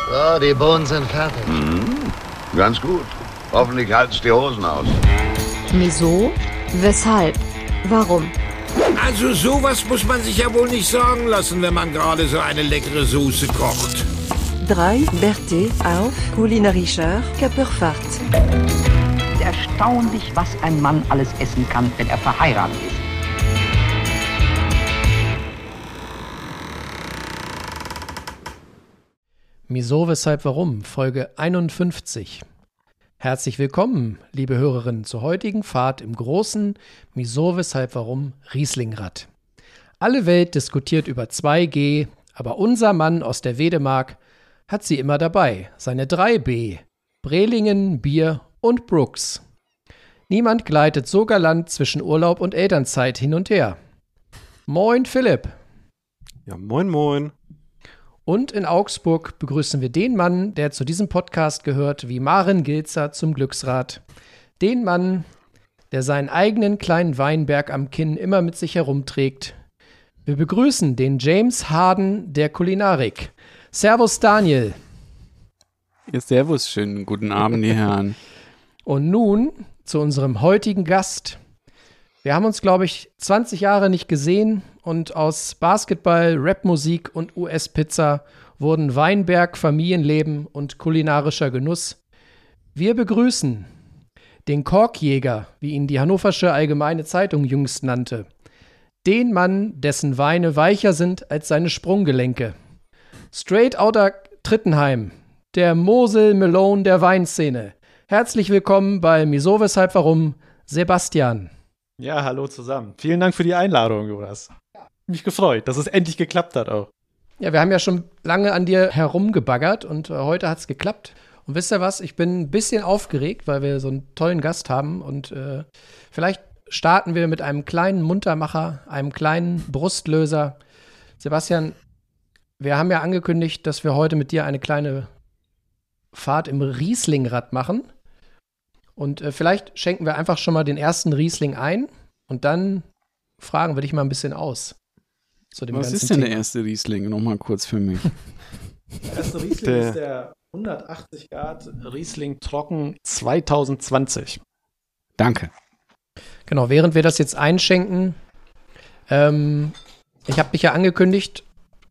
So, die Bohnen sind fertig. Ganz gut. Hoffentlich halten's die Hosen aus. Wieso? Weshalb? Warum? Also sowas muss man sich ja wohl nicht sagen lassen, wenn man gerade so eine leckere Soße kocht. 3 Berthe auf kulinarischer Körperfahrt. Erstaunlich, was ein Mann alles essen kann, wenn er verheiratet ist. Wieso, weshalb, warum? Folge 51. Herzlich willkommen, liebe Hörerinnen, zur heutigen Fahrt im großen Wieso, weshalb, warum Rieslingrad. Alle Welt diskutiert über 2G, aber unser Mann aus der Wedemark hat sie immer dabei, seine 3B, Brelingen, Bier und Brooks. Niemand gleitet so galant zwischen Urlaub und Elternzeit hin und her. Moin Philipp. Ja, moin moin. Und in Augsburg begrüßen wir den Mann, der zu diesem Podcast gehört, wie Maren Gilzer zum Glücksrad. Den Mann, der seinen eigenen kleinen Weinberg am Kinn immer mit sich herumträgt. Wir begrüßen den James Harden der Kulinarik. Servus Daniel. Ja, servus, schönen guten Abend, die Herren. Und nun zu unserem heutigen Gast. Wir haben uns, glaube ich, 20 Jahre nicht gesehen und aus Basketball, Rapmusik und US-Pizza wurden Weinberg, Familienleben und kulinarischer Genuss. Wir begrüßen den Korkjäger, wie ihn die Hannoversche Allgemeine Zeitung jüngst nannte. Den Mann, dessen Weine weicher sind als seine Sprunggelenke. Straight Outta Trittenheim, der Mosel Malone der Weinszene. Herzlich willkommen bei Wieso, weshalb, warum, Sebastian. Ja, hallo zusammen. Vielen Dank für die Einladung, Jonas. Mich gefreut, dass es endlich geklappt hat auch. Ja, wir haben ja schon lange an dir herumgebaggert und heute hat es geklappt. Und wisst ihr was, ich bin ein bisschen aufgeregt, weil wir so einen tollen Gast haben und vielleicht starten wir mit einem kleinen Muntermacher, einem kleinen Brustlöser. Sebastian, wir haben ja angekündigt, dass wir heute mit dir eine kleine Fahrt im Rieslingrad machen. Und vielleicht schenken wir einfach schon mal den ersten Riesling ein und dann fragen wir dich mal ein bisschen aus. Zu dem Was ganzen ist denn Thema. der erste Riesling? Nochmal kurz für mich. Der erste Riesling ist der 180 Grad Riesling Trocken 2020. Danke. Genau, während wir das jetzt einschenken, ich habe dich ja angekündigt,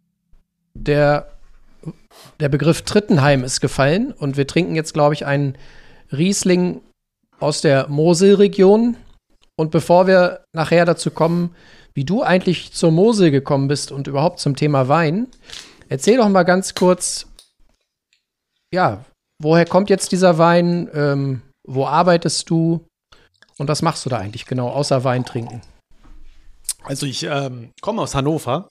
der Begriff Trittenheim ist gefallen und wir trinken jetzt, glaube ich, einen Riesling aus der Moselregion. Und bevor wir nachher dazu kommen, wie du eigentlich zur Mosel gekommen bist und überhaupt zum Thema Wein, erzähl doch mal ganz kurz, ja, woher kommt jetzt dieser Wein, wo arbeitest du und was machst du da eigentlich genau, außer Wein trinken? Also ich komme aus Hannover,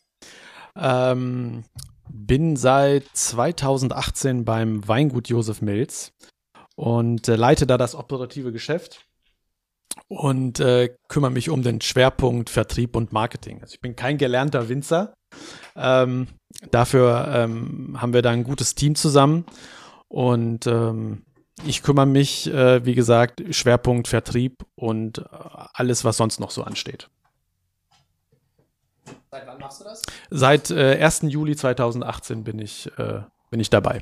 bin seit 2018 beim Weingut Josef Milz und leite da das operative Geschäft und kümmere mich um den Schwerpunkt Vertrieb und Marketing. Also ich bin kein gelernter Winzer. Dafür haben wir da ein gutes Team zusammen und ich kümmere mich, wie gesagt, Schwerpunkt Vertrieb und alles, was sonst noch so ansteht. Seit wann machst du das? Seit 1. Juli 2018 bin ich dabei.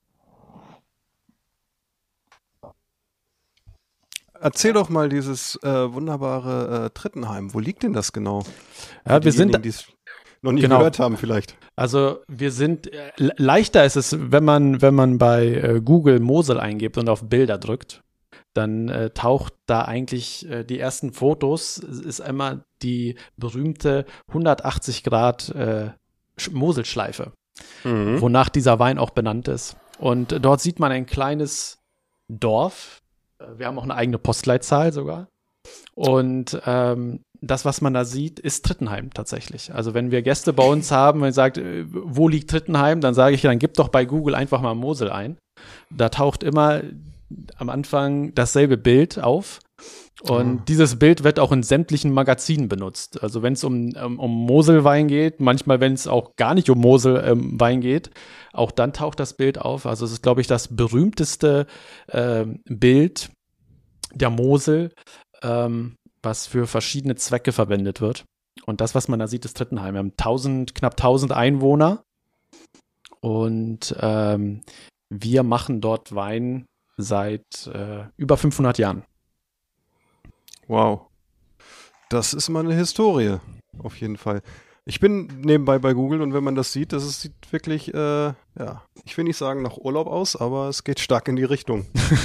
Erzähl doch mal dieses wunderbare Trittenheim. Wo liegt denn das genau? Ja, wir sind, die es noch nie genau gehört haben vielleicht. Also wir sind, leichter ist es, wenn man bei Google Mosel eingibt und auf Bilder drückt, dann taucht da eigentlich die ersten Fotos, ist einmal die berühmte 180 Grad Moselschleife, wonach dieser Wein auch benannt ist. Und dort sieht man ein kleines Dorf. Wir haben auch eine eigene Postleitzahl sogar. Und das, was man da sieht, ist Trittenheim tatsächlich. Also wenn wir Gäste bei uns haben, wenn man sagt, wo liegt Trittenheim, dann sage ich, dann gib doch bei Google einfach mal Mosel ein. Da taucht immer am Anfang dasselbe Bild auf. Und dieses Bild wird auch in sämtlichen Magazinen benutzt. Also wenn es um Moselwein geht, manchmal wenn es auch gar nicht um Moselwein geht, auch dann taucht das Bild auf. Also es ist, glaube ich, das berühmteste Bild der Mosel, was für verschiedene Zwecke verwendet wird. Und das, was man da sieht, ist Trittenheim. Wir haben knapp 1000 Einwohner Und wir machen dort Wein seit über 500 Jahren. Wow. Das ist mal eine Historie, auf jeden Fall. Ich bin nebenbei bei Google und wenn man das sieht, sieht wirklich, ich will nicht sagen nach Urlaub aus, aber es geht stark in die Richtung.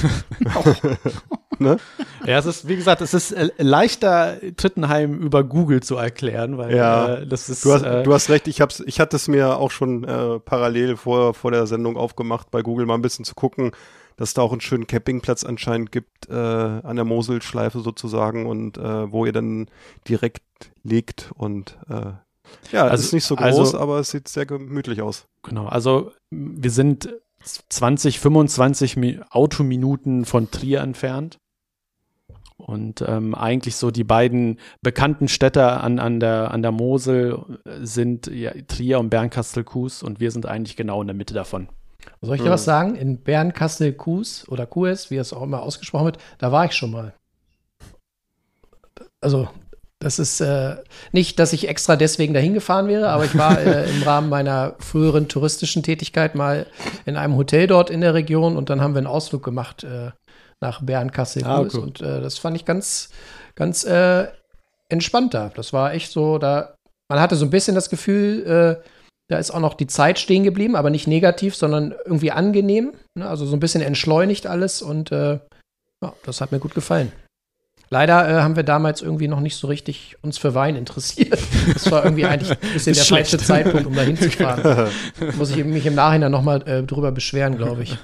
Ne? Ja, es ist, wie gesagt, es ist leichter, Trittenheim über Google zu erklären, weil das ist. Du hast recht, ich hatte es mir auch schon parallel vor der Sendung aufgemacht, bei Google mal ein bisschen zu gucken, dass es da auch einen schönen Campingplatz anscheinend gibt, an der Moselschleife sozusagen und wo ihr dann direkt liegt und es ist nicht so groß, aber es sieht sehr gemütlich aus. Genau, also wir sind 25 Autominuten von Trier entfernt. Und eigentlich so die beiden bekannten Städte an der Mosel sind Trier und Bernkastel-Kues und wir sind eigentlich genau in der Mitte davon. Soll ich dir was sagen? In Bernkastel-Kues oder Kues, wie es auch immer ausgesprochen wird, da war ich schon mal. Also das ist nicht, dass ich extra deswegen dahin gefahren wäre, aber ich war im Rahmen meiner früheren touristischen Tätigkeit mal in einem Hotel dort in der Region und dann haben wir einen Ausflug gemacht nach Bernkastel-Kues und das fand ich ganz, ganz entspannter. Das war echt so, man hatte so ein bisschen das Gefühl, da ist auch noch die Zeit stehen geblieben, aber nicht negativ, sondern irgendwie angenehm, ne? Also so ein bisschen entschleunigt alles und das hat mir gut gefallen. Leider haben wir damals irgendwie noch nicht so richtig uns für Wein interessiert. Das war irgendwie eigentlich ein bisschen der falsche Zeitpunkt, um da hinzufahren. Muss ich mich im Nachhinein nochmal drüber beschweren, glaube ich.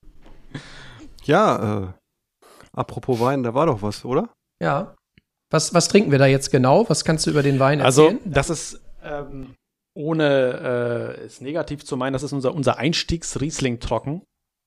Ja, apropos Wein, da war doch was, oder? Ja. Was trinken wir da jetzt genau? Was kannst du über den Wein erzählen? Also, das ist, ohne es negativ zu meinen, das ist unser Einstiegs-Riesling trocken.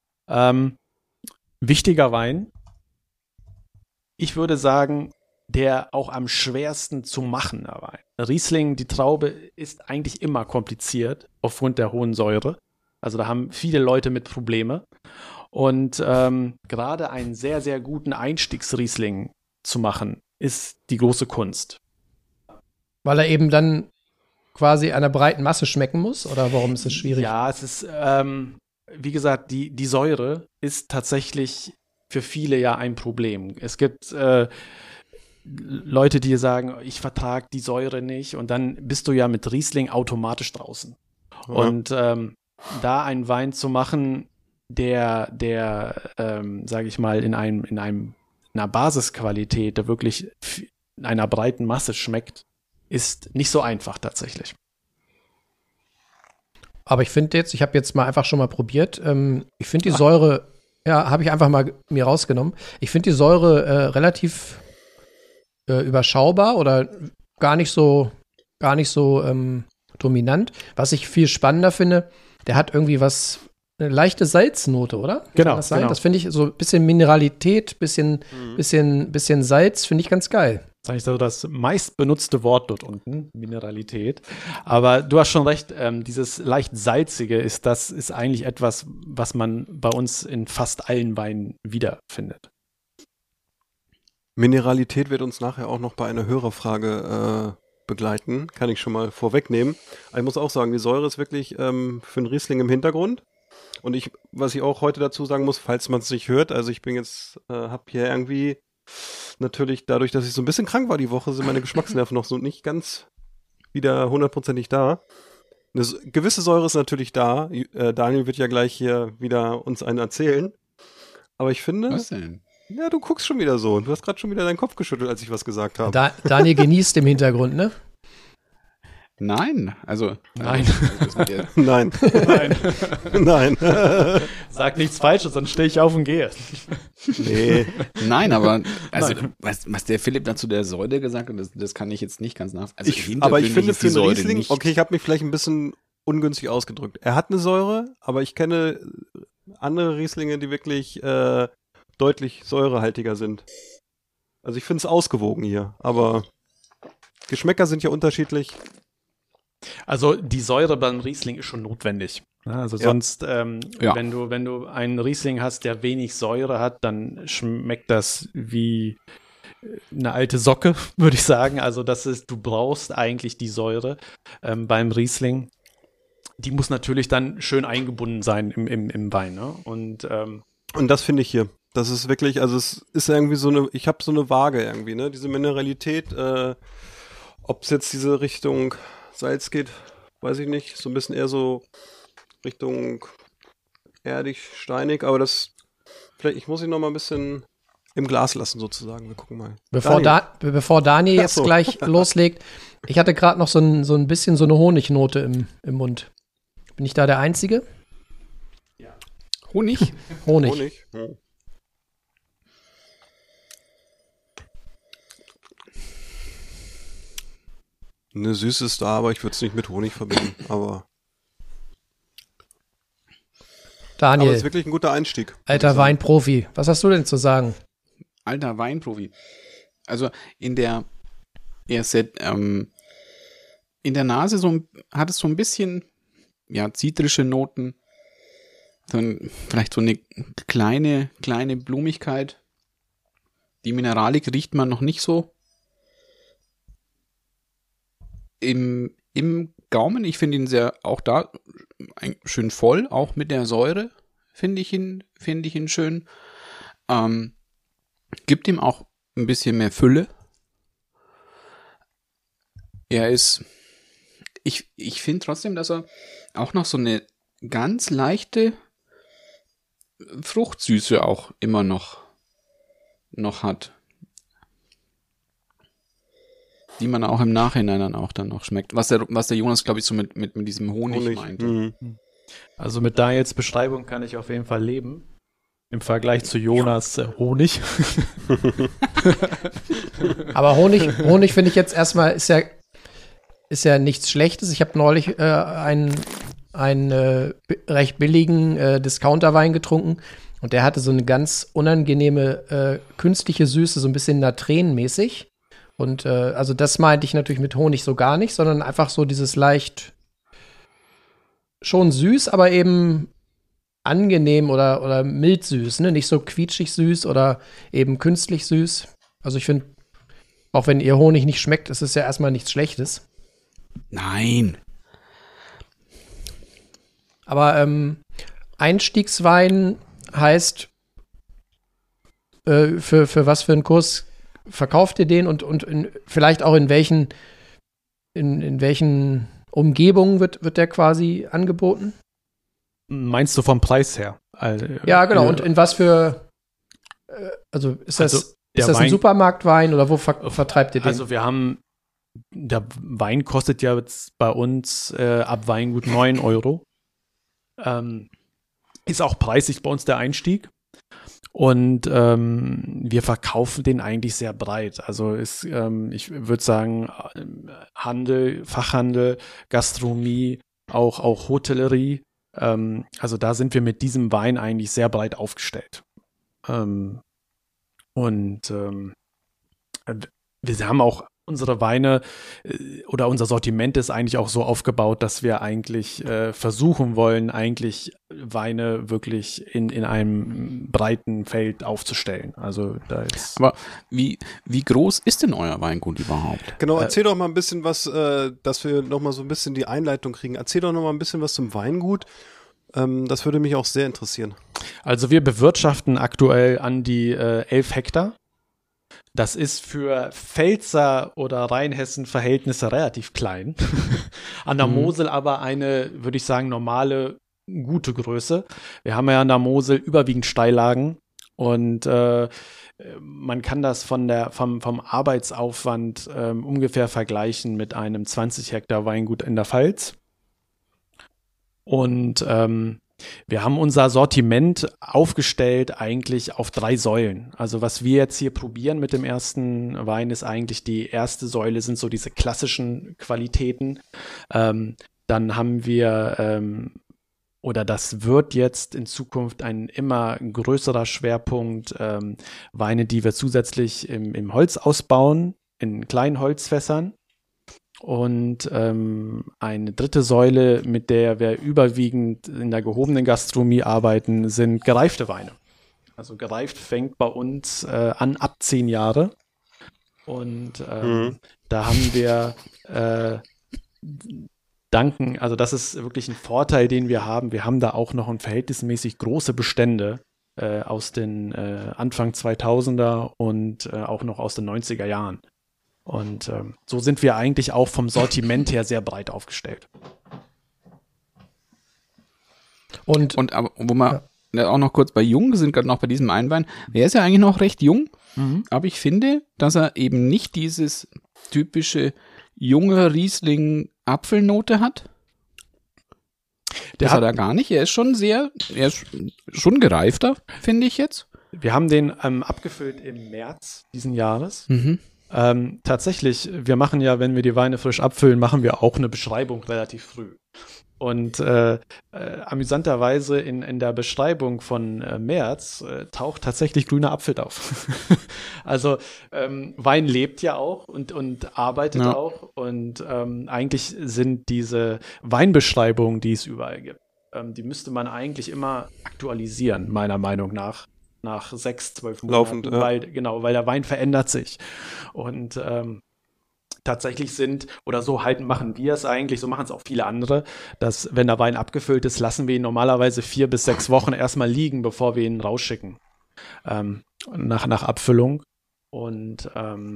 Wichtiger Wein. Ich würde sagen, der auch am schwersten zu machen Wein. Riesling, die Traube, ist eigentlich immer kompliziert aufgrund der hohen Säure. Also da haben viele Leute mit Probleme. Und gerade einen sehr, sehr guten Einstiegsriesling zu machen, ist die große Kunst. Weil er eben dann quasi einer breiten Masse schmecken muss? Oder warum ist es schwierig? Ja, es ist, wie gesagt, die Säure ist tatsächlich für viele ja ein Problem. Es gibt Leute, die sagen, ich vertrage die Säure nicht und dann bist du ja mit Riesling automatisch draußen. Ja. Und da einen Wein zu machen, der sage ich mal, in einer Basisqualität, der wirklich in einer breiten Masse schmeckt, ist nicht so einfach tatsächlich. Aber ich finde ich habe jetzt mal einfach schon mal probiert, ich finde die Säure, habe ich einfach mal mir rausgenommen, ich finde die Säure relativ überschaubar oder gar nicht so dominant. Was ich viel spannender finde, der hat irgendwie eine leichte Salznote, oder? Genau. Kann das sein? Genau. Das finde ich so ein bisschen Mineralität, bisschen Salz, finde ich ganz geil. Das ist eigentlich so das meist benutzte Wort dort unten, Mineralität. Aber du hast schon recht, dieses leicht salzige ist eigentlich etwas, was man bei uns in fast allen Weinen wiederfindet. Mineralität wird uns nachher auch noch bei einer Hörerfrage begleiten, kann ich schon mal vorwegnehmen. Ich muss auch sagen, die Säure ist wirklich für einen Riesling im Hintergrund. Und was ich auch heute dazu sagen muss, falls man es nicht hört, also ich bin jetzt, habe hier irgendwie natürlich dadurch, dass ich so ein bisschen krank war die Woche, sind meine Geschmacksnerven noch so nicht ganz wieder hundertprozentig da. Eine gewisse Säure ist natürlich da. Daniel wird ja gleich hier wieder uns einen erzählen. Aber ich finde... Was denn? Ja, du guckst schon wieder so. Du hast gerade schon wieder deinen Kopf geschüttelt, als ich was gesagt habe. Daniel genießt im Hintergrund, ne? Nein, also nein. Nein. Nein. Sag nichts Falsches, sonst stehe ich auf und gehe. Nee. Nein, aber also was der Philipp dazu der Säure gesagt hat, das kann ich jetzt nicht ganz also aber ich finde für einen Riesling, nicht. Okay, ich habe mich vielleicht ein bisschen ungünstig ausgedrückt. Er hat eine Säure, aber ich kenne andere Rieslinge, die wirklich deutlich säurehaltiger sind. Also ich finde es ausgewogen hier, aber Geschmäcker sind ja unterschiedlich. Also die Säure beim Riesling ist schon notwendig. Also sonst, wenn du einen Riesling hast, der wenig Säure hat, dann schmeckt das wie eine alte Socke, würde ich sagen. Also du brauchst eigentlich die Säure beim Riesling. die muss natürlich dann schön eingebunden sein im Wein. Ne? Und das finde ich hier. Das ist wirklich, also es ist irgendwie ich habe so eine Waage irgendwie, ne? Diese Mineralität, ob es jetzt diese Richtung Salz geht, weiß ich nicht. So ein bisschen eher so Richtung erdig, steinig, aber ich muss ihn noch mal ein bisschen im Glas lassen sozusagen. Wir gucken mal. Bevor Daniel jetzt gleich loslegt, ich hatte gerade noch so ein bisschen so eine Honignote im Mund. Bin ich da der Einzige? Ja. Honig? Honig. Hm. Eine Süße ist da, aber ich würde es nicht mit Honig verbinden. Aber Daniel, es ist wirklich ein guter Einstieg. alter Weinprofi, was hast du denn zu sagen? Alter Weinprofi. Also in der Nase hat es so ein bisschen, ja, zitrische Noten. Dann vielleicht so eine kleine Blumigkeit. Die Mineralik riecht man noch nicht so. Im Gaumen, ich finde ihn auch da schön voll, auch mit der Säure finde ich ihn schön. Gibt ihm auch ein bisschen mehr Fülle. Ich finde trotzdem, dass er auch noch so eine ganz leichte Fruchtsüße auch immer noch hat. Die man auch im Nachhinein dann noch schmeckt. Was der Jonas, glaube ich, so mit diesem Honig meinte. Mhm. Also mit Daniels Beschreibung kann ich auf jeden Fall leben. Im Vergleich zu Jonas Honig. Aber Honig finde ich jetzt erstmal ist ja nichts Schlechtes. Ich habe neulich einen recht billigen Discounterwein getrunken und der hatte so eine ganz unangenehme künstliche Süße, so ein bisschen natrenmäßig. Und also das meinte ich natürlich mit Honig so gar nicht, sondern einfach so dieses leicht schon süß, aber eben angenehm oder mild süß, ne? Nicht so quietschig süß oder eben künstlich süß. Also ich finde, auch wenn ihr Honig nicht schmeckt, ist es ja erstmal nichts Schlechtes. Nein. Aber Einstiegswein heißt, für was für einen Kurs verkauft ihr den und vielleicht auch in welchen Umgebungen wird der quasi angeboten? Meinst du vom Preis her? Ja, genau. Und in was für also ist das ein Supermarktwein oder wo vertreibt ihr den? Also der Wein kostet ja jetzt bei uns ab Weingut 9 Euro. Ist auch preislich bei uns der Einstieg. Und wir verkaufen den eigentlich sehr breit. Also ich würde sagen, Handel, Fachhandel, Gastronomie, auch Hotellerie. Also da sind wir mit diesem Wein eigentlich sehr breit aufgestellt. Wir haben auch unsere Weine oder unser Sortiment ist eigentlich auch so aufgebaut, dass wir eigentlich versuchen wollen, eigentlich Weine wirklich in einem breiten Feld aufzustellen. Also da jetzt. Aber wie groß ist denn euer Weingut überhaupt? Genau, erzähl doch mal ein bisschen was, dass wir noch mal so ein bisschen die Einleitung kriegen. Erzähl doch noch mal ein bisschen was zum Weingut. Das würde mich auch sehr interessieren. Also wir bewirtschaften aktuell an die 11 Hektar. Das ist für Pfälzer oder Rheinhessen-Verhältnisse relativ klein. An der Mosel aber eine, würde ich sagen, normale, gute Größe. Wir haben ja an der Mosel überwiegend Steillagen und man kann das vom Arbeitsaufwand ungefähr vergleichen mit einem 20 Hektar Weingut in der Pfalz. Und wir haben unser Sortiment aufgestellt eigentlich auf 3 Säulen. Also was wir jetzt hier probieren mit dem ersten Wein ist eigentlich die erste Säule sind so diese klassischen Qualitäten. Dann haben wir oder das wird jetzt in Zukunft ein immer größerer Schwerpunkt Weine, die wir zusätzlich im Holz ausbauen, in kleinen Holzfässern. Und eine dritte Säule, mit der wir überwiegend in der gehobenen Gastronomie arbeiten, sind gereifte Weine. Also gereift fängt bei uns an ab 10 Jahre. Und da haben wir danken, also das ist wirklich ein Vorteil, den wir haben. Wir haben da auch noch ein verhältnismäßig große Bestände aus den Anfang 2000er und auch noch aus den 90er Jahren. Und so sind wir eigentlich auch vom Sortiment her sehr breit aufgestellt. Und aber, wo wir auch noch kurz bei Jung sind, gerade noch bei diesem Einwein, er ist ja eigentlich noch recht jung, aber ich finde, dass er eben nicht dieses typische junge Riesling-Apfelnote hat. Das hat er gar nicht. Er ist schon gereifter, finde ich jetzt. Wir haben den abgefüllt im März diesen Jahres. Tatsächlich, wir machen ja, wenn wir die Weine frisch abfüllen, machen wir auch eine Beschreibung relativ früh. Und amüsanterweise in der Beschreibung von März taucht tatsächlich grüner Apfel auf. Also Wein lebt ja auch und arbeitet auch. Und eigentlich sind diese Weinbeschreibungen, die es überall gibt, die müsste man eigentlich immer aktualisieren, meiner Meinung nach 6, 12 Monaten. Laufend, ja. Weil der Wein verändert sich. Und tatsächlich machen wir es eigentlich, so machen es auch viele andere, dass, wenn der Wein abgefüllt ist, lassen wir ihn normalerweise 4 bis 6 Wochen erstmal liegen, bevor wir ihn rausschicken. Nach Abfüllung. Und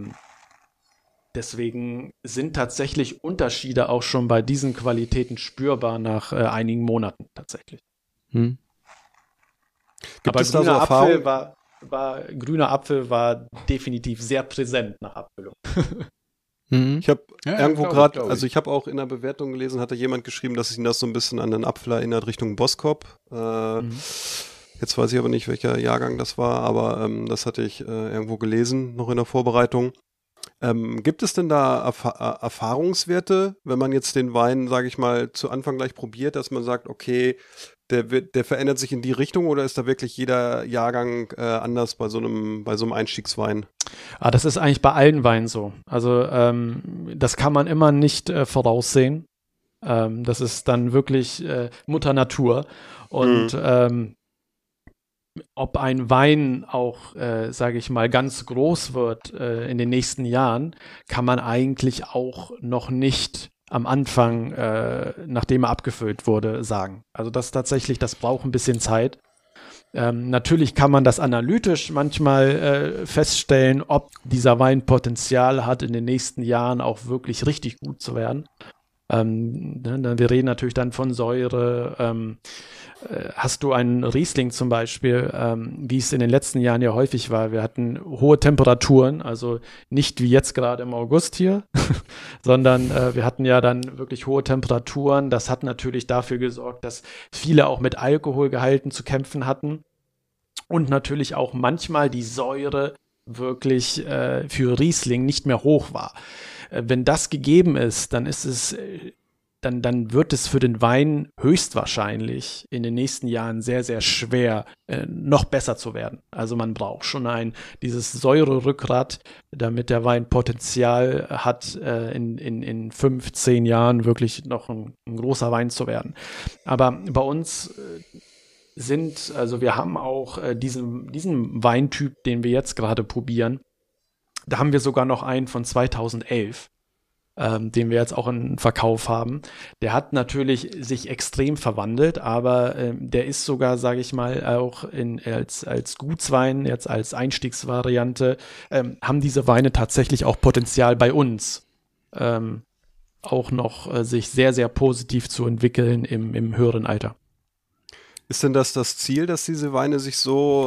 deswegen sind tatsächlich Unterschiede auch schon bei diesen Qualitäten spürbar nach einigen Monaten tatsächlich. Gibt Aber es da so Erfahrungen? grüner Apfel war definitiv sehr präsent nach Abfüllung. Ich habe irgendwo gerade, also ich habe auch in der Bewertung gelesen, hatte jemand geschrieben, dass ihn das so ein bisschen an den Apfel erinnert Richtung Boskop. Jetzt weiß ich aber nicht, welcher Jahrgang das war, aber das hatte ich irgendwo gelesen, noch in der Vorbereitung. Gibt es denn da Erfahrungswerte, wenn man jetzt den Wein, sage ich mal, zu Anfang gleich probiert, dass man sagt, okay, der verändert sich in die Richtung, oder ist da wirklich jeder Jahrgang anders bei so einem Einstiegswein? Das ist eigentlich bei allen Weinen so. Also das kann man immer nicht voraussehen. Das ist dann wirklich Mutter Natur. Und ob ein Wein auch, sage ich mal, ganz groß wird in den nächsten Jahren, kann man eigentlich auch noch nicht am Anfang, nachdem er abgefüllt wurde, sagen. Also das braucht ein bisschen Zeit. Natürlich kann man das analytisch manchmal feststellen, ob dieser Wein Potenzial hat, in den nächsten Jahren auch wirklich richtig gut zu werden. Wir reden natürlich dann von Säure. Hast du einen Riesling zum Beispiel, wie es in den letzten Jahren ja häufig war, wir hatten hohe Temperaturen, also nicht wie jetzt gerade im August hier, sondern wir hatten ja dann wirklich hohe Temperaturen. Das hat natürlich dafür gesorgt, dass viele auch mit Alkoholgehalten zu kämpfen hatten und natürlich auch manchmal die Säure wirklich für Riesling nicht mehr hoch war. Wenn das gegeben ist, dann ist es dann wird es für den Wein höchstwahrscheinlich in den nächsten Jahren sehr, sehr schwer, noch besser zu werden. Also man braucht schon dieses Säurerückgrat, damit der Wein Potenzial hat, in 15 Jahren wirklich noch ein großer Wein zu werden. Aber bei uns wir haben auch diesen Weintyp, den wir jetzt gerade probieren, da haben wir sogar noch einen von 2011. Den wir jetzt auch in Verkauf haben. Der hat natürlich sich extrem verwandelt, aber der ist sogar, sage ich mal, auch als Gutswein, jetzt als Einstiegsvariante, haben diese Weine tatsächlich auch Potenzial bei uns, auch noch sich sehr, sehr positiv zu entwickeln im höheren Alter. Ist denn das Ziel, dass diese Weine sich so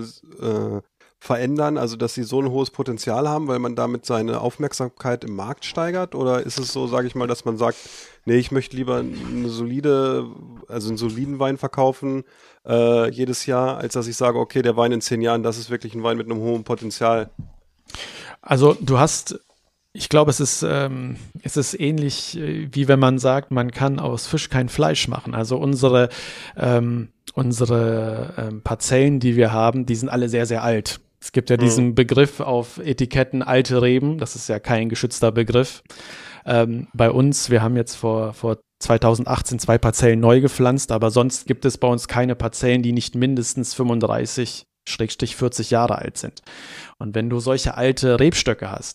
verändern, also dass sie so ein hohes Potenzial haben, weil man damit seine Aufmerksamkeit im Markt steigert? Oder ist es so, sage ich mal, dass man sagt, nee, ich möchte lieber einen soliden Wein verkaufen jedes Jahr, als dass ich sage, okay, der Wein in 10 Jahren, das ist wirklich ein Wein mit einem hohen Potenzial? Also ich glaube, es ist ähnlich, wie wenn man sagt, man kann aus Fisch kein Fleisch machen. Also unsere Parzellen, die wir haben, die sind alle sehr, sehr alt. Es gibt ja diesen Begriff auf Etiketten, alte Reben, das ist ja kein geschützter Begriff. Bei uns, wir haben jetzt vor 2018 2 Parzellen neu gepflanzt, aber sonst gibt es bei uns keine Parzellen, die nicht mindestens 35-40 Jahre alt sind. Und wenn du solche alte Rebstöcke hast,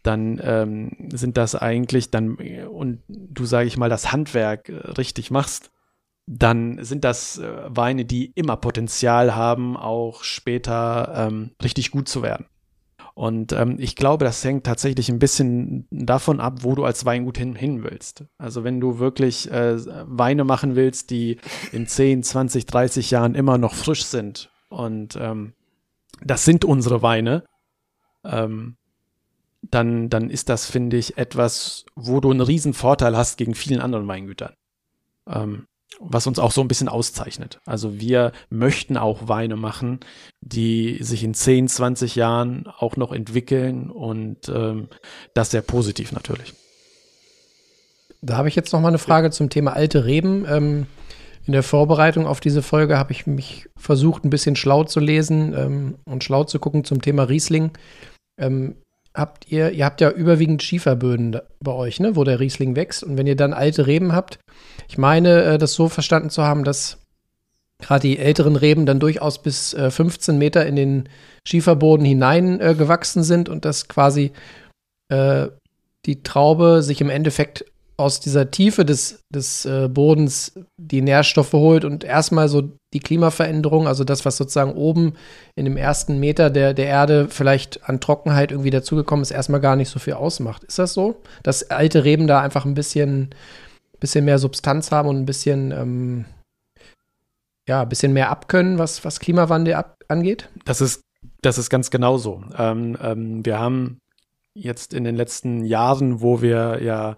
dann sind das eigentlich dann, und du, sage ich mal, das Handwerk richtig machst, dann sind das Weine, die immer Potenzial haben, auch später richtig gut zu werden. Und ich glaube, das hängt tatsächlich ein bisschen davon ab, wo du als Weingut hin willst. Also wenn du wirklich Weine machen willst, die in 10, 20, 30 Jahren immer noch frisch sind, und das sind unsere Weine, dann ist das, finde ich, etwas, wo du einen riesen Vorteil hast gegen vielen anderen Weingütern. Was uns auch so ein bisschen auszeichnet. Also wir möchten auch Weine machen, die sich in 10, 20 Jahren auch noch entwickeln, und das sehr positiv natürlich. Da habe ich jetzt noch mal eine Frage zum Thema alte Reben. In der Vorbereitung auf diese Folge habe ich mich versucht, ein bisschen schlau zu lesen und schlau zu gucken zum Thema Riesling. Ihr habt ja überwiegend Schieferböden bei euch, ne, wo der Riesling wächst. Und wenn ihr dann alte Reben habt, ich meine, das so verstanden zu haben, dass gerade die älteren Reben dann durchaus bis 15 Meter in den Schieferboden hinein gewachsen sind und dass quasi die Traube sich im Endeffekt aus dieser Tiefe des Bodens die Nährstoffe holt und erstmal so die Klimaveränderung, also das, was sozusagen oben in dem ersten Meter der Erde vielleicht an Trockenheit irgendwie dazugekommen ist, erstmal gar nicht so viel ausmacht. Ist das so? Dass alte Reben da einfach ein bisschen mehr Substanz haben und ein bisschen mehr abkönnen, was Klimawandel angeht? Das ist ganz genau so. Wir haben jetzt in den letzten Jahren, wo wir ja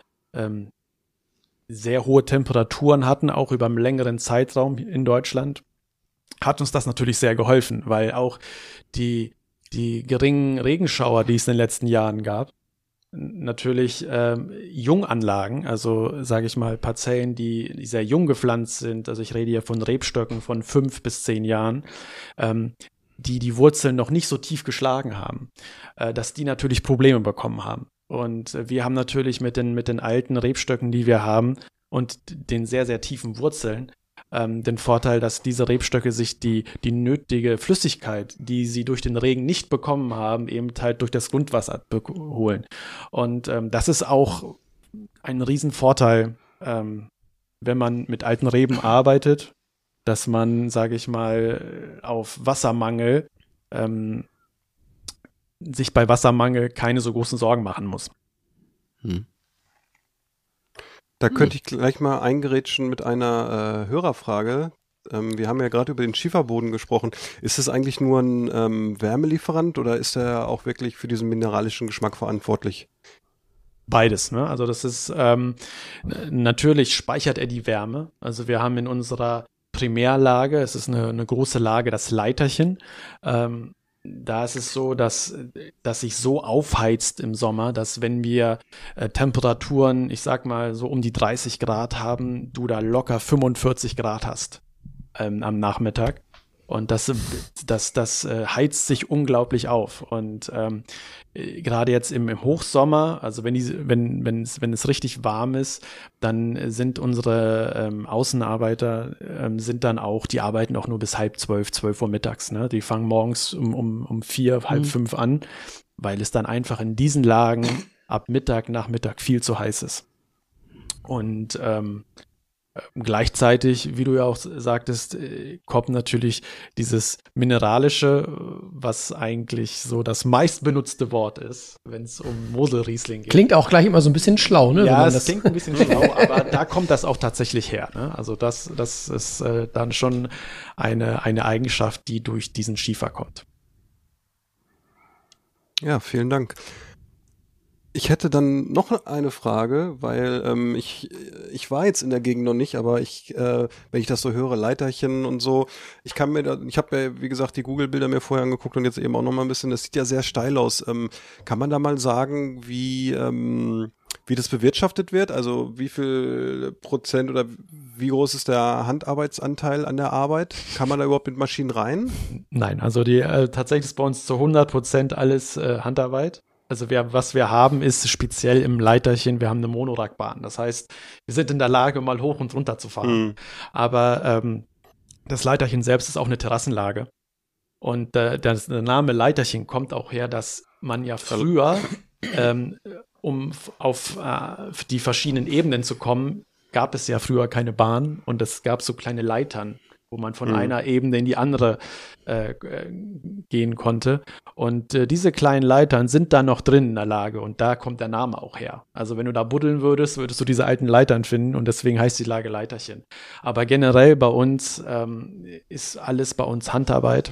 sehr hohe Temperaturen hatten, auch über einen längeren Zeitraum in Deutschland, hat uns das natürlich sehr geholfen, weil auch die geringen Regenschauer, die es in den letzten Jahren gab, natürlich Junganlagen, also sage ich mal Parzellen, die sehr jung gepflanzt sind, also ich rede hier von Rebstöcken von 5 bis 10 Jahren, die Wurzeln noch nicht so tief geschlagen haben, dass die natürlich Probleme bekommen haben. Und wir haben natürlich mit den alten Rebstöcken, die wir haben, und den sehr, sehr tiefen Wurzeln, den Vorteil, dass diese Rebstöcke sich die nötige Flüssigkeit, die sie durch den Regen nicht bekommen haben, eben halt durch das Grundwasser holen. Und das ist auch ein Riesenvorteil, wenn man mit alten Reben arbeitet, dass man, sage ich mal, auf Wassermangel sich bei Wassermangel keine so großen Sorgen machen muss. Da könnte ich gleich mal eingerätschen mit einer Hörerfrage. Wir haben ja gerade über den Schieferboden gesprochen. Ist es eigentlich nur ein Wärmelieferant oder ist er auch wirklich für diesen mineralischen Geschmack verantwortlich? Beides, ne? Also das ist, natürlich speichert er die Wärme. Also wir haben in unserer Primärlage, es ist eine große Lage, das Leiterchen, da ist es so, dass sich so aufheizt im Sommer, dass wenn wir Temperaturen, ich sag mal so um die 30 Grad haben, du da locker 45 Grad hast am Nachmittag. Und das heizt sich unglaublich auf. Und gerade jetzt im Hochsommer, also wenn es richtig warm ist, dann sind unsere Außenarbeiter, die arbeiten auch nur bis 11:30, 12 Uhr mittags. Ne? Die fangen morgens um 4, 4:30 an, weil es dann einfach in diesen Lagen ab Nachmittag viel zu heiß ist. Und gleichzeitig, wie du ja auch sagtest, kommt natürlich dieses Mineralische, was eigentlich so das meistbenutzte Wort ist, wenn es um Mosel-Riesling geht. Klingt auch gleich immer so ein bisschen schlau, ne? Ja, es klingt ein bisschen schlau, aber da kommt das auch tatsächlich her. Ne? Also das ist dann schon eine Eigenschaft, die durch diesen Schiefer kommt. Ja, vielen Dank. Ich hätte dann noch eine Frage, weil ich war jetzt in der Gegend noch nicht, aber wenn ich das so höre, Leiterchen und so, ich habe ja, wie gesagt, die Google-Bilder mir vorher angeguckt und jetzt eben auch noch mal ein bisschen, das sieht ja sehr steil aus. Kann man da mal sagen, wie das bewirtschaftet wird? Also wie viel Prozent oder wie groß ist der Handarbeitsanteil an der Arbeit? Kann man da überhaupt mit Maschinen rein? Nein, also tatsächlich ist bei uns zu 100% alles Handarbeit. Also was wir haben, ist speziell im Leiterchen, wir haben eine Monorackbahn. Das heißt, wir sind in der Lage, mal hoch und runter zu fahren. Aber das Leiterchen selbst ist auch eine Terrassenlage. Und der Name Leiterchen kommt auch her, dass man ja früher um auf die verschiedenen Ebenen zu kommen, gab es ja früher keine Bahn und es gab so kleine Leitern, wo man von einer Ebene in die andere gehen konnte. Und diese kleinen Leitern sind da noch drin in der Lage und da kommt der Name auch her. Also wenn du da buddeln würdest du diese alten Leitern finden und deswegen heißt die Lage Leiterchen. Aber generell bei uns ist alles bei uns Handarbeit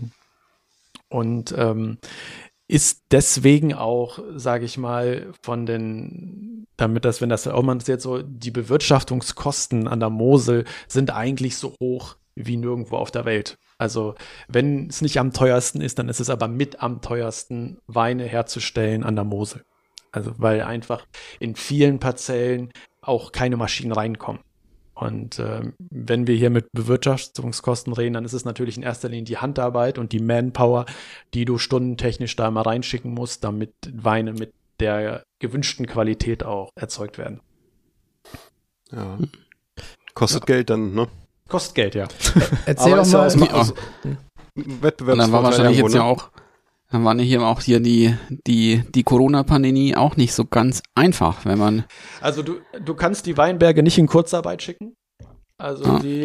und ist deswegen auch, sage ich mal, wenn das auch mal jetzt so, die Bewirtschaftungskosten an der Mosel sind eigentlich so hoch wie nirgendwo auf der Welt. Also wenn es nicht am teuersten ist, dann ist es aber mit am teuersten, Weine herzustellen an der Mosel. Also weil einfach in vielen Parzellen auch keine Maschinen reinkommen. Und wenn wir hier mit Bewirtschaftungskosten reden, dann ist es natürlich in erster Linie die Handarbeit und die Manpower, die du stundentechnisch da mal reinschicken musst, damit Weine mit der gewünschten Qualität auch erzeugt werden. Ja. Kostet Geld dann, ne? Kostet Geld, ja. Erzähl doch mal. Wettbewerbsvorteil. Und dann war wahrscheinlich irgendwo, jetzt ja auch, dann war hier die Corona-Pandemie auch nicht so ganz einfach, wenn man. Also du kannst die Weinberge nicht in Kurzarbeit schicken. Also die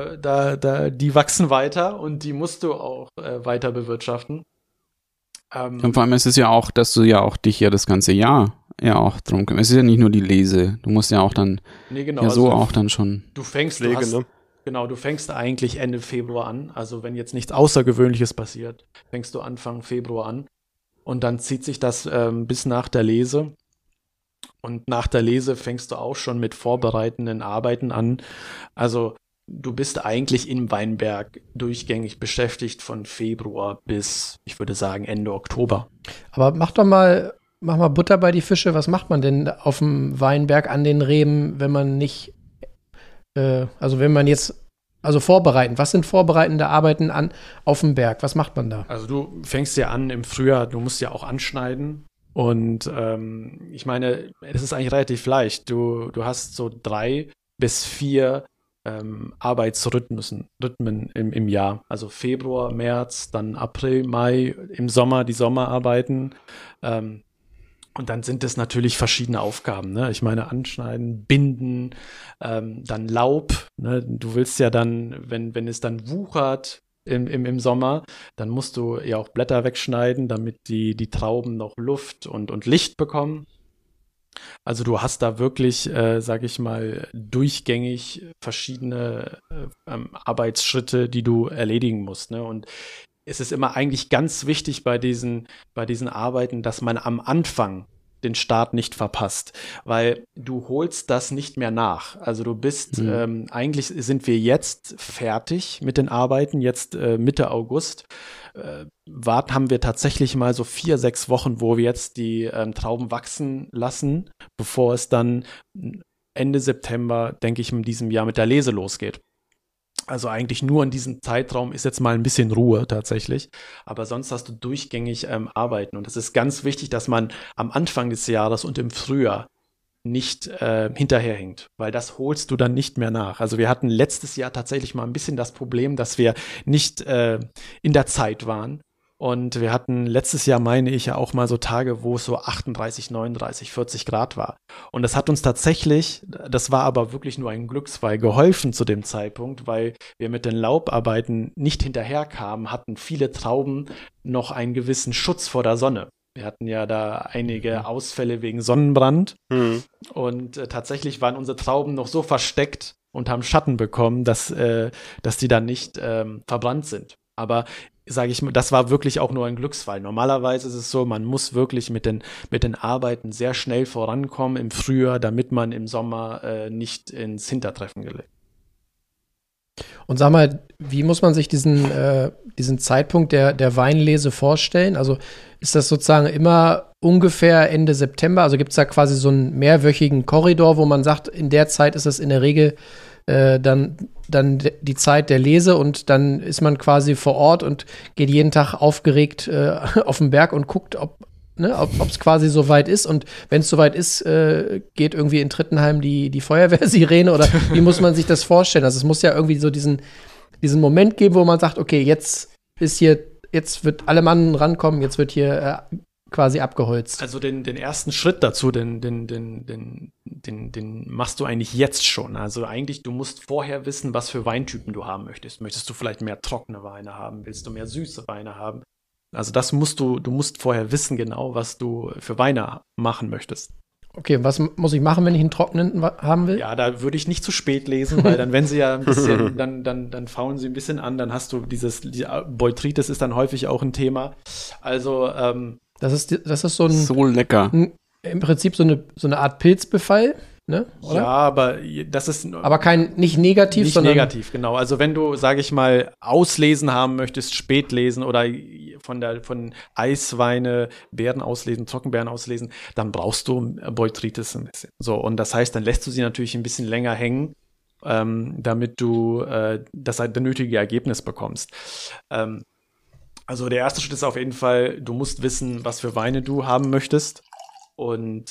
wachsen weiter und die musst du auch weiter bewirtschaften. Und vor allem ist es ja auch, dass du ja auch dich ja das ganze Jahr ja auch drum kümmerst. Es ist ja nicht nur die Lese. Du musst ja auch dann so auch dann schon. Du fängst eigentlich Ende Februar an. Also wenn jetzt nichts Außergewöhnliches passiert, fängst du Anfang Februar an. Und dann zieht sich das bis nach der Lese. Und nach der Lese fängst du auch schon mit vorbereitenden Arbeiten an. Also du bist eigentlich im Weinberg durchgängig beschäftigt von Februar bis, ich würde sagen, Ende Oktober. Aber mach mal Butter bei die Fische. Was macht man denn auf dem Weinberg an den Reben, wenn man nicht, vorbereiten? Was sind vorbereitende Arbeiten auf dem Berg? Was macht man da? Also du fängst ja an im Frühjahr, du musst ja auch anschneiden. Und ich meine, es ist eigentlich relativ leicht. Du hast so 3 bis 4 Arbeitsrhythmen im Jahr. Also Februar, März, dann April, Mai, im Sommer die Sommerarbeiten. Und dann sind es natürlich verschiedene Aufgaben. Ne? Ich meine, anschneiden, binden, dann Laub. Ne? Du willst ja dann, wenn es dann wuchert im Sommer, dann musst du ja auch Blätter wegschneiden, damit die Trauben noch Luft und Licht bekommen. Also du hast da wirklich, sag ich mal, durchgängig verschiedene Arbeitsschritte, die du erledigen musst. Ne? Und es ist immer eigentlich ganz wichtig bei diesen Arbeiten, dass man am Anfang den Start nicht verpasst, weil du holst das nicht mehr nach. Also du bist, eigentlich sind wir jetzt fertig mit den Arbeiten, jetzt Mitte August. Haben wir tatsächlich mal so 4-6 Wochen, wo wir jetzt die Trauben wachsen lassen, bevor es dann Ende September, denke ich, in diesem Jahr mit der Lese losgeht. Also eigentlich nur in diesem Zeitraum ist jetzt mal ein bisschen Ruhe tatsächlich, aber sonst hast du durchgängig Arbeiten und es ist ganz wichtig, dass man am Anfang des Jahres und im Frühjahr nicht hinterherhinkt, weil das holst du dann nicht mehr nach. Also wir hatten letztes Jahr tatsächlich mal ein bisschen das Problem, dass wir nicht in der Zeit waren. Und wir hatten letztes Jahr, meine ich, ja auch mal so Tage, wo es so 38, 39, 40 Grad war. Und das hat uns tatsächlich, das war aber wirklich nur ein Glücksfall, geholfen zu dem Zeitpunkt, weil wir mit den Laubarbeiten nicht hinterherkamen, hatten viele Trauben noch einen gewissen Schutz vor der Sonne. Wir hatten ja da einige Ausfälle wegen Sonnenbrand. Und tatsächlich waren unsere Trauben noch so versteckt und haben Schatten bekommen, dass die dann nicht verbrannt sind. Aber sage ich mal, das war wirklich auch nur ein Glücksfall. Normalerweise ist es so, man muss wirklich mit den Arbeiten sehr schnell vorankommen im Frühjahr, damit man im Sommer nicht ins Hintertreffen gerät. Und sag mal, wie muss man sich diesen Zeitpunkt der Weinlese vorstellen? Also ist das sozusagen immer ungefähr Ende September? Also gibt es da quasi so einen mehrwöchigen Korridor, wo man sagt, in der Zeit ist es in der Regel dann die Zeit der Lese und dann ist man quasi vor Ort und geht jeden Tag aufgeregt auf den Berg und guckt, ob es quasi soweit ist. Und wenn es soweit ist, geht irgendwie in Trittenheim die Feuerwehrsirene oder wie muss man sich das vorstellen? Also es muss ja irgendwie so diesen Moment geben, wo man sagt, okay, jetzt wird alle Mann rankommen, jetzt wird hier quasi abgeholzt. Also den ersten Schritt dazu, den machst du eigentlich jetzt schon. Also eigentlich, du musst vorher wissen, was für Weintypen du haben möchtest. Möchtest du vielleicht mehr trockene Weine haben? Willst du mehr süße Weine haben? Also du musst vorher wissen genau, was du für Weine machen möchtest. Okay, was muss ich machen, wenn ich einen trockenen haben will? Ja, da würde ich nicht zu spät lesen, weil dann, wenn sie ja ein bisschen, dann faulen sie ein bisschen an, dann hast du die Botrytis ist dann häufig auch ein Thema. Also, das ist so ein So lecker. Im Prinzip so eine Art Pilzbefall, ne? Oder? ja, aber das ist Aber nicht negativ, nicht sondern negativ, genau. Also wenn du, sage ich mal, auslesen haben möchtest, Spätlesen oder von Eisweine, Beeren auslesen, Trockenbeeren auslesen, dann brauchst du Botrytis ein bisschen. So, und das heißt, dann lässt du sie natürlich ein bisschen länger hängen, damit du das nötige Ergebnis bekommst. Also der erste Schritt ist auf jeden Fall, du musst wissen, was für Weine du haben möchtest. Und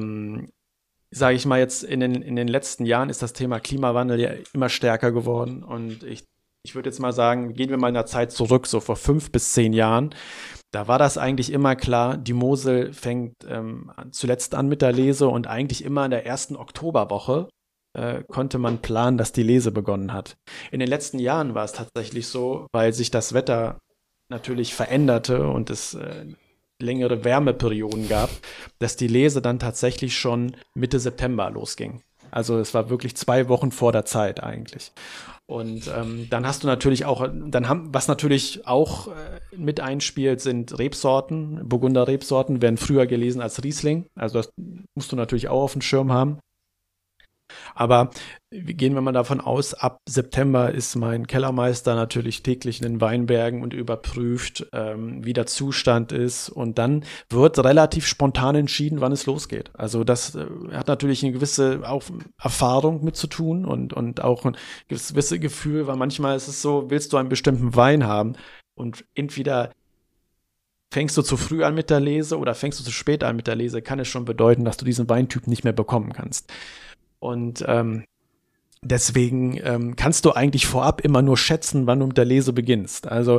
sage ich mal jetzt, in den letzten Jahren ist das Thema Klimawandel ja immer stärker geworden. Und ich würde jetzt mal sagen, gehen wir mal in der Zeit zurück, so vor 5 bis 10 Jahren. Da war das eigentlich immer klar, die Mosel fängt zuletzt an mit der Lese und eigentlich immer in der ersten Oktoberwoche konnte man planen, dass die Lese begonnen hat. In den letzten Jahren war es tatsächlich so, weil sich das Wetter natürlich veränderte und es längere Wärmeperioden gab, dass die Lese dann tatsächlich schon Mitte September losging. Also es war wirklich 2 Wochen vor der Zeit eigentlich. Und dann hast du natürlich auch, was natürlich auch mit einspielt, sind Rebsorten. Burgunder Rebsorten werden früher gelesen als Riesling. Also das musst du natürlich auch auf dem Schirm haben. Aber gehen wir mal davon aus, ab September ist mein Kellermeister natürlich täglich in den Weinbergen und überprüft, wie der Zustand ist. Und dann wird relativ spontan entschieden, wann es losgeht. Also das hat natürlich eine gewisse auch Erfahrung mit zu tun und auch ein gewisses Gefühl, weil manchmal ist es so, willst du einen bestimmten Wein haben und entweder fängst du zu früh an mit der Lese oder fängst du zu spät an mit der Lese, kann es schon bedeuten, dass du diesen Weintyp nicht mehr bekommen kannst. Und deswegen kannst du eigentlich vorab immer nur schätzen, wann du mit der Lese beginnst. Also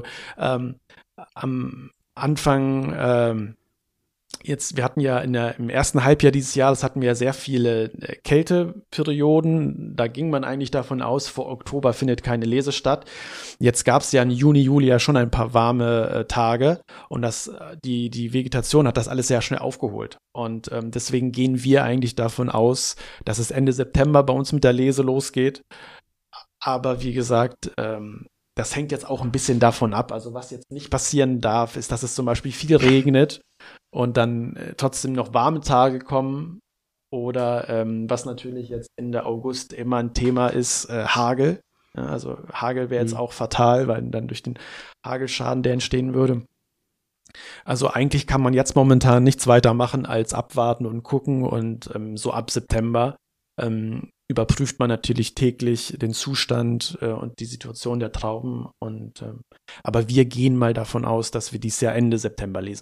am Anfang, wir hatten ja im ersten Halbjahr dieses Jahres hatten wir ja sehr viele Kälteperioden. Da ging man eigentlich davon aus, vor Oktober findet keine Lese statt. Jetzt gab es ja im Juni, Juli ja schon ein paar warme Tage und die Vegetation hat das alles sehr schnell aufgeholt. Und deswegen gehen wir eigentlich davon aus, dass es Ende September bei uns mit der Lese losgeht. Aber wie gesagt, das hängt jetzt auch ein bisschen davon ab. Also was jetzt nicht passieren darf, ist, dass es zum Beispiel viel regnet und dann trotzdem noch warme Tage kommen. Oder was natürlich jetzt Ende August immer ein Thema ist, Hagel. Ja, also Hagel wäre jetzt auch fatal, weil dann durch den Hagelschaden, der entstehen würde. Also eigentlich kann man jetzt momentan nichts weiter machen als abwarten und gucken und so ab September überprüft man natürlich täglich den Zustand und die Situation der Trauben. Aber wir gehen mal davon aus, dass wir dieses Jahr Ende September lesen.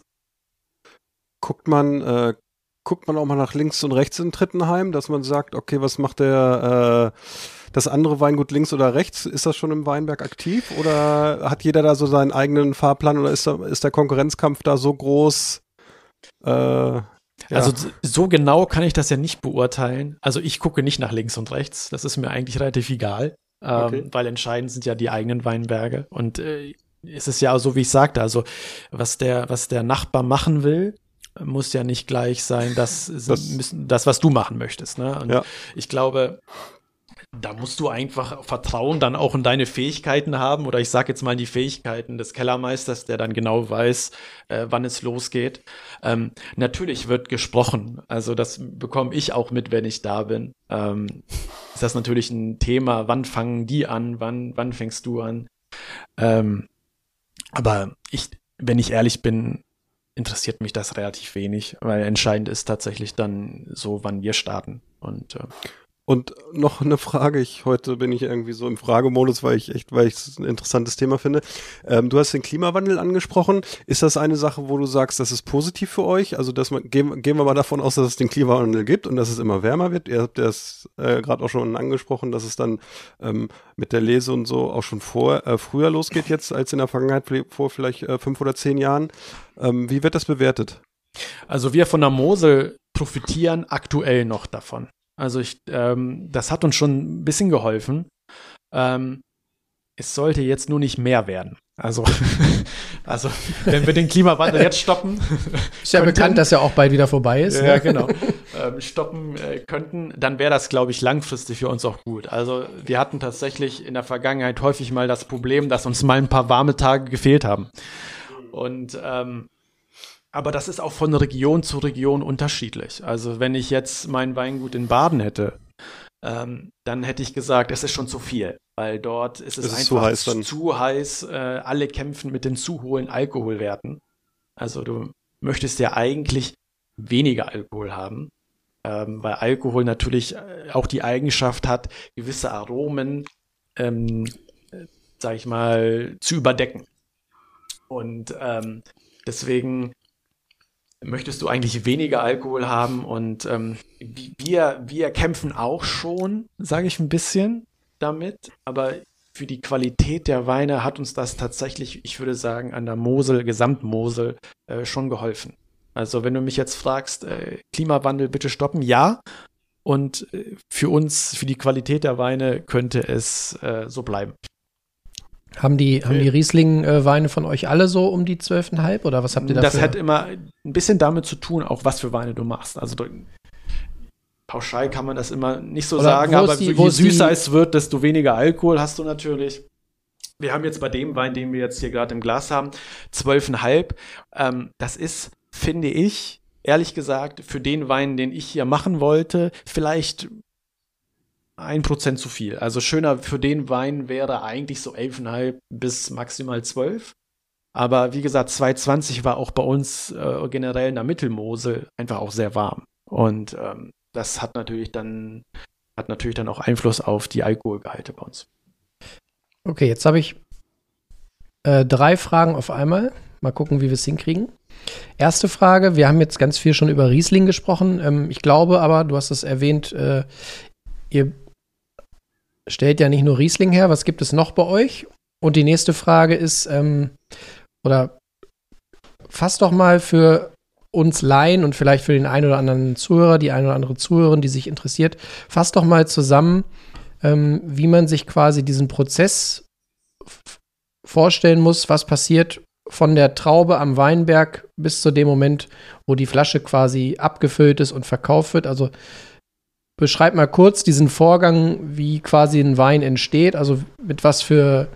Guckt man auch mal nach links und rechts in Trittenheim, dass man sagt, okay, was macht das andere Weingut links oder rechts? Ist das schon im Weinberg aktiv oder hat jeder da so seinen eigenen Fahrplan oder ist der Konkurrenzkampf da so groß? Ja. Also so genau kann ich das ja nicht beurteilen. Also ich gucke nicht nach links und rechts. Das ist mir eigentlich relativ egal, weil entscheidend sind ja die eigenen Weinberge. Und es ist ja so, wie ich sagte, also was der Nachbar machen will, muss ja nicht gleich sein, das was du machen möchtest. Ne? Und ich glaube, da musst du einfach Vertrauen dann auch in deine Fähigkeiten haben oder ich sage jetzt mal in die Fähigkeiten des Kellermeisters, der dann genau weiß, wann es losgeht. Natürlich wird gesprochen, also das bekomme ich auch mit, wenn ich da bin. Ist das natürlich ein Thema, wann fangen die an, wann fängst du an? Aber wenn ich ehrlich bin, interessiert mich das relativ wenig, weil entscheidend ist tatsächlich dann so, wann wir starten. Und noch eine Frage, heute bin ich irgendwie so im Fragemodus, weil ich es ein interessantes Thema finde. Du hast den Klimawandel angesprochen. Ist das eine Sache, wo du sagst, das ist positiv für euch? Also gehen wir mal davon aus, dass es den Klimawandel gibt und dass es immer wärmer wird. Ihr habt das gerade auch schon angesprochen, dass es dann mit der Lese und so auch schon früher losgeht jetzt als in der Vergangenheit, vor vielleicht 5 oder 10 Jahren. Wie wird das bewertet? Also wir von der Mosel profitieren aktuell noch davon. Also das hat uns schon ein bisschen geholfen. Es sollte jetzt nur nicht mehr werden. Also wenn wir den Klimawandel jetzt stoppen. Ist ja bekannt, dass er auch bald wieder vorbei ist. Ja, genau. Stoppen könnten, dann wäre das, glaube ich, langfristig für uns auch gut. Also wir hatten tatsächlich in der Vergangenheit häufig mal das Problem, dass uns mal ein paar warme Tage gefehlt haben. Und aber das ist auch von Region zu Region unterschiedlich. Also wenn ich jetzt mein Weingut in Baden hätte, dann hätte ich gesagt, es ist schon zu viel, weil dort ist es einfach zu heiß. Alle kämpfen mit den zu hohen Alkoholwerten. Also du möchtest ja eigentlich weniger Alkohol haben, weil Alkohol natürlich auch die Eigenschaft hat, gewisse Aromen, sag ich mal, zu überdecken. Und deswegen möchtest du eigentlich weniger Alkohol haben und wir kämpfen auch schon, sage ich ein bisschen damit, aber für die Qualität der Weine hat uns das tatsächlich, ich würde sagen, an der Mosel, Gesamtmosel schon geholfen. Also wenn du mich jetzt fragst, Klimawandel bitte stoppen, ja, und für uns, für die Qualität der Weine könnte es so bleiben. Haben die Riesling-Weine von euch alle so um die 12,5 oder was habt ihr dafür? Das hat immer ein bisschen damit zu tun, auch was für Weine du machst. Also pauschal kann man das immer nicht so sagen, aber je süßer es wird, desto weniger Alkohol hast du natürlich. Wir haben jetzt bei dem Wein, den wir jetzt hier gerade im Glas haben, 12,5. Das ist, finde ich, ehrlich gesagt, für den Wein, den ich hier machen wollte, vielleicht 1% zu viel. Also schöner für den Wein wäre eigentlich so 11,5 bis maximal 12. Aber wie gesagt, 2,20 war auch bei uns generell in der Mittelmosel einfach auch sehr warm. Und das hat natürlich dann auch Einfluss auf die Alkoholgehalte bei uns. Okay, jetzt habe ich 3 Fragen auf einmal. Mal gucken, wie wir es hinkriegen. Erste Frage, wir haben jetzt ganz viel schon über Riesling gesprochen. Ich glaube aber, du hast es erwähnt, ihr stellt ja nicht nur Riesling her, was gibt es noch bei euch? Und die nächste Frage ist, oder fass doch mal für uns Laien und vielleicht für den einen oder anderen Zuhörer, die eine oder andere Zuhörerin, die sich interessiert, fass doch mal zusammen, wie man sich quasi diesen Prozess vorstellen muss, was passiert von der Traube am Weinberg bis zu dem Moment, wo die Flasche quasi abgefüllt ist und verkauft wird. Also beschreib mal kurz diesen Vorgang, wie quasi ein Wein entsteht, also mit was für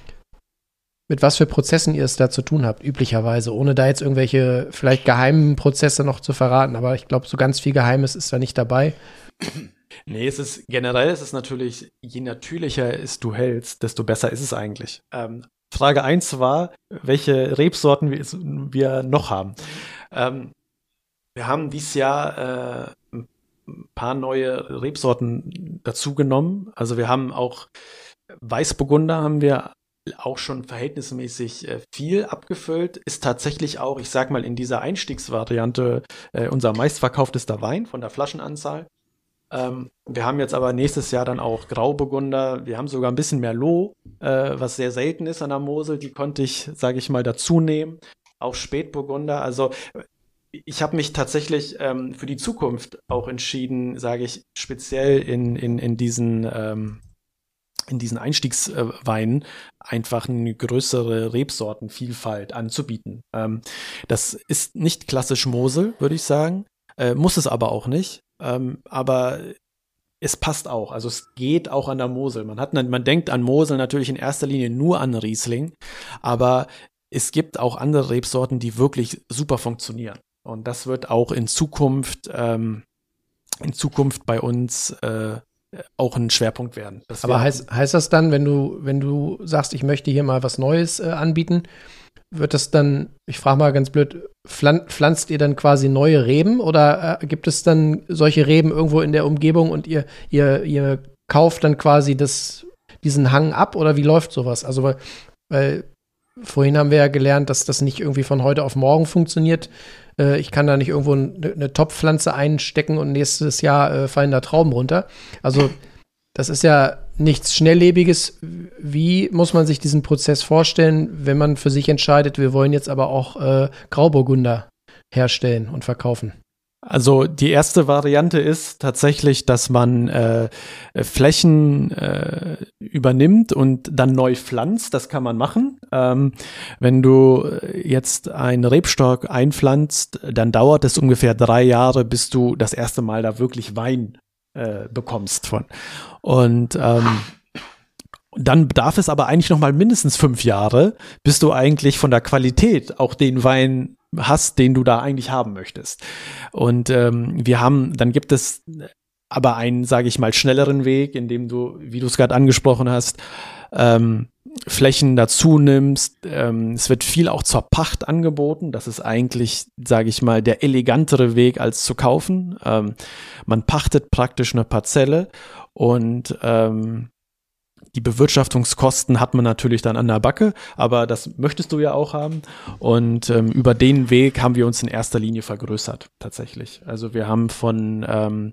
Prozessen ihr es da zu tun habt, üblicherweise, ohne da jetzt irgendwelche vielleicht geheimen Prozesse noch zu verraten, aber ich glaube, so ganz viel Geheimes ist da nicht dabei. Nee, es ist natürlich, je natürlicher es du hältst, desto besser ist es eigentlich. Frage 1 war, welche Rebsorten wir noch haben. Wir haben dieses Jahr ein paar neue Rebsorten dazu genommen. Also wir haben auch Weißburgunder haben wir auch schon verhältnismäßig viel abgefüllt. Ist tatsächlich auch, ich sag mal, in dieser Einstiegsvariante unser meistverkauftester Wein von der Flaschenanzahl. Wir haben jetzt aber nächstes Jahr dann auch Grauburgunder. Wir haben sogar ein bisschen Merlot, was sehr selten ist an der Mosel. Die konnte ich, sage ich mal, dazu nehmen. Auch Spätburgunder. Also ich habe mich tatsächlich für die Zukunft auch entschieden, sage ich, speziell in diesen Einstiegsweinen einfach eine größere Rebsortenvielfalt anzubieten. Das ist nicht klassisch Mosel, würde ich sagen. Muss es aber auch nicht. Aber es passt auch. Also es geht auch an der Mosel. Man denkt an Mosel natürlich in erster Linie nur an Riesling, aber es gibt auch andere Rebsorten, die wirklich super funktionieren. Und das wird auch in Zukunft bei uns auch ein Schwerpunkt werden. Aber heißt das dann, wenn du sagst, ich möchte hier mal was Neues anbieten, wird das dann, ich frage mal ganz blöd, pflanzt ihr dann quasi neue Reben oder gibt es dann solche Reben irgendwo in der Umgebung und ihr kauft dann quasi diesen Hang ab oder wie läuft sowas? Also weil vorhin haben wir ja gelernt, dass das nicht irgendwie von heute auf morgen funktioniert. Ich kann da nicht irgendwo eine Topfpflanze einstecken und nächstes Jahr fallen da Trauben runter. Also das ist ja nichts Schnelllebiges. Wie muss man sich diesen Prozess vorstellen, wenn man für sich entscheidet, wir wollen jetzt aber auch Grauburgunder herstellen und verkaufen? Also die erste Variante ist tatsächlich, dass man Flächen übernimmt und dann neu pflanzt. Das kann man machen. Wenn du jetzt einen Rebstock einpflanzt, dann dauert es ungefähr 3 Jahre, bis du das erste Mal da wirklich Wein bekommst von. Und dann bedarf es aber eigentlich noch mal mindestens 5 Jahre, bis du eigentlich von der Qualität auch den Wein hast, den du da eigentlich haben möchtest. Und dann gibt es aber einen, sage ich mal, schnelleren Weg, in dem du, wie du es gerade angesprochen hast, Flächen dazu nimmst. Es wird viel auch zur Pacht angeboten. Das ist eigentlich, sage ich mal, der elegantere Weg als zu kaufen. Man pachtet praktisch eine Parzelle und die Bewirtschaftungskosten hat man natürlich dann an der Backe, aber das möchtest du ja auch haben. Und über den Weg haben wir uns in erster Linie vergrößert, tatsächlich. Also wir haben von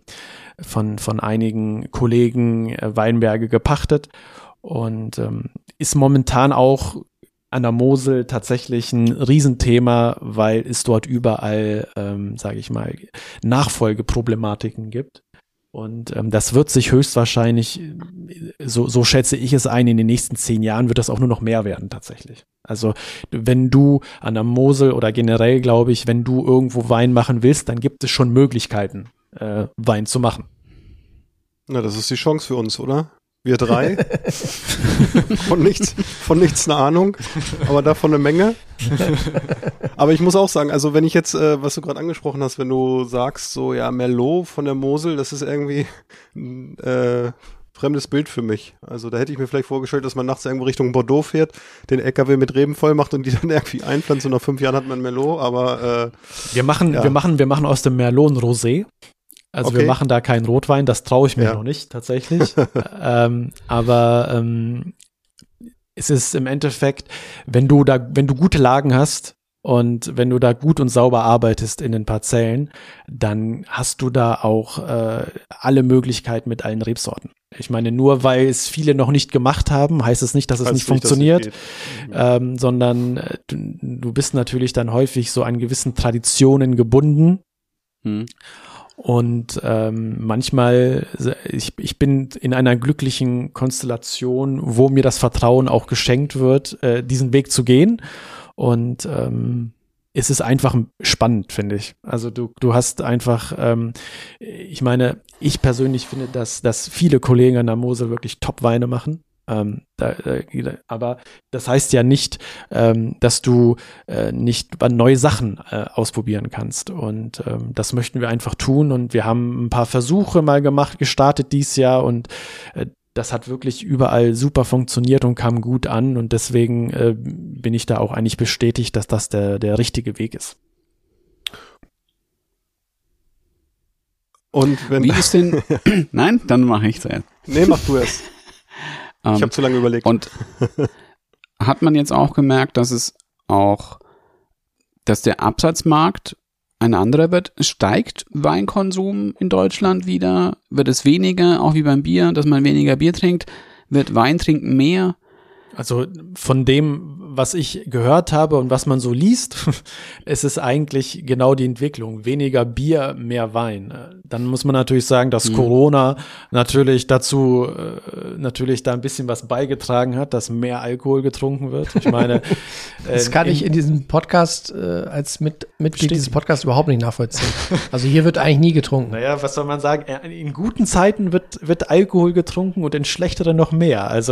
einigen Kollegen Weinberge gepachtet und ist momentan auch an der Mosel tatsächlich ein Riesenthema, weil es dort überall, sage ich mal, Nachfolgeproblematiken gibt. Und das wird sich höchstwahrscheinlich, so schätze ich es ein, in den nächsten 10 Jahren wird das auch nur noch mehr werden tatsächlich. Also wenn du an der Mosel oder generell, glaube ich, wenn du irgendwo Wein machen willst, dann gibt es schon Möglichkeiten, Wein zu machen. Na, das ist die Chance für uns, oder? Wir 3. von nichts eine Ahnung, aber davon eine Menge. Aber ich muss auch sagen, also wenn ich jetzt, was du gerade angesprochen hast, wenn du sagst, so ja, Merlot von der Mosel, das ist irgendwie ein fremdes Bild für mich. Also da hätte ich mir vielleicht vorgestellt, dass man nachts irgendwo Richtung Bordeaux fährt, den LKW mit Reben voll macht und die dann irgendwie einpflanzt und nach 5 Jahren hat man Merlot, aber wir machen aus dem Merlot ein Rosé. Also okay. Wir machen da keinen Rotwein, das traue ich mir noch nicht tatsächlich. Aber es ist im Endeffekt, wenn du gute Lagen hast und wenn du da gut und sauber arbeitest in den Parzellen, dann hast du da auch alle Möglichkeiten mit allen Rebsorten. Ich meine, nur weil es viele noch nicht gemacht haben, heißt es nicht, dass es nicht funktioniert, sondern du bist natürlich dann häufig so an gewissen Traditionen gebunden. Und manchmal, ich bin in einer glücklichen Konstellation, wo mir das Vertrauen auch geschenkt wird, diesen Weg zu gehen. Und es ist einfach spannend, finde ich. Also du hast einfach, ich meine, ich persönlich finde, dass viele Kollegen an der Mosel wirklich Top-Weine machen. Aber das heißt ja nicht, dass du nicht neue Sachen ausprobieren kannst. Und das möchten wir einfach tun. Und wir haben ein paar Versuche mal gestartet dieses Jahr. Und das hat wirklich überall super funktioniert und kam gut an. Und deswegen bin ich da auch eigentlich bestätigt, dass das der richtige Weg ist. Und wenn Wie ist denn? Nein, dann mache ich zuerst. Nee, mach du es. Ich habe zu lange überlegt. Und hat man jetzt auch gemerkt, dass der Absatzmarkt ein anderer wird? Steigt Weinkonsum in Deutschland wieder? Wird es weniger, auch wie beim Bier, dass man weniger Bier trinkt? Wird Wein trinken mehr? Also von dem, was ich gehört habe und was man so liest, es ist eigentlich genau die Entwicklung. Weniger Bier, mehr Wein. Dann muss man natürlich sagen, dass Corona natürlich dazu natürlich da ein bisschen was beigetragen hat, dass mehr Alkohol getrunken wird. Ich meine, das kann ich in diesem Podcast als Mitglied dieses Podcasts überhaupt nicht nachvollziehen. Also hier wird eigentlich nie getrunken. Naja, was soll man sagen? In guten Zeiten wird Alkohol getrunken und in schlechteren noch mehr. Also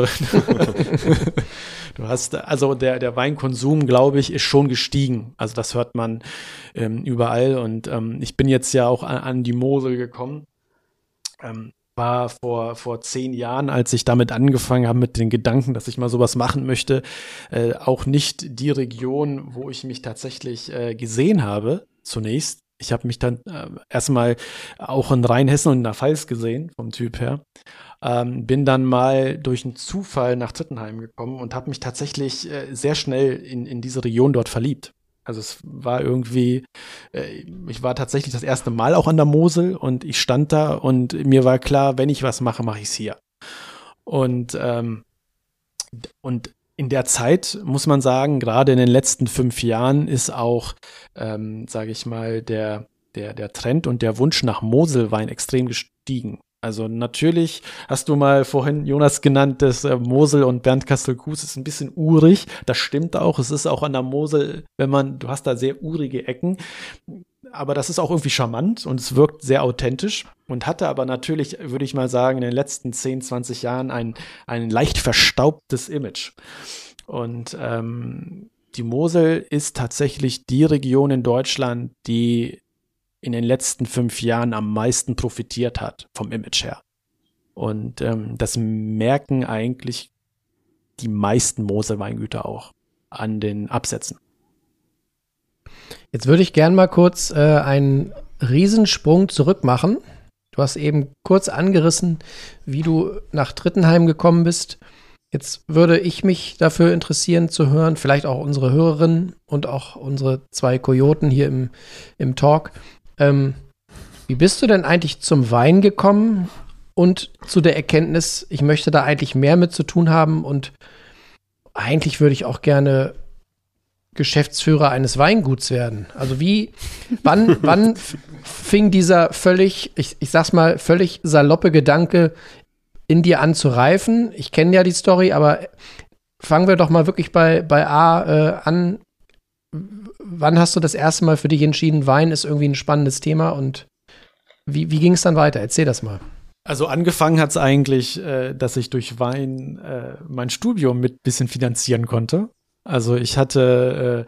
du hast, also der Weinkonsum, glaube ich, ist schon gestiegen. Also das hört man überall. Und ich bin jetzt ja auch an die Mosel gekommen. War vor 10 Jahren, als ich damit angefangen habe, mit den Gedanken, dass ich mal sowas machen möchte, auch nicht die Region, wo ich mich tatsächlich gesehen habe, zunächst. Ich habe mich dann erstmal auch in Rheinhessen und in der Pfalz gesehen, vom Typ her. Bin dann mal durch einen Zufall nach Trittenheim gekommen und habe mich tatsächlich sehr schnell in diese Region dort verliebt. Also es war irgendwie, ich war tatsächlich das erste Mal auch an der Mosel und ich stand da und mir war klar, wenn ich was mache, mache ich es hier. Und in der Zeit muss man sagen, gerade in den letzten 5 Jahren ist auch, sage ich mal, der Trend und der Wunsch nach Moselwein extrem gestiegen. Also natürlich hast du mal vorhin Jonas genannt, dass Mosel und Bernkastel-Kues ist ein bisschen urig. Das stimmt auch. Es ist auch an der Mosel, du hast da sehr urige Ecken. Aber das ist auch irgendwie charmant und es wirkt sehr authentisch und hatte aber natürlich, würde ich mal sagen, in den letzten 10, 20 Jahren ein leicht verstaubtes Image. Und die Mosel ist tatsächlich die Region in Deutschland, die in den letzten 5 Jahren am meisten profitiert hat vom Image her. Und das merken eigentlich die meisten Moselweingüter auch an den Absätzen. Jetzt würde ich gern mal kurz einen Riesensprung zurück machen. Du hast eben kurz angerissen, wie du nach Trittenheim gekommen bist. Jetzt würde ich mich dafür interessieren zu hören, vielleicht auch unsere Hörerinnen und auch unsere 2 Kojoten hier im Talk. Wie bist du denn eigentlich zum Wein gekommen und zu der Erkenntnis, ich möchte da eigentlich mehr mit zu tun haben und eigentlich würde ich auch gerne Geschäftsführer eines Weinguts werden? Also wann fing dieser völlig, ich sag's mal, völlig saloppe Gedanke in dir an zu reifen? Ich kenne ja die Story, aber fangen wir doch mal wirklich bei A an. Wann hast du das erste Mal für dich entschieden, Wein ist irgendwie ein spannendes Thema und wie ging es dann weiter? Erzähl das mal. Also angefangen hat es eigentlich, dass ich durch Wein mein Studium mit ein bisschen finanzieren konnte. Also ich hatte,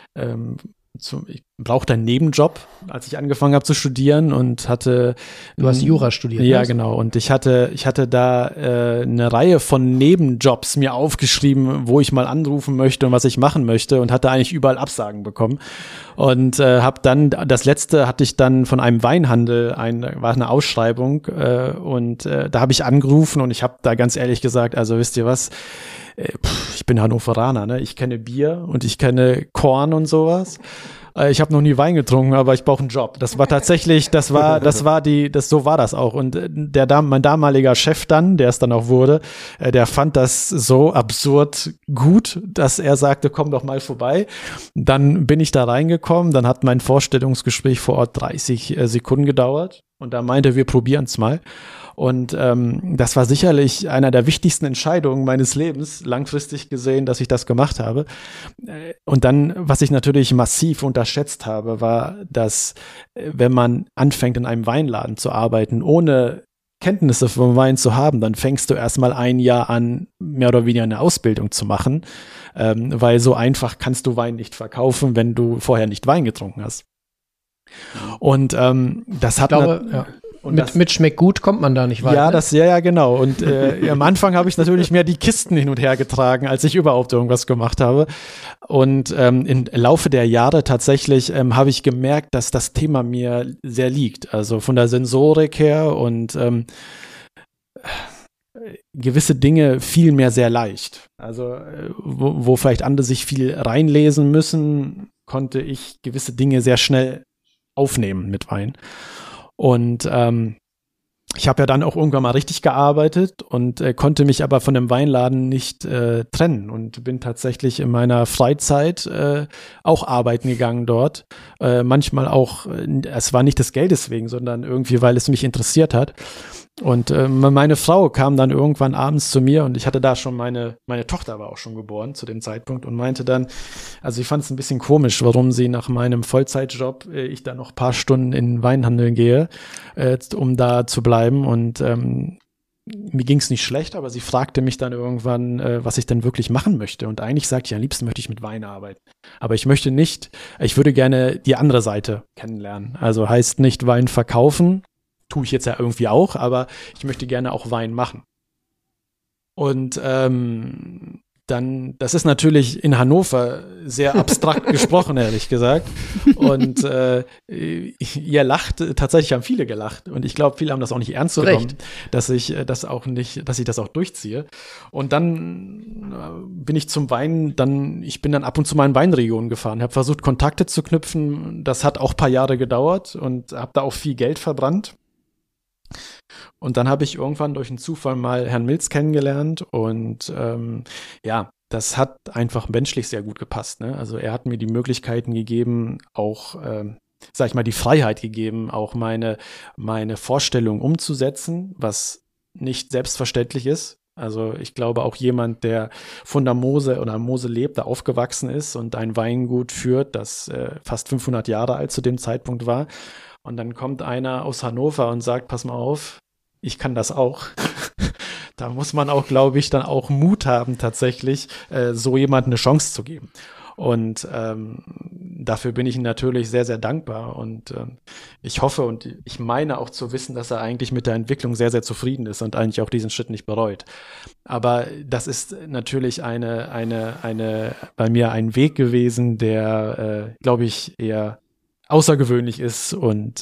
ich brauchte einen Nebenjob, als ich angefangen habe zu studieren und hatte. Du hast Jura studiert, ja, ne? genau. Und ich hatte da eine Reihe von Nebenjobs mir aufgeschrieben, wo ich mal anrufen möchte und was ich machen möchte und hatte eigentlich überall Absagen bekommen. Und habe dann, das letzte hatte ich dann von einem Weinhandel, war eine Ausschreibung und da habe ich angerufen und ich habe da ganz ehrlich gesagt, also wisst ihr was, ich bin Hannoveraner, ne? Ich kenne Bier und ich kenne Korn und sowas. Ich habe noch nie Wein getrunken, aber ich brauche einen Job. Das war tatsächlich, so war das auch. Und mein damaliger Chef dann, der es dann auch wurde, der fand das so absurd gut, dass er sagte, komm doch mal vorbei. Dann bin ich da reingekommen, dann hat mein Vorstellungsgespräch vor Ort 30 Sekunden gedauert und da meinte, wir probieren es mal. Und das war sicherlich einer der wichtigsten Entscheidungen meines Lebens, langfristig gesehen, dass ich das gemacht habe. Und dann, was ich natürlich massiv unterschätzt habe, war, dass wenn man anfängt, in einem Weinladen zu arbeiten, ohne Kenntnisse vom Wein zu haben, dann fängst du erstmal ein Jahr an, mehr oder weniger eine Ausbildung zu machen, weil so einfach kannst du Wein nicht verkaufen, wenn du vorher nicht Wein getrunken hast. Und das hat mit Schmeckt gut kommt man da nicht weiter. Ja, genau. Und am Anfang habe ich natürlich mehr die Kisten hin und her getragen, als ich überhaupt irgendwas gemacht habe. Und im Laufe der Jahre tatsächlich habe ich gemerkt, dass das Thema mir sehr liegt. Also von der Sensorik her und gewisse Dinge fielen mir sehr leicht. Also wo vielleicht andere sich viel reinlesen müssen, konnte ich gewisse Dinge sehr schnell aufnehmen mit Wein. Und ich habe ja dann auch irgendwann mal richtig gearbeitet und konnte mich aber von dem Weinladen nicht trennen und bin tatsächlich in meiner Freizeit auch arbeiten gegangen dort. Manchmal auch, es war nicht des Geldes wegen, sondern irgendwie, weil es mich interessiert hat. Und meine Frau kam dann irgendwann abends zu mir und ich hatte da schon meine Tochter war auch schon geboren zu dem Zeitpunkt und meinte dann, also ich fand es ein bisschen komisch, warum sie nach meinem Vollzeitjob ich da noch ein paar Stunden in den Weinhandel gehe, um da zu bleiben und mir ging es nicht schlecht, aber sie fragte mich dann irgendwann, was ich denn wirklich machen möchte und eigentlich sagte ich, am liebsten möchte ich mit Wein arbeiten, aber ich würde gerne die andere Seite kennenlernen, also heißt nicht Wein verkaufen, tue ich jetzt ja irgendwie auch, aber ich möchte gerne auch Wein machen. Und dann, das ist natürlich in Hannover sehr abstrakt gesprochen, ehrlich gesagt. Und ihr lacht, tatsächlich haben viele gelacht. Und ich glaube, viele haben das auch nicht ernst genommen, dass ich das auch durchziehe. Und dann bin ich zum Wein, ich bin dann ab und zu mal in Weinregionen gefahren, habe versucht, Kontakte zu knüpfen. Das hat auch ein paar Jahre gedauert und habe da auch viel Geld verbrannt. Und dann habe ich irgendwann durch einen Zufall mal Herrn Milz kennengelernt und das hat einfach menschlich sehr gut gepasst. Ne? Also er hat mir die Möglichkeiten gegeben, auch, sag ich mal, die Freiheit gegeben, auch meine Vorstellung umzusetzen, was nicht selbstverständlich ist. Also ich glaube auch jemand, der von der Mosel oder Mosel lebt, da aufgewachsen ist und ein Weingut führt, das fast 500 Jahre alt zu dem Zeitpunkt war. Und dann kommt einer aus Hannover und sagt, pass mal auf, ich kann das auch. Da muss man auch, glaube ich, dann auch Mut haben, tatsächlich so jemandem eine Chance zu geben. Und dafür bin ich ihm natürlich sehr, sehr dankbar. Und ich hoffe und ich meine auch zu wissen, dass er eigentlich mit der Entwicklung sehr, sehr zufrieden ist und eigentlich auch diesen Schritt nicht bereut. Aber das ist natürlich bei mir ein Weg gewesen, der, glaube ich, eher außergewöhnlich ist und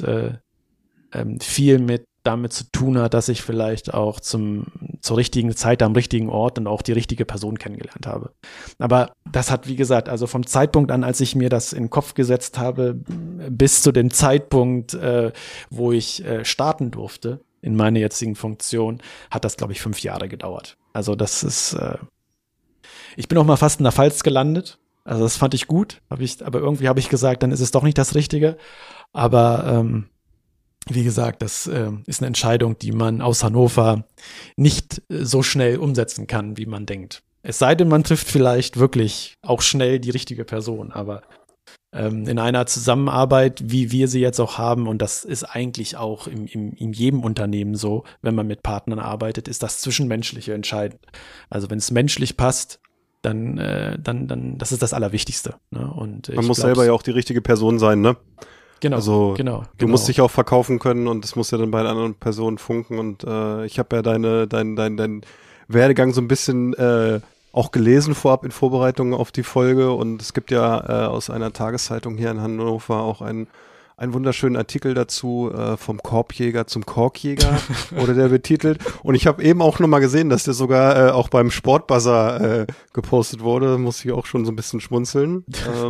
viel damit zu tun hat, dass ich vielleicht auch zur richtigen Zeit am richtigen Ort und auch die richtige Person kennengelernt habe. Aber das hat, wie gesagt, also vom Zeitpunkt an, als ich mir das in den Kopf gesetzt habe, bis zu dem Zeitpunkt, wo ich starten durfte in meiner jetzigen Funktion, hat das, glaube ich, 5 Jahre gedauert. Also das ist, ich bin auch mal fast in der Pfalz gelandet. Also das fand ich gut, aber irgendwie habe ich gesagt, dann ist es doch nicht das Richtige. Aber wie gesagt, das ist eine Entscheidung, die man aus Hannover nicht so schnell umsetzen kann, wie man denkt. Es sei denn, man trifft vielleicht wirklich auch schnell die richtige Person, aber in einer Zusammenarbeit, wie wir sie jetzt auch haben, und das ist eigentlich auch in jedem Unternehmen so, wenn man mit Partnern arbeitet, ist das Zwischenmenschliche entscheidend. Also wenn es menschlich passt, dann das ist das Allerwichtigste. Ne? Und man muss selber ja auch die richtige Person sein, ne? Genau, also genau. Du musst dich auch verkaufen können und das muss ja dann bei den anderen Personen funken und ich habe ja deinen Werdegang so ein bisschen auch gelesen vorab in Vorbereitung auf die Folge und es gibt ja aus einer Tageszeitung hier in Hannover auch einen wunderschönen Artikel dazu, vom Korbjäger zum Korkjäger wurde der betitelt. Und ich habe eben auch nochmal gesehen, dass der sogar auch beim Sportbuzzer gepostet wurde. Muss ich auch schon so ein bisschen schmunzeln.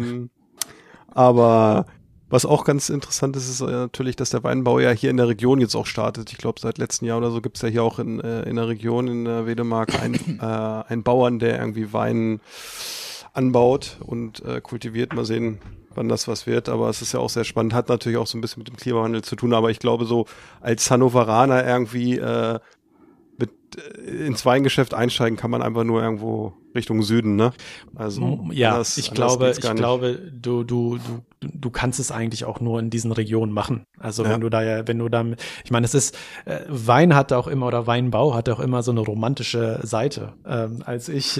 Aber was auch ganz interessant ist, ist natürlich, dass der Weinbau ja hier in der Region jetzt auch startet. Ich glaube, seit letztem Jahr oder so gibt es ja hier auch in der Region, in der Wedemark, einen Bauern, der irgendwie Wein anbaut und kultiviert. Mal sehen, wann das was wird. Aber es ist ja auch sehr spannend. Hat natürlich auch so ein bisschen mit dem Klimawandel zu tun. Aber ich glaube, so als Hannoveraner irgendwie ins Weingeschäft einsteigen kann man einfach nur irgendwo Richtung Süden, ne? Also ja, ich glaube, du kannst es eigentlich auch nur in diesen Regionen machen. Also ja. Ich meine, es ist Wein hat auch immer oder Weinbau hat auch immer so eine romantische Seite. Als ich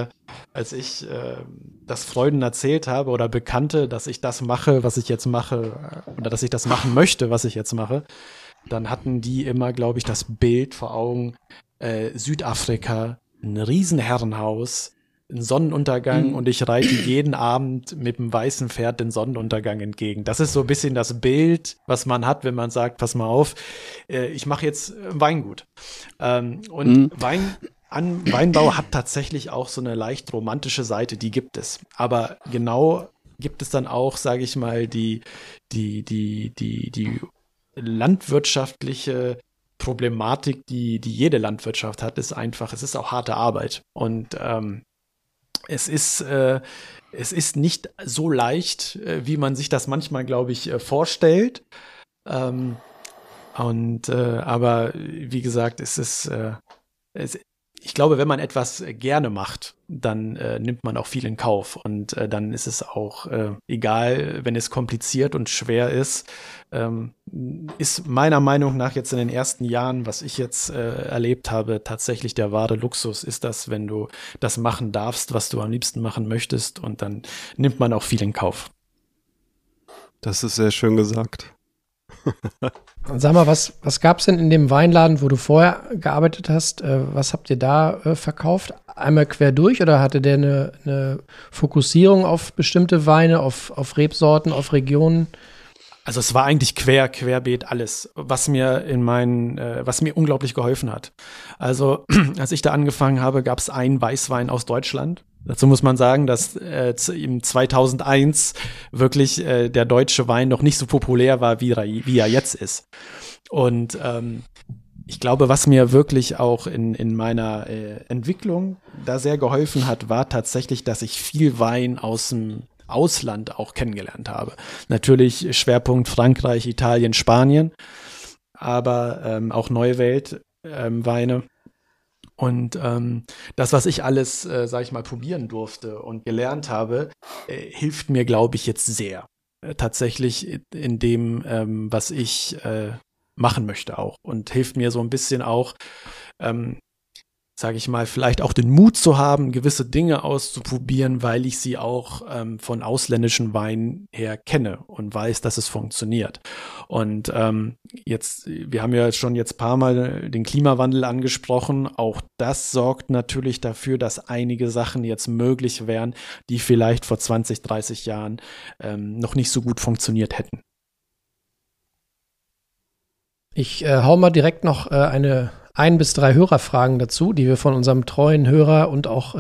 das Freunden erzählt habe oder bekannte, dass ich das mache, was ich jetzt mache, oder dass ich das machen möchte, was ich jetzt mache, dann hatten die immer, glaube ich, das Bild vor Augen, Südafrika, ein Riesenherrenhaus, ein Sonnenuntergang und ich reite jeden Abend mit dem weißen Pferd den Sonnenuntergang entgegen. Das ist so ein bisschen das Bild, was man hat, wenn man sagt, pass mal auf, ich mache jetzt Weingut. Weinbau hat tatsächlich auch so eine leicht romantische Seite, die gibt es. Aber genau gibt es dann auch, sage ich mal, die landwirtschaftliche Problematik, die jede Landwirtschaft hat, ist einfach, es ist auch harte Arbeit. Und es ist nicht so leicht, wie man sich das manchmal, glaube ich, vorstellt. Aber wie gesagt, ich glaube, wenn man etwas gerne macht, dann nimmt man auch viel in Kauf und dann ist es auch egal, wenn es kompliziert und schwer ist, ist meiner Meinung nach jetzt in den ersten Jahren, was ich jetzt erlebt habe, tatsächlich der wahre Luxus ist das, wenn du das machen darfst, was du am liebsten machen möchtest und dann nimmt man auch viel in Kauf. Das ist sehr schön gesagt. Sag mal, was gab's denn in dem Weinladen, wo du vorher gearbeitet hast? Was habt ihr da verkauft? Einmal quer durch oder hatte der eine Fokussierung auf bestimmte Weine, auf Rebsorten, auf Regionen? Also es war eigentlich querbeet alles, was mir unglaublich geholfen hat. Also als ich da angefangen habe, gab es einen Weißwein aus Deutschland. Dazu muss man sagen, dass im 2001 wirklich der deutsche Wein noch nicht so populär war, wie er jetzt ist. Und ich glaube, was mir wirklich auch in meiner Entwicklung da sehr geholfen hat, war tatsächlich, dass ich viel Wein aus dem Ausland auch kennengelernt habe. Natürlich Schwerpunkt Frankreich, Italien, Spanien, aber auch Neue Welt Weine. Und das, was ich alles, sag ich mal, probieren durfte und gelernt habe, hilft mir, glaube ich, jetzt sehr. Tatsächlich in dem, was ich machen möchte auch. Und hilft mir so ein bisschen auch, sage ich mal, vielleicht auch den Mut zu haben, gewisse Dinge auszuprobieren, weil ich sie auch von ausländischen Weinen her kenne und weiß, dass es funktioniert. Und wir haben ja schon jetzt ein paar Mal den Klimawandel angesprochen. Auch das sorgt natürlich dafür, dass einige Sachen jetzt möglich wären, die vielleicht vor 20, 30 Jahren noch nicht so gut funktioniert hätten. Ich hau mal direkt noch 1 bis 3 Hörerfragen dazu, die wir von unserem treuen Hörer und auch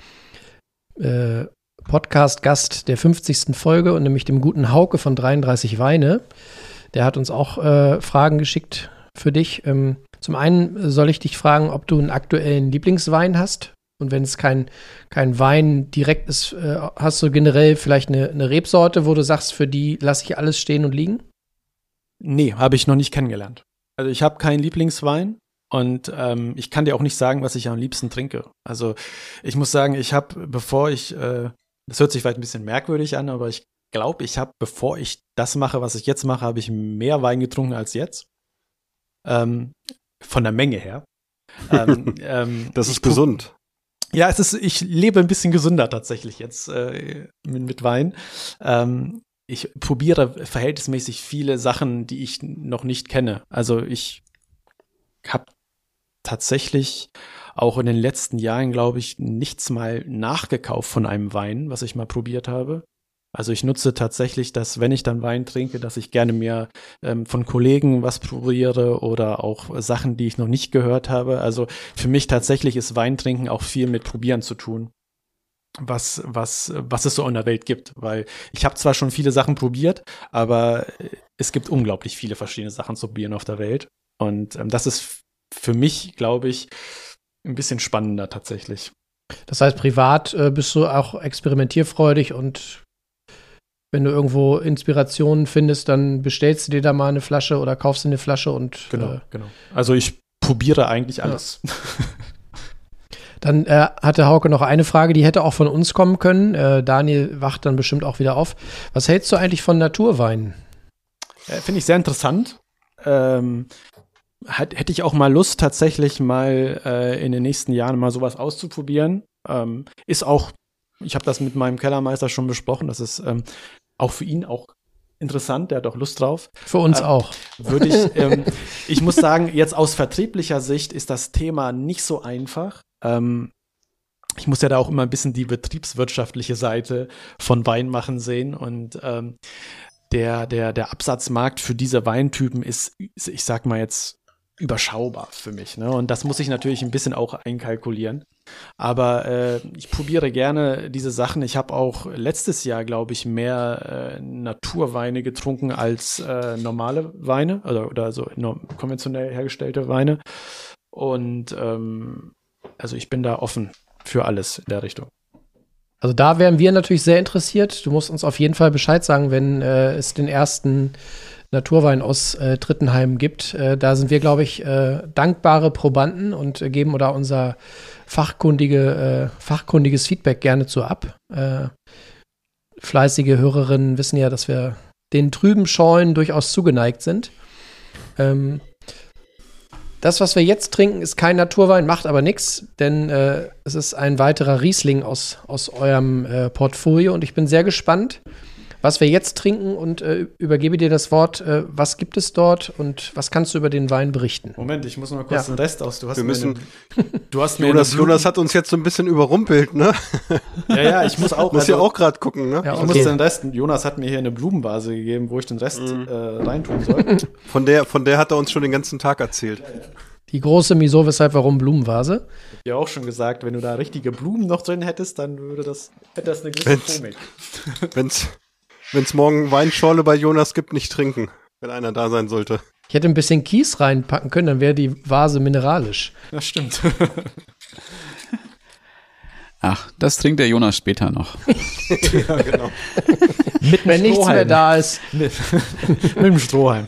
Podcast-Gast der 50. Folge und nämlich dem guten Hauke von 33 Weine. Der hat uns auch Fragen geschickt für dich. Zum einen soll ich dich fragen, ob du einen aktuellen Lieblingswein hast. Und wenn es kein Wein direkt ist, hast du generell vielleicht eine Rebsorte, wo du sagst, für die lasse ich alles stehen und liegen? Nee, habe ich noch nicht kennengelernt. Also ich habe keinen Lieblingswein und ich kann dir auch nicht sagen, was ich am liebsten trinke. Also ich muss sagen, ich habe, das hört sich vielleicht ein bisschen merkwürdig an, aber ich glaube, bevor ich das mache, was ich jetzt mache, habe ich mehr Wein getrunken als jetzt. Von der Menge her. Das ist gesund. Ja, ich lebe ein bisschen gesünder tatsächlich jetzt mit Wein. Ich probiere verhältnismäßig viele Sachen, die ich noch nicht kenne. Also ich habe tatsächlich auch in den letzten Jahren, glaube ich, nichts mal nachgekauft von einem Wein, was ich mal probiert habe. Also ich nutze tatsächlich das, wenn ich dann Wein trinke, dass ich gerne mir von Kollegen was probiere oder auch Sachen, die ich noch nicht gehört habe. Also für mich tatsächlich ist Weintrinken auch viel mit Probieren zu tun. Was es so in der Welt gibt, weil ich habe zwar schon viele Sachen probiert, aber es gibt unglaublich viele verschiedene Sachen zu probieren auf der Welt und das ist für mich, glaube ich, ein bisschen spannender tatsächlich. Das heißt, privat bist du auch experimentierfreudig und wenn du irgendwo Inspirationen findest, dann bestellst du dir da mal eine Flasche oder kaufst dir eine Flasche und Genau. Also ich probiere eigentlich alles. Ja. Dann hatte Hauke noch eine Frage, die hätte auch von uns kommen können. Daniel wacht dann bestimmt auch wieder auf. Was hältst du eigentlich von Naturweinen? Finde ich sehr interessant. Hätte ich auch mal Lust, tatsächlich mal in den nächsten Jahren mal sowas auszuprobieren. Ist auch, ich habe das mit meinem Kellermeister schon besprochen, das ist auch für ihn auch interessant, der hat auch Lust drauf. Für uns auch. Ich muss sagen, jetzt aus vertrieblicher Sicht ist das Thema nicht so einfach. Ich muss ja da auch immer ein bisschen die betriebswirtschaftliche Seite von Weinmachen sehen und der Absatzmarkt für diese Weintypen ist, ich sag mal jetzt, überschaubar für mich, ne? Und das muss ich natürlich ein bisschen auch einkalkulieren. Aber ich probiere gerne diese Sachen. Ich habe auch letztes Jahr, glaube ich, mehr Naturweine getrunken als normale Weine oder so konventionell hergestellte Weine. Und also ich bin da offen für alles in der Richtung. Also da wären wir natürlich sehr interessiert. Du musst uns auf jeden Fall Bescheid sagen, wenn es den ersten Naturwein aus Trittenheim gibt. Da sind wir, glaube ich, dankbare Probanden und geben da unser fachkundiges Feedback gerne zu ab. Fleißige Hörerinnen wissen ja, dass wir den trüben Scheunen durchaus zugeneigt sind. Das, was wir jetzt trinken, ist kein Naturwein, macht aber nichts, denn es ist ein weiterer Riesling aus eurem Portfolio und ich bin sehr gespannt, was wir jetzt trinken und übergebe dir das Wort. Was gibt es dort und was kannst du über den Wein berichten? Moment, ich muss noch mal kurz den Rest aus. Jonas hat uns jetzt so ein bisschen überrumpelt, ne? Ja, ich muss auch. Muss ja auch gerade gucken, ne? Ja, ich muss den Rest. Jonas hat mir hier eine Blumenvase gegeben, wo ich den Rest reintun soll. Von der hat er uns schon den ganzen Tag erzählt. Die große Wieso, weshalb, warum Blumenvase. Ich hab ja auch schon gesagt, wenn du da richtige Blumen noch drin hättest, dann hätte das eine gewisse Komik. Wenn's morgen Weinschorle bei Jonas gibt, nicht trinken, wenn einer da sein sollte. Ich hätte ein bisschen Kies reinpacken können, dann wäre die Vase mineralisch. Das stimmt. Ach, das trinkt der Jonas später noch. Ja, genau. Wenn nichts mehr da ist. Mit dem Strohhalm.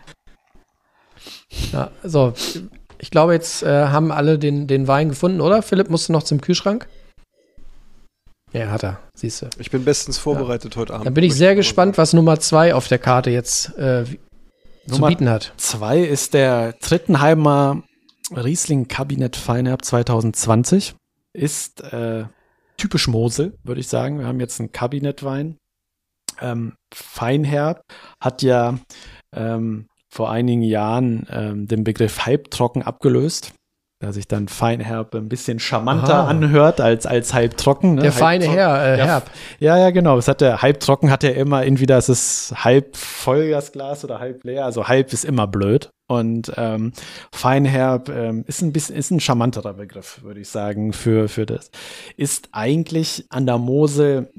Ja, so, ich glaube, jetzt haben alle den Wein gefunden, oder? Philipp, musst du noch zum Kühlschrank? Ja, hat er, siehst du. Ich bin bestens vorbereitet heute Abend. Dann bin ich sehr gespannt, was Nummer 2 auf der Karte jetzt zu bieten hat. 2 ist der Trittenheimer Riesling Kabinett Feinherb 2020. Ist typisch Mosel, würde ich sagen. Wir haben jetzt einen Kabinettwein. Feinherb hat ja vor einigen Jahren den Begriff halbtrocken abgelöst, da sich dann Feinherb ein bisschen charmanter anhört als halbtrocken. Ne? Der feine Herr, Herb. Ja, genau. Es hat der halbtrocken hat ja immer entweder es ist halb voll das Glas oder halb leer. Also halb ist immer blöd. Und Feinherb ist ein charmanterer Begriff, würde ich sagen, für das. Ist eigentlich an der Mosel,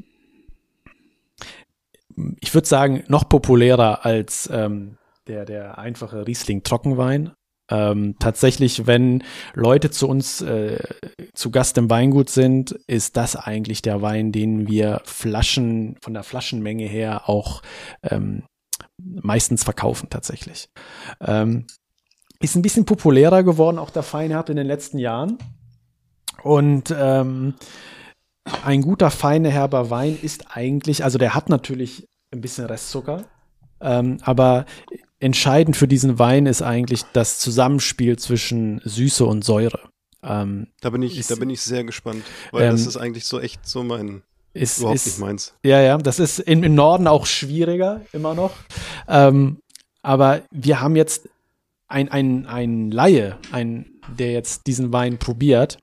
ich würde sagen, noch populärer als der einfache Riesling-Trockenwein. Tatsächlich, wenn Leute zu uns zu Gast im Weingut sind, ist das eigentlich der Wein, den wir von der Flaschenmenge her auch meistens verkaufen tatsächlich. Ist ein bisschen populärer geworden, auch der Feinherb in den letzten Jahren. Und ein guter Feinherber Wein ist eigentlich, also der hat natürlich ein bisschen Restzucker, aber entscheidend für diesen Wein ist eigentlich das Zusammenspiel zwischen Süße und Säure. Da bin ich sehr gespannt, weil das ist eigentlich so echt so überhaupt nicht meins. Ja, das ist im Norden auch schwieriger, immer noch. Aber wir haben jetzt ein Laie, der jetzt diesen Wein probiert,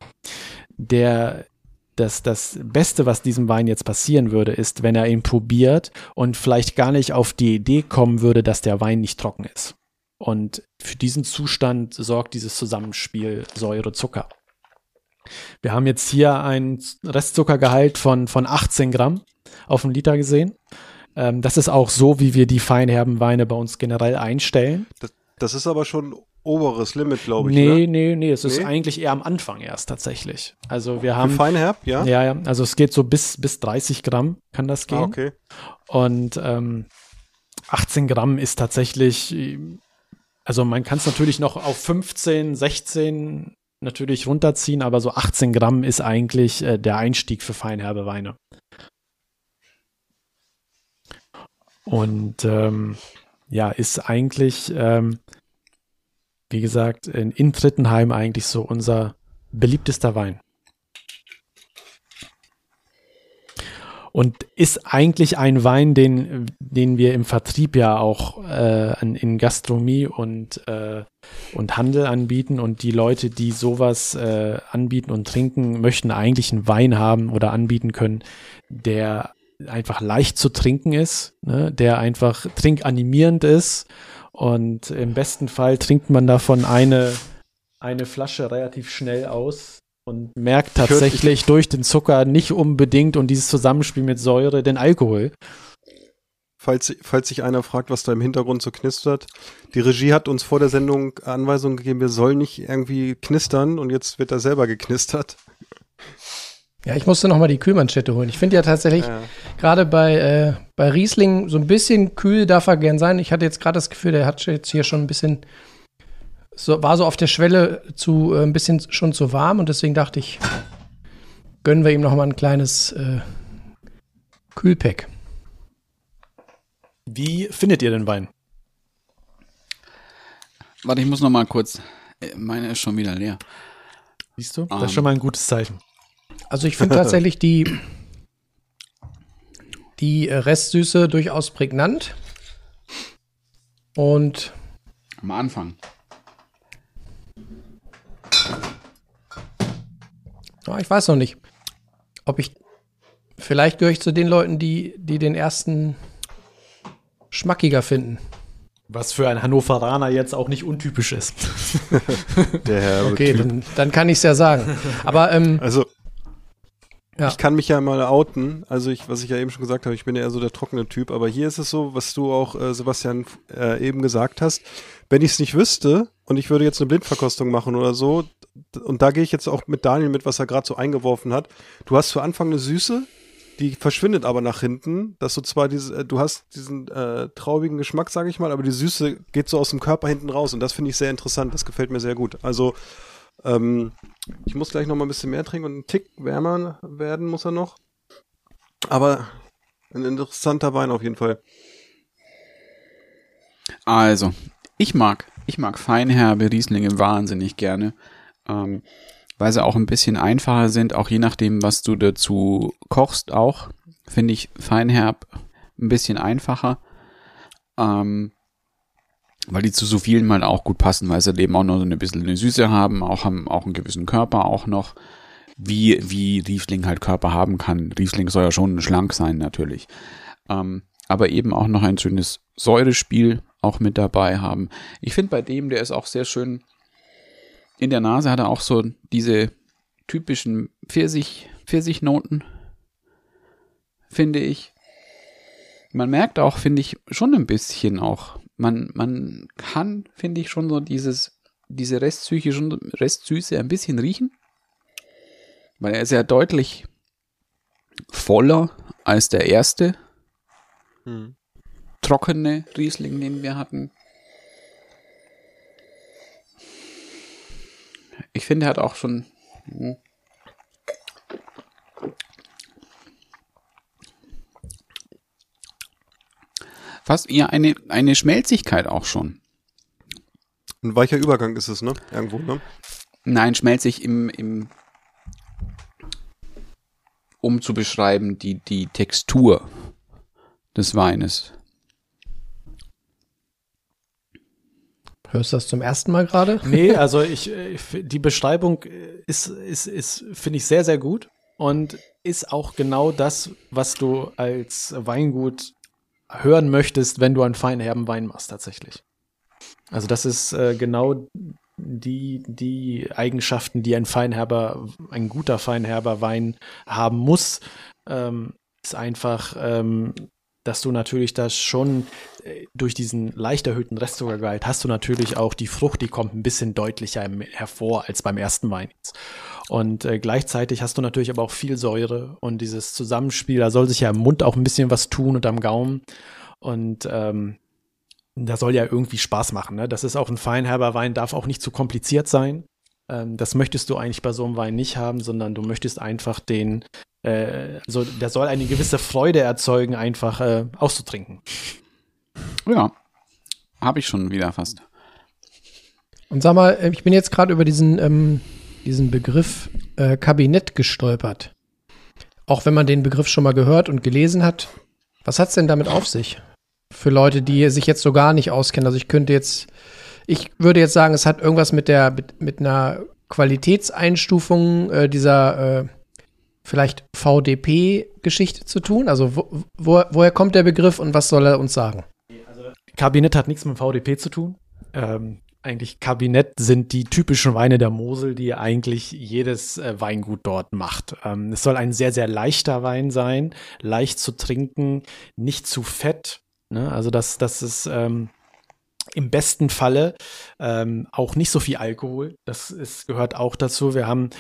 das Beste, was diesem Wein jetzt passieren würde, ist, wenn er ihn probiert und vielleicht gar nicht auf die Idee kommen würde, dass der Wein nicht trocken ist. Und für diesen Zustand sorgt dieses Zusammenspiel Säure-Zucker. Wir haben jetzt hier einen Restzuckergehalt von 18 Gramm auf den Liter gesehen. Das ist auch so, wie wir die feinherben Weine bei uns generell einstellen. Das ist aber schon oberes Limit, glaube ich. Nee, es ist eigentlich eher am Anfang erst tatsächlich. Also wir haben. Für Feinherb, ja? Ja, also es geht so bis 30 Gramm kann das gehen. Okay. Und 18 Gramm ist tatsächlich, also man kann es natürlich noch auf 15, 16 natürlich runterziehen, aber so 18 Gramm ist eigentlich der Einstieg für feinherbe Weine. Und ist eigentlich, wie gesagt, in Trittenheim eigentlich so unser beliebtester Wein. Und ist eigentlich ein Wein, den wir im Vertrieb ja auch in Gastronomie und Handel anbieten. Und die Leute, die sowas anbieten und trinken, möchten eigentlich einen Wein haben oder anbieten können, der einfach leicht zu trinken ist, ne? Der einfach trinkanimierend ist. Und im besten Fall trinkt man davon eine Flasche relativ schnell aus und merkt tatsächlich durch den Zucker nicht unbedingt und dieses Zusammenspiel mit Säure den Alkohol. Falls sich einer fragt, was da im Hintergrund so knistert, die Regie hat uns vor der Sendung Anweisungen gegeben, wir sollen nicht irgendwie knistern und jetzt wird da selber geknistert. Ja, ich musste noch mal die Kühlmanschette holen. Ich finde ja tatsächlich, gerade bei Riesling, so ein bisschen kühl darf er gern sein. Ich hatte jetzt gerade das Gefühl, der hat jetzt hier schon ein bisschen, war so auf der Schwelle zu ein bisschen schon zu warm und deswegen dachte ich, gönnen wir ihm noch mal ein kleines Kühlpack. Wie findet ihr den Wein? Warte, ich muss noch mal kurz, meine ist schon wieder leer. Siehst du? Das ist schon mal ein gutes Zeichen. Also ich finde tatsächlich die Restsüße durchaus prägnant. Und am Anfang. Ja, ich weiß noch nicht, vielleicht gehöre ich zu den Leuten, die den ersten schmackiger finden. Was für ein Hannoveraner jetzt auch nicht untypisch ist. Der Herr okay, dann kann ich es ja sagen. Aber Ja. Ich kann mich ja mal outen, also was ich ja eben schon gesagt habe, ich bin ja eher so der trockene Typ, aber hier ist es so, was du auch, Sebastian, eben gesagt hast, wenn ich es nicht wüsste und ich würde jetzt eine Blindverkostung machen oder so, und da gehe ich jetzt auch mit Daniel mit, was er gerade so eingeworfen hat, du hast zu Anfang eine Süße, die verschwindet aber nach hinten, dass du zwar du hast diesen traubigen Geschmack, sage ich mal, aber die Süße geht so aus dem Körper hinten raus und das finde ich sehr interessant, das gefällt mir sehr gut. Also ich muss gleich noch mal ein bisschen mehr trinken und einen Tick wärmer werden muss er noch. Aber ein interessanter Wein auf jeden Fall. Also, ich mag feinherbe Rieslinge wahnsinnig gerne, weil sie auch ein bisschen einfacher sind, auch je nachdem, was du dazu kochst auch, finde ich feinherb ein bisschen einfacher, weil die zu so vielen mal auch gut passen, weil sie eben auch noch so ein bisschen eine Süße haben auch einen gewissen Körper auch noch, wie Riesling halt Körper haben kann. Riesling soll ja schon schlank sein natürlich, aber eben auch noch ein schönes Säurespiel auch mit dabei haben. Ich finde bei dem, der ist auch sehr schön, in der Nase hat er auch so diese typischen Pfirsichnoten, finde ich. Man merkt auch, finde ich, schon ein bisschen auch, man kann, finde ich, schon so diese Restsüße ein bisschen riechen, weil er ist ja deutlich voller als der erste trockene Riesling, den wir hatten. Ich finde, er hat auch schon fast eher eine Schmelzigkeit auch schon. Ein weicher Übergang ist es, ne? Irgendwo, ne? Nein, schmelzig um zu beschreiben, die Textur des Weines. Hörst du das zum ersten Mal gerade? Nee, also die Beschreibung ist finde ich, sehr, sehr gut und ist auch genau das, was du als Weingut hören möchtest, wenn du einen feinherben Wein machst, tatsächlich. Also das ist genau die Eigenschaften, die ein guter feinherber Wein haben muss, ist einfach, dass du natürlich das schon durch diesen leicht erhöhten Restzuckergehalt hast du natürlich auch die Frucht, die kommt ein bisschen deutlicher hervor als beim ersten Wein jetzt. Und gleichzeitig hast du natürlich aber auch viel Säure und dieses Zusammenspiel, da soll sich ja im Mund auch ein bisschen was tun und am Gaumen und da soll ja irgendwie Spaß machen, ne? Das ist auch ein feinherber Wein, darf auch nicht zu kompliziert sein. Das möchtest du eigentlich bei so einem Wein nicht haben, sondern du möchtest einfach der soll eine gewisse Freude erzeugen, einfach auszutrinken. Ja, habe ich schon wieder fast. Und sag mal, ich bin jetzt gerade über diesen Begriff Kabinett gestolpert. Auch wenn man den Begriff schon mal gehört und gelesen hat. Was hat's denn damit auf sich? Für Leute, die sich jetzt so gar nicht auskennen. Also ich würde jetzt sagen, es hat irgendwas mit einer Qualitätseinstufung dieser vielleicht VDP-Geschichte zu tun. Also woher kommt der Begriff und was soll er uns sagen? Kabinett hat nichts mit VDP zu tun. Eigentlich Kabinett sind die typischen Weine der Mosel, die eigentlich jedes Weingut dort macht. Es soll ein sehr, sehr leichter Wein sein, leicht zu trinken, nicht zu fett. Ne? Also das ist im besten Falle auch nicht so viel Alkohol. Das gehört auch dazu.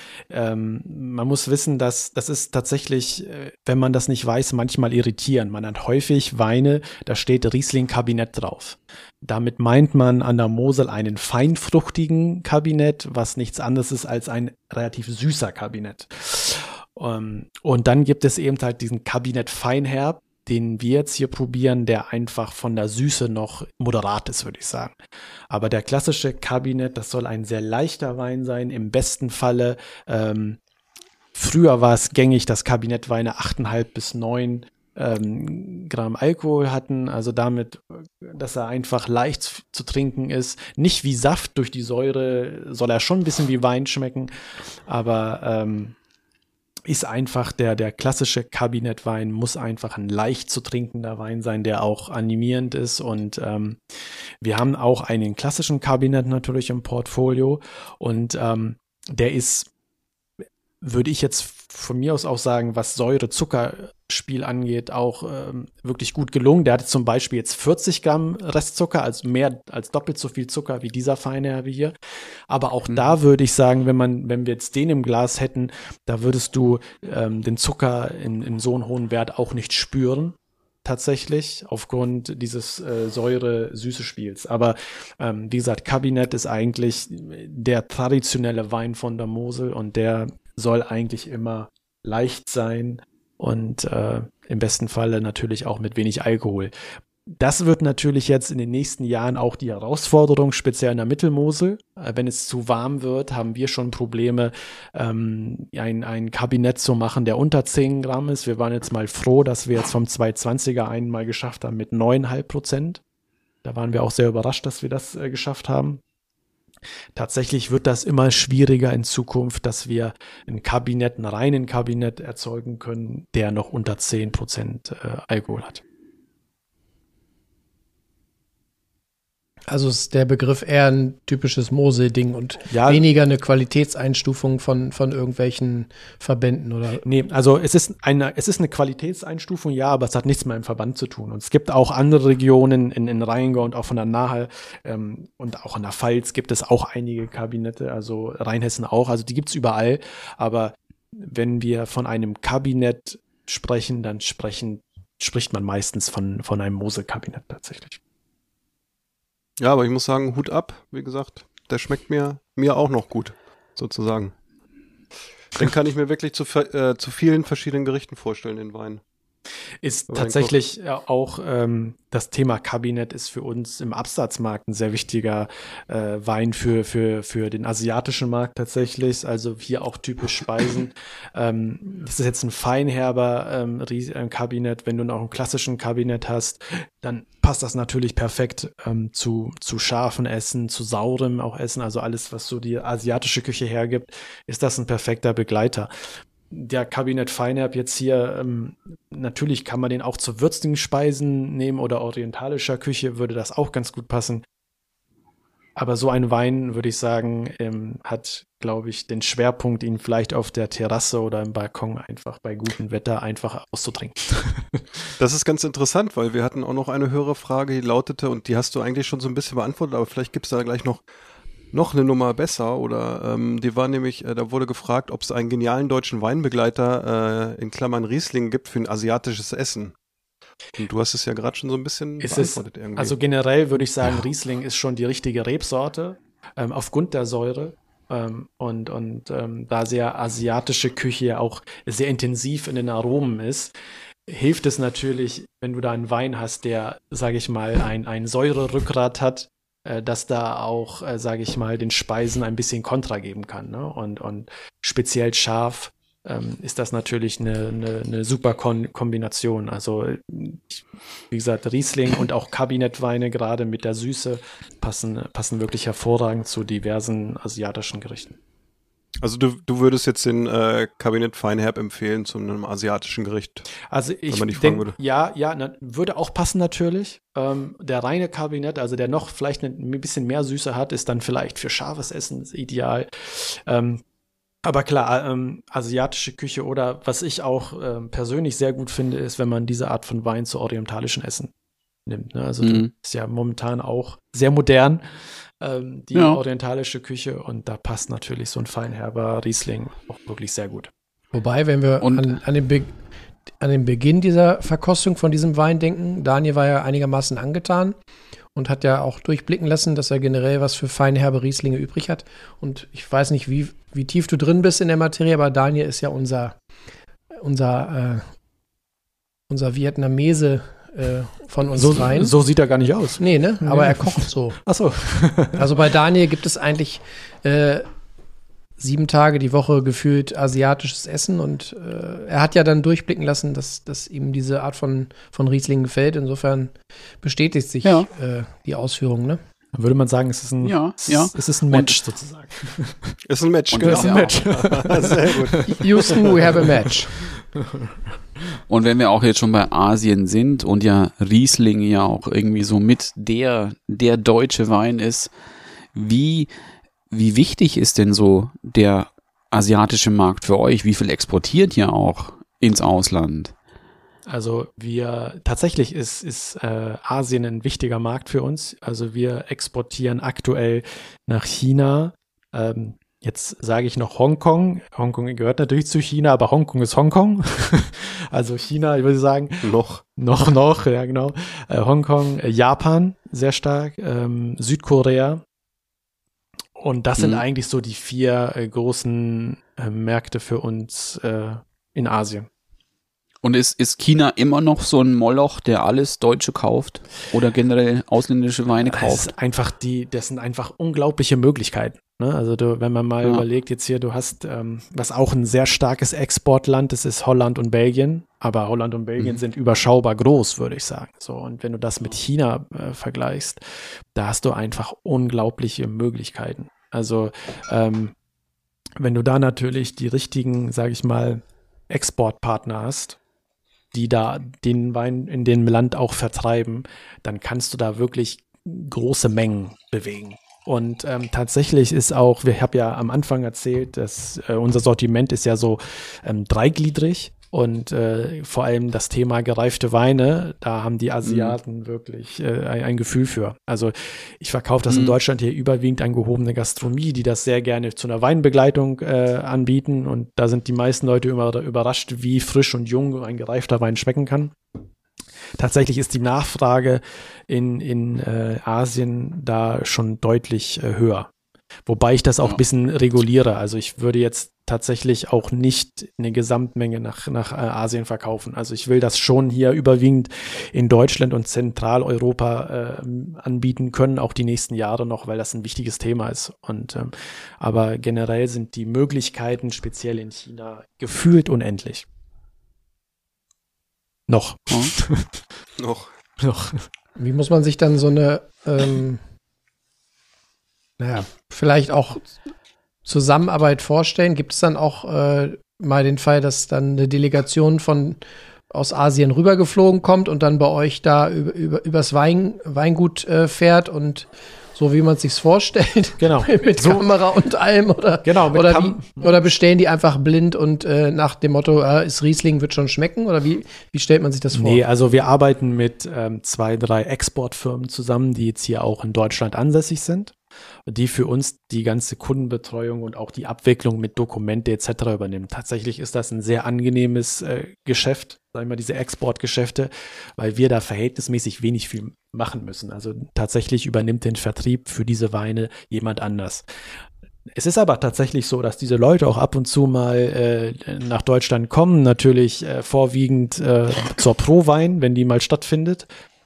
Man muss wissen, dass das ist tatsächlich, wenn man das nicht weiß, manchmal irritierend. Man hat häufig Weine, da steht Riesling-Kabinett drauf. Damit meint man an der Mosel einen feinfruchtigen Kabinett, was nichts anderes ist als ein relativ süßer Kabinett. Und dann gibt es eben halt diesen Kabinett Feinherb, den wir jetzt hier probieren, der einfach von der Süße noch moderat ist, würde ich sagen. Aber der klassische Kabinett, das soll ein sehr leichter Wein sein, im besten Falle. Früher war es gängig, dass Kabinettweine 8,5 bis 9 Gramm Alkohol hatten, also damit, dass er einfach leicht zu trinken ist. Nicht wie Saft, durch die Säure soll er schon ein bisschen wie Wein schmecken, aber ist einfach der klassische Kabinettwein, muss einfach ein leicht zu trinkender Wein sein, der auch animierend ist und wir haben auch einen klassischen Kabinett natürlich im Portfolio und der ist würde ich jetzt von mir aus auch sagen, was Säure-Zuckerspiel angeht, auch wirklich gut gelungen. Der hatte zum Beispiel jetzt 40 Gramm Restzucker, also mehr als doppelt so viel Zucker wie dieser Feinherbe hier. Aber auch da würde ich sagen, wenn wir jetzt den im Glas hätten, da würdest du den Zucker in so einem hohen Wert auch nicht spüren. Tatsächlich, aufgrund dieses Säure-Süße-Spiels. Aber wie gesagt, Kabinett ist eigentlich der traditionelle Wein von der Mosel und der soll eigentlich immer leicht sein und im besten Falle natürlich auch mit wenig Alkohol. Das wird natürlich jetzt in den nächsten Jahren auch die Herausforderung, speziell in der Mittelmosel. Wenn es zu warm wird, haben wir schon Probleme, ein Kabinett zu machen, der unter 10 Gramm ist. Wir waren jetzt mal froh, dass wir jetzt vom 220er einmal geschafft haben mit 9,5%. Da waren wir auch sehr überrascht, dass wir das geschafft haben. Tatsächlich wird das immer schwieriger in Zukunft, dass wir einen reinen Kabinett erzeugen können, der noch unter 10% Alkohol hat. Also ist der Begriff eher ein typisches Mosel-Ding und weniger eine Qualitätseinstufung von irgendwelchen Verbänden, oder? Nee, also es ist eine Qualitätseinstufung, ja, aber es hat nichts mehr im Verband zu tun. Und es gibt auch andere Regionen in Rheingau und auch von der Nahe und auch in der Pfalz gibt es auch einige Kabinette, also Rheinhessen auch, also die gibt's überall. Aber wenn wir von einem Kabinett sprechen, dann spricht man meistens von einem Mosel-Kabinett tatsächlich. Ja, aber ich muss sagen, Hut ab, wie gesagt, der schmeckt mir auch noch gut, sozusagen. Den kann ich mir wirklich zu vielen verschiedenen Gerichten vorstellen, den Wein. Ist tatsächlich auch das Thema Kabinett ist für uns im Absatzmarkt ein sehr wichtiger Wein für den asiatischen Markt tatsächlich. Also hier auch typisch Speisen. Das ist jetzt ein feinherber Kabinett. Wenn du noch einen klassischen Kabinett hast, dann passt das natürlich perfekt zu scharfen Essen, zu saurem auch Essen. Also alles, was so die asiatische Küche hergibt, ist das ein perfekter Begleiter. Der Kabinett Feinherb jetzt hier, natürlich kann man den auch zu würzigen Speisen nehmen oder orientalischer Küche würde das auch ganz gut passen. Aber so ein Wein, würde ich sagen, hat, glaube ich, den Schwerpunkt, ihn vielleicht auf der Terrasse oder im Balkon einfach bei gutem Wetter einfach auszutrinken. Das ist ganz interessant, weil wir hatten auch noch eine Hörerfrage, die lautete, und die hast du eigentlich schon so ein bisschen beantwortet, aber vielleicht gibt es da gleich noch eine Nummer besser, oder die war nämlich, da wurde gefragt, ob es einen genialen deutschen Weinbegleiter in Klammern Riesling gibt für ein asiatisches Essen. Und du hast es ja gerade schon so ein bisschen beantwortet irgendwie. Also generell würde ich sagen, Riesling ist schon die richtige Rebsorte, aufgrund der Säure. Da sehr asiatische Küche ja auch sehr intensiv in den Aromen ist, hilft es natürlich, wenn du da einen Wein hast, der, sage ich mal, ein Säurerückgrat hat, dass da auch, sage ich mal, den Speisen ein bisschen Kontra geben kann. Ne? Und speziell scharf ist das natürlich eine super Kombination. Also, wie gesagt, Riesling und auch Kabinettweine, gerade mit der Süße, passen wirklich hervorragend zu diversen asiatischen Gerichten. Also du würdest jetzt den Kabinett Feinherb empfehlen zu einem asiatischen Gericht? Also ich denke, würde auch passen natürlich. Der reine Kabinett, also der noch vielleicht ein bisschen mehr Süße hat, ist dann vielleicht für scharfes Essen ideal. Aber klar, asiatische Küche oder was ich auch persönlich sehr gut finde, ist, wenn man diese Art von Wein zu orientalischen Essen nimmt. Ne? Also das ist ja momentan auch sehr modern. Die orientalische Küche, und da passt natürlich so ein feinherber Riesling auch wirklich sehr gut. Wobei, wenn wir an den Beginn dieser Verkostung von diesem Wein denken, Daniel war ja einigermaßen angetan und hat ja auch durchblicken lassen, dass er generell was für feinherbe Rieslinge übrig hat. Und ich weiß nicht, wie tief du drin bist in der Materie, aber Daniel ist ja unser Vietnamese von uns dreien. So sieht er gar nicht aus. Nee, ne? Aber er kocht so. Ach so. Also bei Daniel gibt es eigentlich 7 Tage die Woche gefühlt asiatisches Essen, und er hat ja dann durchblicken lassen, dass ihm diese Art von Riesling gefällt. Insofern bestätigt sich die Ausführung, ne? Dann würde man sagen, es ist ein Match sozusagen. Es ist ein Match, genau. Es ist ein Match. Sehr gut. Houston, we have a match. Und wenn wir auch jetzt schon bei Asien sind und ja Riesling ja auch irgendwie so mit der deutsche Wein ist, wie wichtig ist denn so der asiatische Markt für euch? Wie viel exportiert ihr auch ins Ausland? Also tatsächlich ist Asien ein wichtiger Markt für uns. Also wir exportieren aktuell nach China. Jetzt sage ich noch Hongkong. Hongkong gehört natürlich zu China, aber Hongkong ist Hongkong. Also China, ich würde sagen. Noch, ja genau. Hongkong, Japan sehr stark, Südkorea. Und das sind eigentlich so die 4 großen Märkte für uns in Asien. Und ist China immer noch so ein Moloch, der alles Deutsche kauft oder generell ausländische Weine kauft? Das sind einfach unglaubliche Möglichkeiten. Ne? Also wenn man mal überlegt, jetzt hier, du hast, was auch ein sehr starkes Exportland, das ist Holland und Belgien, aber Holland und Belgien sind überschaubar groß, würde ich sagen. So, und wenn du das mit China vergleichst, da hast du einfach unglaubliche Möglichkeiten. Also wenn du da natürlich die richtigen, sage ich mal, Exportpartner hast, die da den Wein in dem Land auch vertreiben, dann kannst du da wirklich große Mengen bewegen. Und tatsächlich ist auch, ich habe ja am Anfang erzählt, dass unser Sortiment ist ja so dreigliedrig und vor allem das Thema gereifte Weine, da haben die Asiaten wirklich ein Gefühl für. Also ich verkaufe das in Deutschland hier überwiegend an gehobene Gastronomie, die das sehr gerne zu einer Weinbegleitung anbieten und da sind die meisten Leute immer überrascht, wie frisch und jung ein gereifter Wein schmecken kann. Tatsächlich ist die Nachfrage in Asien da schon deutlich höher. Wobei ich das auch ein bisschen reguliere. Also ich würde jetzt tatsächlich auch nicht eine Gesamtmenge nach Asien verkaufen. Also ich will das schon hier überwiegend in Deutschland und Zentraleuropa anbieten können, auch die nächsten Jahre noch, weil das ein wichtiges Thema ist. Und aber generell sind die Möglichkeiten, speziell in China, gefühlt unendlich. Noch. Wie muss man sich dann so eine vielleicht auch Zusammenarbeit vorstellen? Gibt es dann auch mal den Fall, dass dann eine Delegation aus Asien rübergeflogen kommt und dann bei euch da übers Weingut fährt und so wie man es sich vorstellt, genau. mit Kamera und allem oder bestellen die einfach blind und nach dem Motto, ist Riesling, wird schon schmecken oder wie stellt man sich das vor? Nee, also wir arbeiten mit 2, 3 Exportfirmen zusammen, die jetzt hier auch in Deutschland ansässig sind, die für uns die ganze Kundenbetreuung und auch die Abwicklung mit Dokumente etc. übernehmen. Tatsächlich ist das ein sehr angenehmes Geschäft, sagen wir mal, diese Exportgeschäfte, weil wir da verhältnismäßig wenig viel machen müssen. Also tatsächlich übernimmt den Vertrieb für diese Weine jemand anders. Es ist aber tatsächlich so, dass diese Leute auch ab und zu mal nach Deutschland kommen, natürlich vorwiegend zur Pro-Wein, wenn die mal stattfindet.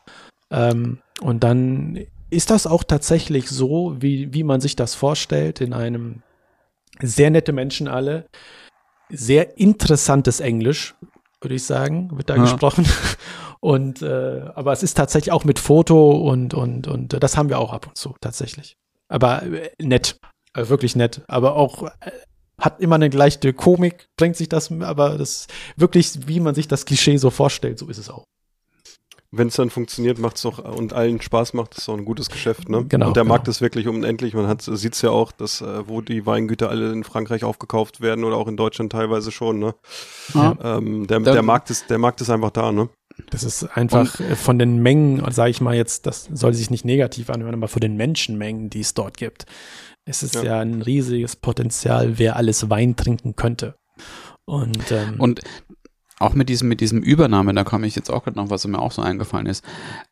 Und dann ist das auch tatsächlich so, wie man sich das vorstellt, in einem sehr nette Menschen alle, sehr interessantes Englisch, würde ich sagen, wird da gesprochen. Und aber es ist tatsächlich auch mit Foto und das haben wir auch ab und zu tatsächlich. Aber nett, wirklich nett. Aber auch hat immer eine leichte Komik, bringt sich das, aber das wirklich, wie man sich das Klischee so vorstellt, so ist es auch. Wenn es dann funktioniert, macht's doch und allen Spaß macht, ist doch ein gutes Geschäft, ne? Genau. Und der Markt ist wirklich unendlich. Man sieht's ja auch, dass wo die Weingüter alle in Frankreich aufgekauft werden oder auch in Deutschland teilweise schon, ne? Ja. Der Markt ist einfach da, ne? Das ist einfach von den Mengen, sage ich mal jetzt, das soll sich nicht negativ anhören, aber von den Menschenmengen, die es dort gibt, es ist ja ein riesiges Potenzial, wer alles Wein trinken könnte. Und auch mit diesem Übernahme, da kam ich jetzt auch gerade noch, was mir auch so eingefallen ist,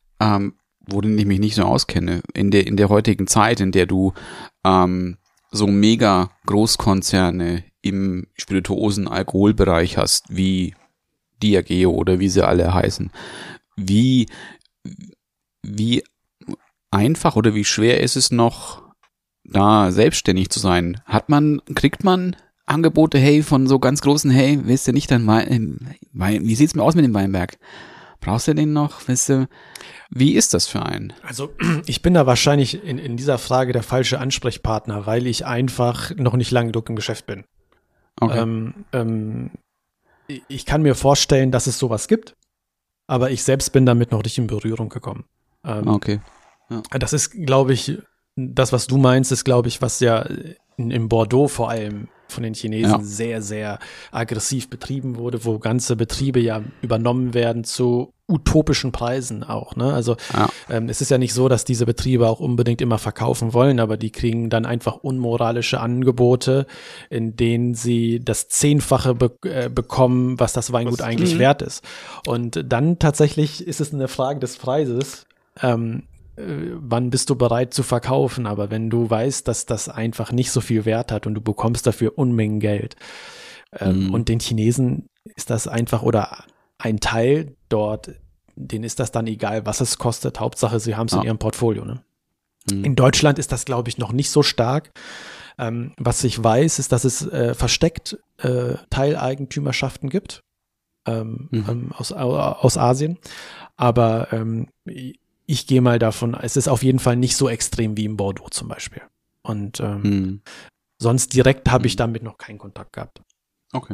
wo ich mich nicht so auskenne, in der heutigen Zeit, in der du so mega Großkonzerne im Spirituosen-Alkoholbereich hast, wie Diageo oder wie sie alle heißen, wie einfach oder wie schwer ist es noch, da selbstständig zu sein? Kriegt man Angebote, hey, von so ganz großen, hey, willst du nicht dein Wein, wie sieht's mir aus mit dem Weinberg? Brauchst du den noch? Wie ist das für einen? Also ich bin da wahrscheinlich in dieser Frage der falsche Ansprechpartner, weil ich einfach noch nicht lange genug im Geschäft bin. Okay. Ich kann mir vorstellen, dass es sowas gibt, aber ich selbst bin damit noch nicht in Berührung gekommen. Okay. Ja. Das ist, glaube ich, das, was du meinst, ist, glaube ich, was ja in Bordeaux vor allem von den Chinesen sehr, sehr aggressiv betrieben wurde, wo ganze Betriebe ja übernommen werden zu utopischen Preisen auch, ne? Also es ist ja nicht so, dass diese Betriebe auch unbedingt immer verkaufen wollen, aber die kriegen dann einfach unmoralische Angebote, in denen sie das 10-fache bekommen, was das Weingut eigentlich wert ist. Und dann tatsächlich ist es eine Frage des Preises, wann bist du bereit zu verkaufen, aber wenn du weißt, dass das einfach nicht so viel Wert hat und du bekommst dafür Unmengen Geld und den Chinesen ist das einfach, oder ein Teil dort, denen ist das dann egal, was es kostet, Hauptsache sie haben es in ihrem Portfolio. Ne? In Deutschland ist das, glaube ich, noch nicht so stark. Was ich weiß, ist, dass es versteckt Teileigentümerschaften gibt aus Asien, aber ich gehe mal davon, es ist auf jeden Fall nicht so extrem wie in Bordeaux zum Beispiel. Und sonst direkt habe ich damit noch keinen Kontakt gehabt. Okay.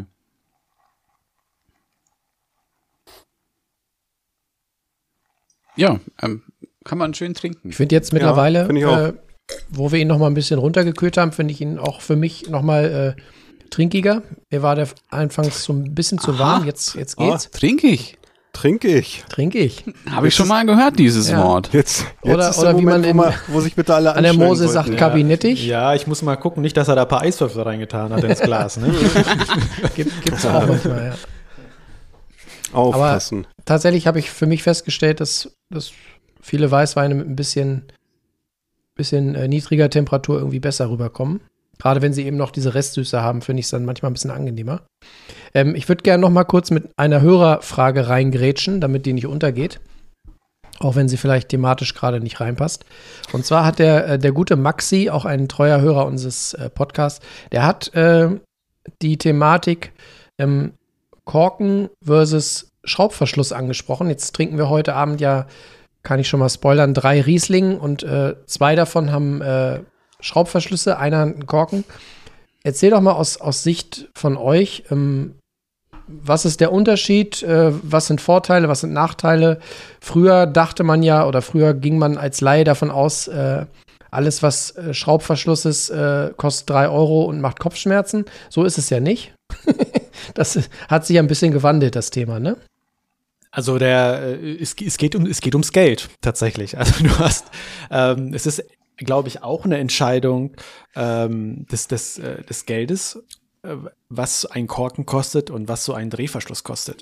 Ja, kann man schön trinken. Ich finde jetzt mittlerweile, wo wir ihn noch mal ein bisschen runtergekühlt haben, finde ich ihn auch für mich noch mal trinkiger. Mir war der anfangs so ein bisschen zu warm, jetzt geht's. Trinke ich. Habe ich schon mal gehört, dieses Wort. Jetzt oder ist der wie Moment, man wo sich bitte alle an der Mose sollten. sagt, kabinettig. Ja, ich muss mal gucken, nicht, dass er da ein paar Eiswürfel reingetan hat ins Glas. Ne? Gibt's auch manchmal, ja. Aufpassen. Aber tatsächlich habe ich für mich festgestellt, dass viele Weißweine mit ein bisschen niedriger Temperatur irgendwie besser rüberkommen. Gerade wenn sie eben noch diese Restsüße haben, finde ich es dann manchmal ein bisschen angenehmer. Ich würde gerne noch mal kurz mit einer Hörerfrage reingrätschen, damit die nicht untergeht. Auch wenn sie vielleicht thematisch gerade nicht reinpasst. Und zwar hat der gute Maxi, auch ein treuer Hörer unseres Podcasts, der hat die Thematik Korken versus Schraubverschluss angesprochen. Jetzt trinken wir heute Abend ja, kann ich schon mal spoilern, 3 Riesling und 2 davon haben Schraubverschlüsse, einer einen Korken. Erzähl doch mal aus Sicht von euch, was ist der Unterschied, was sind Vorteile, was sind Nachteile? Früher dachte man ja, oder früher ging man als Laie davon aus, alles, was Schraubverschluss ist, kostet 3 Euro und macht Kopfschmerzen. So ist es ja nicht. Das hat sich ja ein bisschen gewandelt, das Thema, ne? Also es geht ums Geld tatsächlich. Also du hast, es ist, glaube ich, auch eine Entscheidung des Geldes, was ein Korken kostet und was so ein Drehverschluss kostet.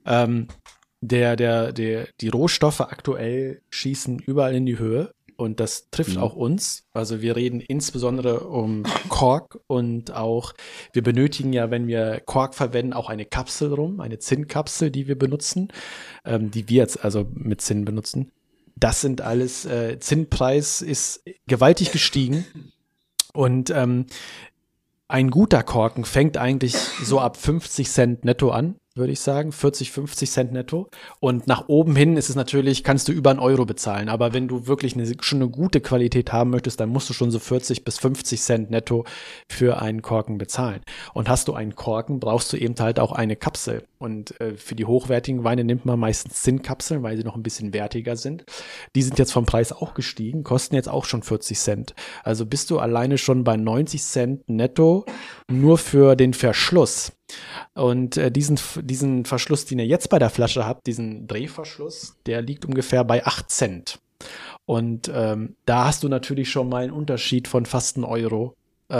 Die Rohstoffe aktuell schießen überall in die Höhe. Und das trifft auch uns. Also wir reden insbesondere um Kork und auch, wir benötigen ja, wenn wir Kork verwenden, auch eine Kapsel eine Zinnkapsel, die wir benutzen, die wir jetzt also mit Zinn benutzen. Das sind alles, Zinnpreis ist gewaltig gestiegen und ein guter Korken fängt eigentlich so ab 50 Cent netto an, würde ich sagen, 40, 50 Cent netto. Und nach oben hin ist es natürlich, kannst du über 1 Euro bezahlen. Aber wenn du wirklich schon eine gute Qualität haben möchtest, dann musst du schon so 40 bis 50 Cent netto für einen Korken bezahlen. Und hast du einen Korken, brauchst du eben halt auch eine Kapsel. Und für die hochwertigen Weine nimmt man meistens Zinnkapseln, weil sie noch ein bisschen wertiger sind. Die sind jetzt vom Preis auch gestiegen, kosten jetzt auch schon 40 Cent. Also bist du alleine schon bei 90 Cent netto nur für den Verschluss. Und diesen Verschluss, den ihr jetzt bei der Flasche habt, diesen Drehverschluss, der liegt ungefähr bei 8 Cent. Und da hast du natürlich schon mal einen Unterschied von fast 1 Euro,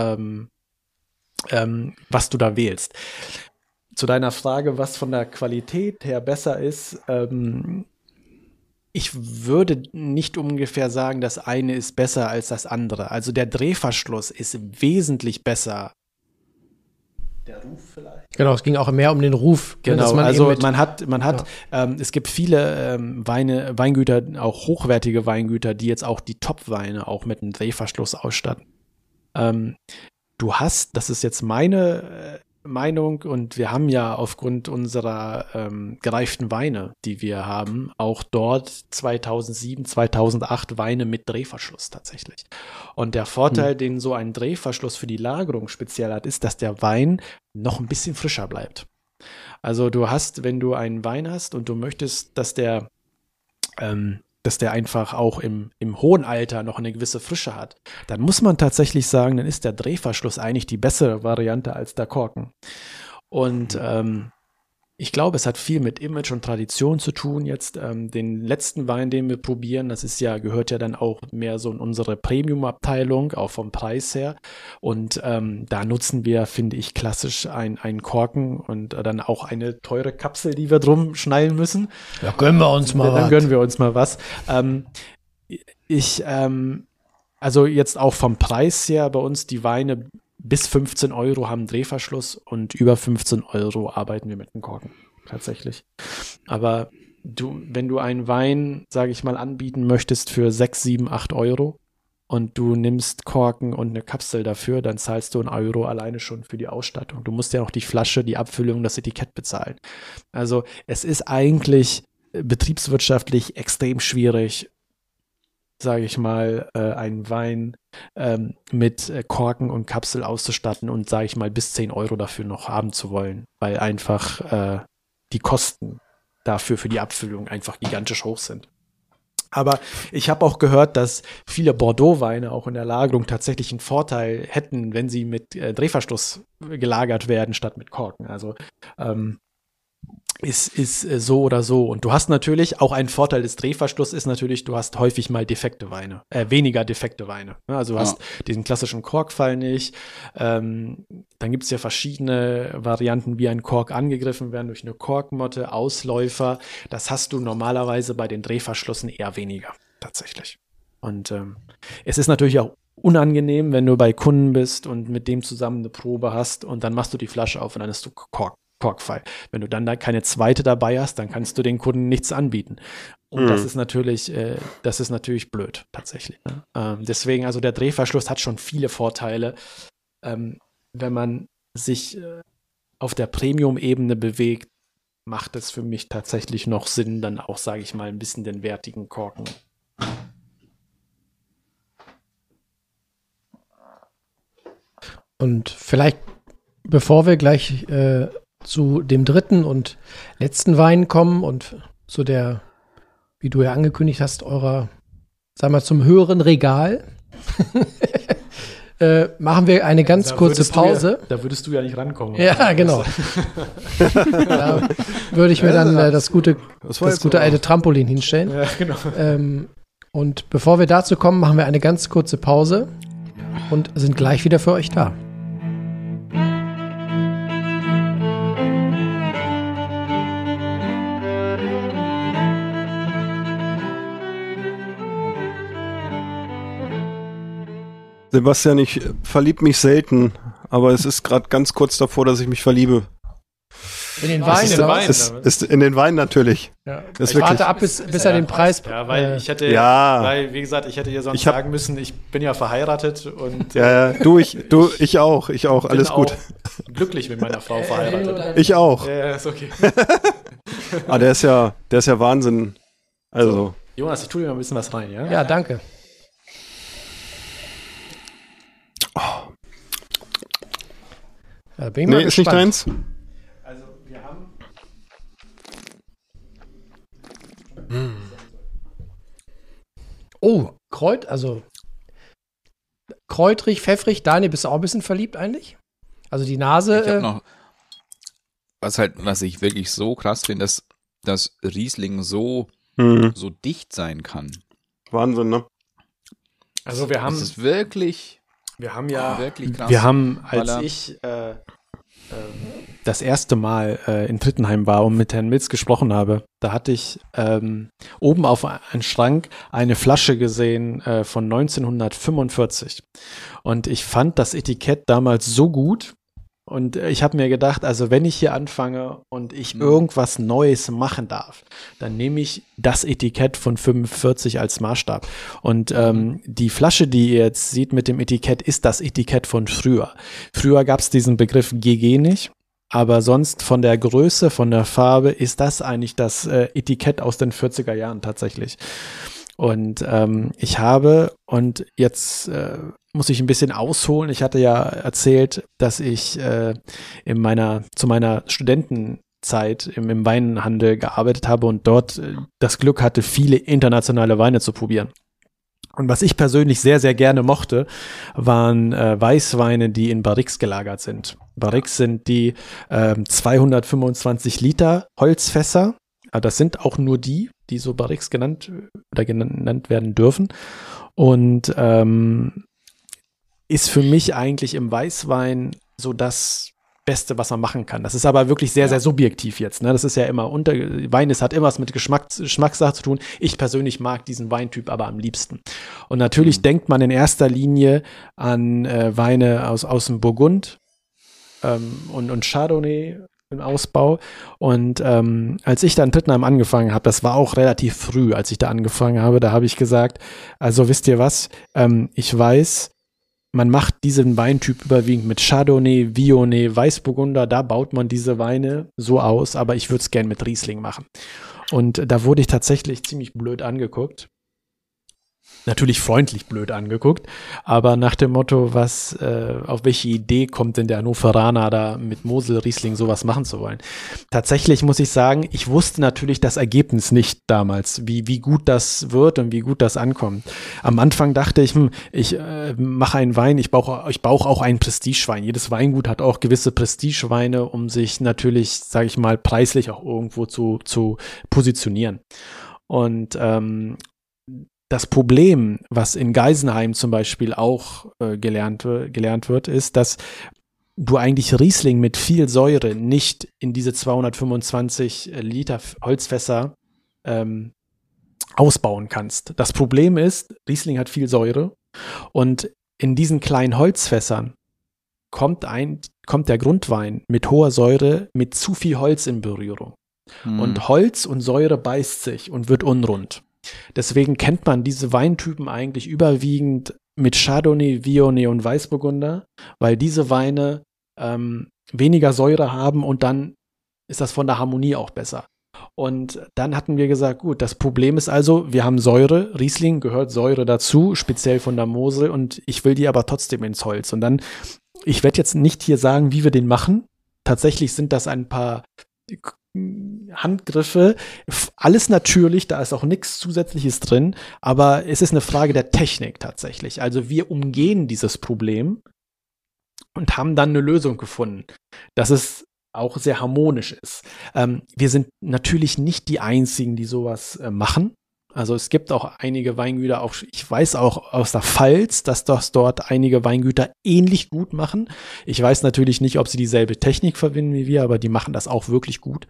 was du da wählst. Zu deiner Frage, was von der Qualität her besser ist, ich würde nicht ungefähr sagen, das eine ist besser als das andere. Also der Drehverschluss ist wesentlich besser. Der Ruf vielleicht. Genau, es ging auch mehr um den Ruf. Genau, also man hat, es gibt viele Weingüter, auch hochwertige Weingüter, die jetzt auch die Top-Weine auch mit einem Drehverschluss ausstatten. Du hast, das ist jetzt meine Meinung, und wir haben ja aufgrund unserer gereiften Weine, die wir haben, auch dort 2007, 2008 Weine mit Drehverschluss tatsächlich. Und der Vorteil, den so ein Drehverschluss für die Lagerung speziell hat, ist, dass der Wein noch ein bisschen frischer bleibt. Also du hast, wenn du einen Wein hast und du möchtest, dass der dass der einfach auch im hohen Alter noch eine gewisse Frische hat, dann muss man tatsächlich sagen, dann ist der Drehverschluss eigentlich die bessere Variante als der Korken. Und ich glaube, es hat viel mit Image und Tradition zu tun. Jetzt den letzten Wein, den wir probieren, gehört ja dann auch mehr so in unsere Premium-Abteilung, auch vom Preis her. Und da nutzen wir, finde ich, klassisch einen Korken und dann auch eine teure Kapsel, die wir drum schnallen müssen. Ja, gönnen wir uns mal was. Dann gönnen wir uns mal was. Also jetzt auch vom Preis her bei uns die Weine bis 15 € haben Drehverschluss und über 15 € arbeiten wir mit dem Korken, tatsächlich. Aber wenn du einen Wein, sage ich mal, anbieten möchtest für 6, 7, 8 € und du nimmst Korken und eine Kapsel dafür, dann zahlst du 1 € alleine schon für die Ausstattung. Du musst ja auch die Flasche, die Abfüllung, das Etikett bezahlen. Also es ist eigentlich betriebswirtschaftlich extrem schwierig, sage ich mal, einen Wein mit Korken und Kapsel auszustatten und, sage ich mal, bis 10 € dafür noch haben zu wollen, weil einfach die Kosten dafür für die Abfüllung einfach gigantisch hoch sind. Aber ich habe auch gehört, dass viele Bordeaux-Weine auch in der Lagerung tatsächlich einen Vorteil hätten, wenn sie mit Drehverschluss gelagert werden, statt mit Korken. Also ist so oder so. Und du hast natürlich auch einen Vorteil des Drehverschlusses ist natürlich, du hast häufig mal defekte Weine, weniger defekte Weine. Also du hast diesen klassischen Korkfall nicht. Dann gibt es ja verschiedene Varianten, wie ein Kork angegriffen werden durch eine Korkmotte, Ausläufer. Das hast du normalerweise bei den Drehverschlüssen eher weniger, tatsächlich. Und es ist natürlich auch unangenehm, wenn du bei Kunden bist und mit dem zusammen eine Probe hast und dann machst du die Flasche auf und dann hast du Korkfall. Wenn du dann da keine zweite dabei hast, dann kannst du den Kunden nichts anbieten. Und das ist natürlich blöd, tatsächlich. Ne? Deswegen, also der Drehverschluss hat schon viele Vorteile, wenn man sich auf der Premium-Ebene bewegt, macht es für mich tatsächlich noch Sinn, dann auch, sage ich mal, ein bisschen den wertigen Korken. Und vielleicht, bevor wir gleich zu dem dritten und letzten Wein kommen und zu der, wie du ja angekündigt hast, eurer, sag mal, zum höheren Regal, machen wir eine ganz kurze Pause. Da würdest du ja nicht rankommen. Ja, genau. Da würde ich mir dann das gute alte Trampolin hinstellen. Ja, genau. Und bevor wir dazu kommen, machen wir eine ganz kurze Pause und sind gleich wieder für euch da. Sebastian, ich verliebe mich selten, aber es ist gerade ganz kurz davor, dass ich mich verliebe. In den Wein, oder was? Ist in den Wein natürlich. Ja. Ich warte ab, bis er den Preis... Ja, weil wie gesagt, ich hätte dir sonst sagen müssen, ich bin ja verheiratet und... Ja, ich auch, alles gut. Glücklich mit meiner Frau verheiratet. Ich auch. Ja, ist okay. Der ist ja Wahnsinn. Also. So, Jonas, ich tue dir mal ein bisschen was rein, ja? Ja, danke. Ja, bin ich mal ist nicht deins? Also, wir haben... Oh, kräutrig, pfeffrig. Daniel, bist du auch ein bisschen verliebt eigentlich? Also die Nase... Ich hab noch, was ich wirklich so krass finde, dass Riesling so dicht sein kann. Wahnsinn, ne? Also wir haben... Das ist wirklich... Wir haben ja, wirklich krass. Wir haben, als ich das erste Mal in Trittenheim war und mit Herrn Milz gesprochen habe, da hatte ich oben auf einem Schrank eine Flasche gesehen von 1945. Und ich fand das Etikett damals so gut. Und ich habe mir gedacht, also wenn ich hier anfange und ich irgendwas Neues machen darf, dann nehme ich das Etikett von 45 als Maßstab. Und die Flasche, die ihr jetzt seht mit dem Etikett, ist das Etikett von früher. Früher gab es diesen Begriff GG nicht, aber sonst von der Größe, von der Farbe ist das eigentlich das Etikett aus den 40er Jahren tatsächlich. Und ich habe, und jetzt muss ich ein bisschen ausholen, ich hatte ja erzählt, dass ich zu meiner Studentenjahre Zeit im Weinhandel gearbeitet habe und dort das Glück hatte, viele internationale Weine zu probieren. Und was ich persönlich sehr, sehr gerne mochte, waren Weißweine, die in Barriques gelagert sind. Barriques sind die 225 Liter Holzfässer. Das sind auch nur die so Barriques genannt werden dürfen. Und ist für mich eigentlich im Weißwein so das Beste, was man machen kann. Das ist aber wirklich sehr, sehr subjektiv jetzt. Ne? Das ist ja immer Wein, es hat immer was mit Geschmackssache zu tun. Ich persönlich mag diesen Weintyp aber am liebsten. Und natürlich denkt man in erster Linie an Weine aus dem Burgund und Chardonnay im Ausbau. Und als ich dann Tittenheim angefangen habe, das war auch relativ früh, als ich da angefangen habe, da habe ich gesagt, also wisst ihr was, ich weiß, man macht diesen Weintyp überwiegend mit Chardonnay, Viognier, Weißburgunder, da baut man diese Weine so aus, aber ich würde es gern mit Riesling machen. Und da wurde ich tatsächlich ziemlich blöd angeguckt. Natürlich freundlich blöd angeguckt, aber nach dem Motto, auf welche Idee kommt denn der Hannoveraner da mit Mosel Riesling sowas machen zu wollen? Tatsächlich muss ich sagen, ich wusste natürlich das Ergebnis nicht damals, wie gut das wird und wie gut das ankommt. Am Anfang dachte ich, ich mache einen Wein, ich brauche auch einen Prestigewein. Jedes Weingut hat auch gewisse Prestigeweine, um sich natürlich, sage ich mal, preislich auch irgendwo zu positionieren. Und das Problem, was in Geisenheim zum Beispiel auch gelernt wird, ist, dass du eigentlich Riesling mit viel Säure nicht in diese 225 Liter Holzfässer ausbauen kannst. Das Problem ist, Riesling hat viel Säure und in diesen kleinen Holzfässern kommt der Grundwein mit hoher Säure mit zu viel Holz in Berührung. Und Holz und Säure beißt sich und wird unrund. Deswegen kennt man diese Weintypen eigentlich überwiegend mit Chardonnay, Viognier und Weißburgunder, weil diese Weine weniger Säure haben und dann ist das von der Harmonie auch besser. Und dann hatten wir gesagt, gut, das Problem ist also, wir haben Säure, Riesling gehört Säure dazu, speziell von der Mosel und ich will die aber trotzdem ins Holz. Und dann, ich werde jetzt nicht hier sagen, wie wir den machen. Tatsächlich sind das ein paar Handgriffe, alles natürlich, da ist auch nichts Zusätzliches drin, aber es ist eine Frage der Technik tatsächlich. Also wir umgehen dieses Problem und haben dann eine Lösung gefunden, dass es auch sehr harmonisch ist. Wir sind natürlich nicht die Einzigen, die sowas machen. Also es gibt auch einige Weingüter, ich weiß auch aus der Pfalz, dass das dort einige Weingüter ähnlich gut machen. Ich weiß natürlich nicht, ob sie dieselbe Technik verwenden wie wir, aber die machen das auch wirklich gut.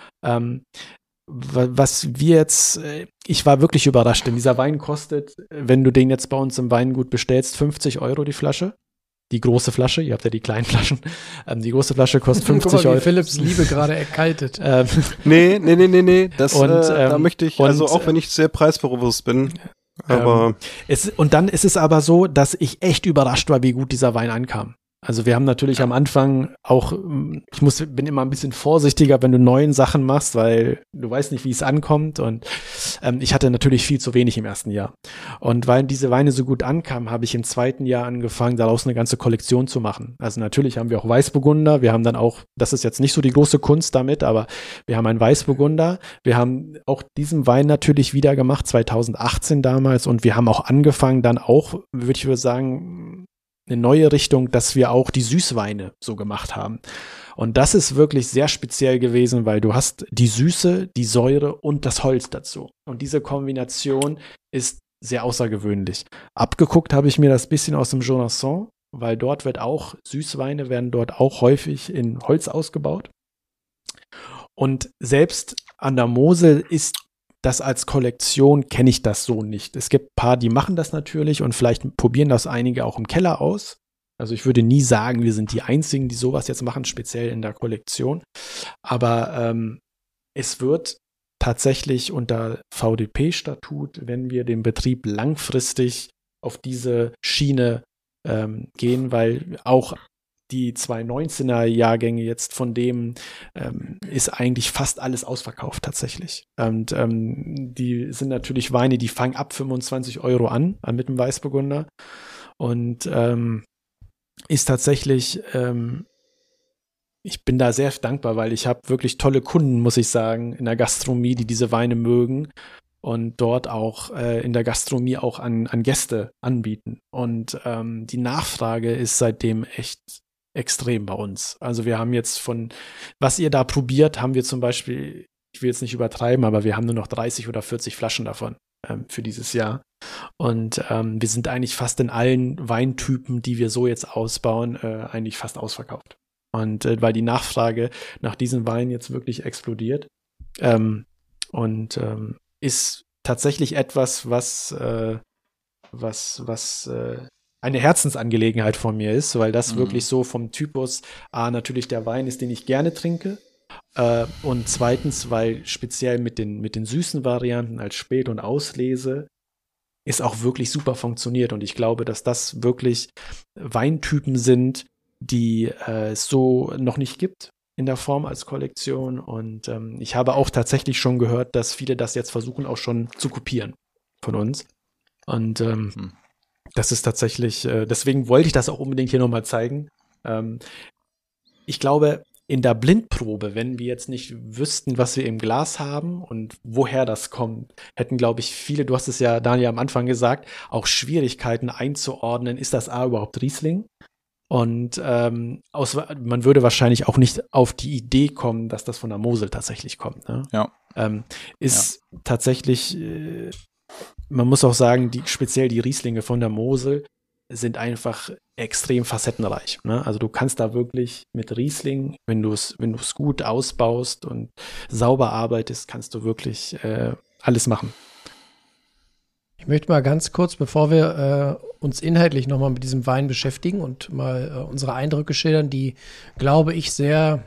Was wir jetzt, ich war wirklich überrascht, denn dieser Wein kostet, wenn du den jetzt bei uns im Weingut bestellst, 50 € die Flasche. Die große Flasche, ihr habt ja die kleinen Flaschen. Die große Flasche kostet 50 Guck mal, wie €. Philipps Liebe gerade erkaltet. Nee. Da möchte ich, also auch wenn ich sehr preisbewusst bin, aber. Und dann ist es aber so, dass ich echt überrascht war, wie gut dieser Wein ankam. Also wir haben natürlich am Anfang auch, bin immer ein bisschen vorsichtiger, wenn du neuen Sachen machst, weil du weißt nicht, wie es ankommt und ich hatte natürlich viel zu wenig im ersten Jahr. Und weil diese Weine so gut ankamen, habe ich im zweiten Jahr angefangen, daraus eine ganze Kollektion zu machen. Also natürlich haben wir auch Weißburgunder, wir haben dann auch, das ist jetzt nicht so die große Kunst damit, aber wir haben einen Weißburgunder, wir haben auch diesen Wein natürlich wieder gemacht, 2018 damals und wir haben auch angefangen dann auch, würde ich sagen, eine neue Richtung, dass wir auch die Süßweine so gemacht haben. Und das ist wirklich sehr speziell gewesen, weil du hast die Süße, die Säure und das Holz dazu. Und diese Kombination ist sehr außergewöhnlich. Abgeguckt habe ich mir das bisschen aus dem Jonasson, weil dort Süßweine werden dort auch häufig in Holz ausgebaut. Und selbst an der Mosel ist das als Kollektion, kenne ich das so nicht. Es gibt ein paar, die machen das natürlich und vielleicht probieren das einige auch im Keller aus. Also ich würde nie sagen, wir sind die Einzigen, die sowas jetzt machen, speziell in der Kollektion. Aber es wird tatsächlich unter VDP-Statut, wenn wir den Betrieb langfristig auf diese Schiene gehen, weil auch die 2019er Jahrgänge jetzt, von dem ist eigentlich fast alles ausverkauft tatsächlich. Und die sind natürlich Weine, die fangen ab 25 € an mit dem Weißburgunder und ist tatsächlich ich bin da sehr dankbar, weil ich habe wirklich tolle Kunden, muss ich sagen, in der Gastronomie, die diese Weine mögen und dort auch in der Gastronomie auch an Gäste anbieten. Und die Nachfrage ist seitdem echt extrem bei uns. Also wir haben jetzt was ihr da probiert, haben wir zum Beispiel, ich will jetzt nicht übertreiben, aber wir haben nur noch 30 oder 40 Flaschen davon für dieses Jahr. Und wir sind eigentlich fast in allen Weintypen, die wir so jetzt ausbauen, eigentlich fast ausverkauft. Und weil die Nachfrage nach diesen Weinen jetzt wirklich explodiert. Ist tatsächlich etwas, was eine Herzensangelegenheit von mir ist, weil das wirklich so vom Typus natürlich der Wein ist, den ich gerne trinke. Und zweitens, weil speziell mit den süßen Varianten als Spät- und Auslese es auch wirklich super funktioniert. Und ich glaube, dass das wirklich Weintypen sind, die es so noch nicht gibt in der Form als Kollektion. Und ich habe auch tatsächlich schon gehört, dass viele das jetzt versuchen, auch schon zu kopieren von uns. Und das ist tatsächlich, deswegen wollte ich das auch unbedingt hier nochmal zeigen. Ich glaube, in der Blindprobe, wenn wir jetzt nicht wüssten, was wir im Glas haben und woher das kommt, hätten, glaube ich, viele, du hast es ja, Daniel, am Anfang gesagt, auch Schwierigkeiten einzuordnen, ist das überhaupt Riesling? Und man würde wahrscheinlich auch nicht auf die Idee kommen, dass das von der Mosel tatsächlich kommt. Ne? Ja. Tatsächlich, man muss auch sagen, speziell die Rieslinge von der Mosel sind einfach extrem facettenreich. Ne? Also du kannst da wirklich mit Riesling, wenn du es gut ausbaust und sauber arbeitest, kannst du wirklich alles machen. Ich möchte mal ganz kurz, bevor wir uns inhaltlich nochmal mit diesem Wein beschäftigen und mal unsere Eindrücke schildern, die, glaube ich, sehr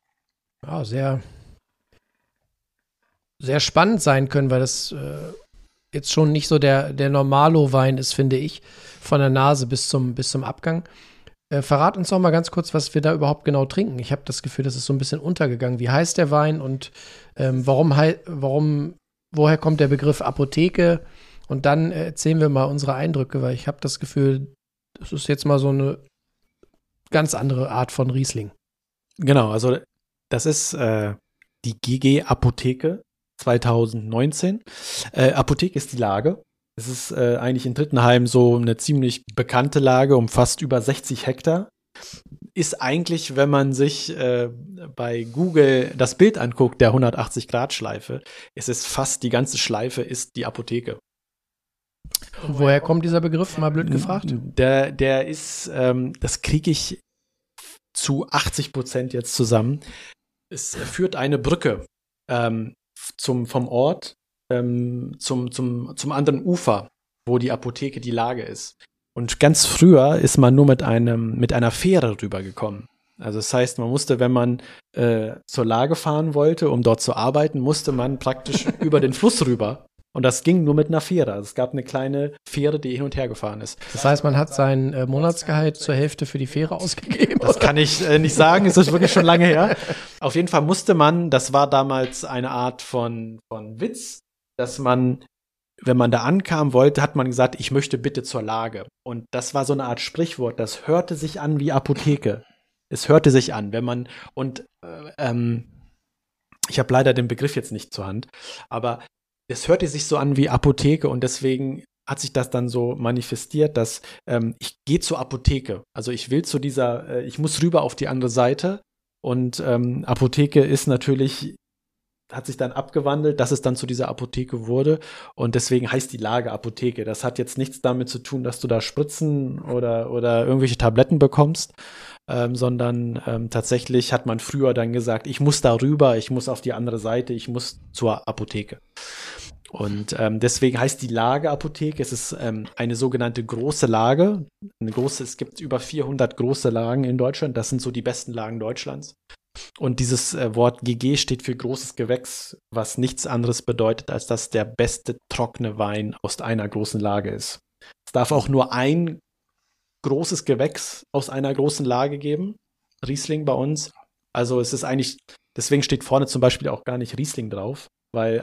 spannend sein können, weil das jetzt schon nicht so der Normalo-Wein ist, finde ich, von der Nase bis zum Abgang. Verrat uns doch mal ganz kurz, was wir da überhaupt genau trinken. Ich habe das Gefühl, das ist so ein bisschen untergegangen. Wie heißt der Wein und woher kommt der Begriff Apotheke? Und dann erzählen wir mal unsere Eindrücke, weil ich habe das Gefühl, das ist jetzt mal so eine ganz andere Art von Riesling. Genau, also das ist die GG Apotheke 2019. Apotheke ist die Lage. Es ist eigentlich in Drittenheim so eine ziemlich bekannte Lage, umfasst über 60 Hektar. Ist eigentlich, wenn man sich bei Google das Bild anguckt, der 180-Grad-Schleife, ist es fast die ganze Schleife ist die Apotheke. Und woher kommt dieser Begriff, mal blöd gefragt? Der ist, das kriege ich zu 80% jetzt zusammen. Es führt eine Brücke vom Ort zum anderen Ufer, wo die Apotheke die Lage ist. Und ganz früher ist man nur mit einer Fähre rübergekommen. Also das heißt, man musste, wenn man zur Lage fahren wollte, um dort zu arbeiten, musste man praktisch über den Fluss rüber. Und das ging nur mit einer Fähre. Also es gab eine kleine Fähre, die hin und her gefahren ist. Das heißt, man hat sein Monatsgehalt zur Hälfte für die Fähre ausgegeben? Das kann ich nicht sagen, es ist wirklich schon lange her. Auf jeden Fall musste man, das war damals eine Art von Witz, dass man, wenn man da ankamen wollte, hat man gesagt, ich möchte bitte zur Lage. Und das war so eine Art Sprichwort, das hörte sich an wie Apotheke. Es hörte sich an, wenn man, ich habe leider den Begriff jetzt nicht zur Hand, aber es hörte sich so an wie Apotheke und deswegen hat sich das dann so manifestiert, dass ich gehe zur Apotheke. Also ich will ich muss rüber auf die andere Seite und Apotheke ist natürlich, hat sich dann abgewandelt, dass es dann zu dieser Apotheke wurde und deswegen heißt die Lage Apotheke. Das hat jetzt nichts damit zu tun, dass du da Spritzen oder irgendwelche Tabletten bekommst, sondern tatsächlich hat man früher dann gesagt, ich muss da rüber, ich muss auf die andere Seite, ich muss zur Apotheke. Und deswegen heißt die Lage Apotheke. Es ist eine sogenannte große Lage. Es gibt über 400 große Lagen in Deutschland. Das sind so die besten Lagen Deutschlands. Und dieses Wort GG steht für großes Gewächs, was nichts anderes bedeutet, als dass der beste trockene Wein aus einer großen Lage ist. Es darf auch nur ein großes Gewächs aus einer großen Lage geben. Riesling bei uns. Also es ist eigentlich, deswegen steht vorne zum Beispiel auch gar nicht Riesling drauf, weil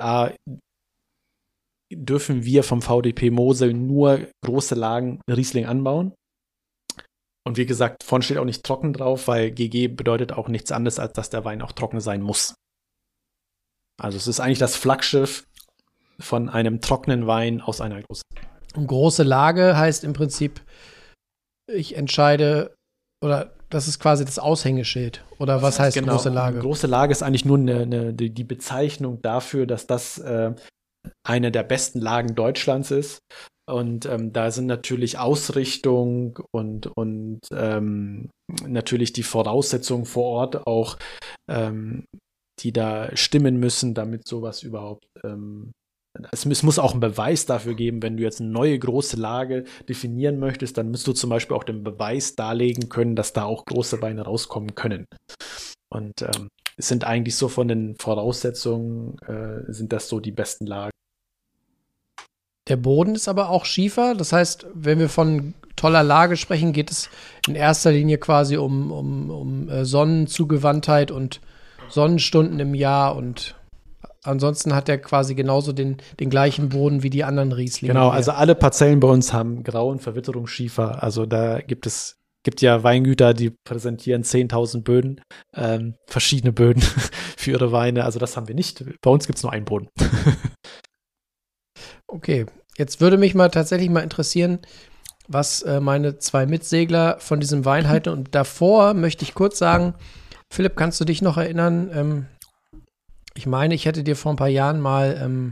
dürfen wir vom VDP Mosel nur große Lagen Riesling anbauen. Und wie gesagt, vorne steht auch nicht trocken drauf, weil GG bedeutet auch nichts anderes, als dass der Wein auch trocken sein muss. Also es ist eigentlich das Flaggschiff von einem trockenen Wein aus einer großen. Und große Lage heißt im Prinzip, ich entscheide, oder das ist quasi das Aushängeschild. Oder was heißt genau, große Lage? Große Lage ist eigentlich nur die Bezeichnung dafür, dass das eine der besten Lagen Deutschlands ist. Und da sind natürlich Ausrichtung und natürlich die Voraussetzungen vor Ort auch, die da stimmen müssen, damit sowas überhaupt es muss auch einen Beweis dafür geben, wenn du jetzt eine neue große Lage definieren möchtest, dann musst du zum Beispiel auch den Beweis darlegen können, dass da auch große Weine rauskommen können. Und es sind eigentlich so von den Voraussetzungen, sind das so die besten Lagen. Der Boden ist aber auch Schiefer. Das heißt, wenn wir von toller Lage sprechen, geht es in erster Linie quasi um Sonnenzugewandtheit und Sonnenstunden im Jahr. Und ansonsten hat er quasi genauso den gleichen Boden wie die anderen Rieslinge. Genau, also alle Parzellen bei uns haben grauen Verwitterungsschiefer. Also da gibt ja Weingüter, die präsentieren 10.000 Böden, verschiedene Böden für ihre Weine. Also das haben wir nicht. Bei uns gibt es nur einen Boden. Okay, jetzt würde mich tatsächlich mal interessieren, was meine zwei Mitsegler von diesem Wein halten. Und davor möchte ich kurz sagen, Philipp, kannst du dich noch erinnern? Ich meine, ich hätte dir vor ein paar Jahren mal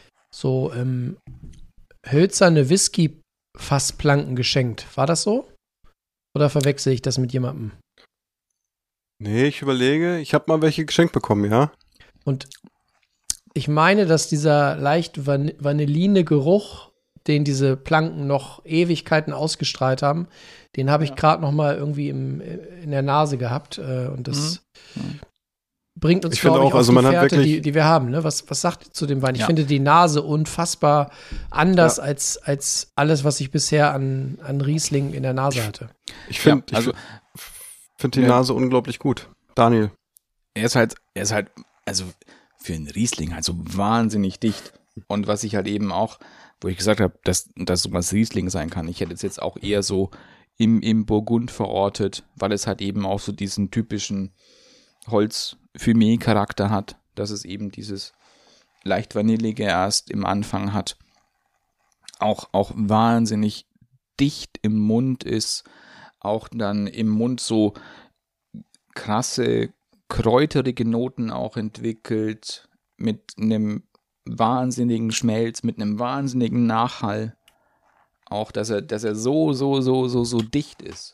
hölzerne Whisky-Fassplanken geschenkt. War das so? Oder verwechsel ich das mit jemandem? Nee, ich überlege. Ich habe mal welche geschenkt bekommen, ja. Und ich meine, dass dieser leicht vanilline Geruch, den diese Planken noch Ewigkeiten ausgestrahlt haben, den habe ich gerade noch mal irgendwie in der Nase gehabt. Und das bringt uns, glaube ich, auf die Fährte, die wir haben. Ne? Was sagt ihr zu dem Wein? Ich finde die Nase unfassbar anders als alles, was ich bisher an Riesling in der Nase hatte. Ich finde die Nase unglaublich gut. Daniel. Er ist halt, also für einen Riesling halt so wahnsinnig dicht. Und was ich halt eben auch, wo ich gesagt habe, dass sowas Riesling sein kann, ich hätte es jetzt auch eher so im Burgund verortet, weil es halt eben auch so diesen typischen Holz-Fumé-Charakter hat, dass es eben dieses leicht Vanillige erst im Anfang hat, auch wahnsinnig dicht im Mund ist, auch dann im Mund so krasse kräuterige Noten auch entwickelt, mit einem wahnsinnigen Schmelz, mit einem wahnsinnigen Nachhall. Auch, dass er so dicht ist.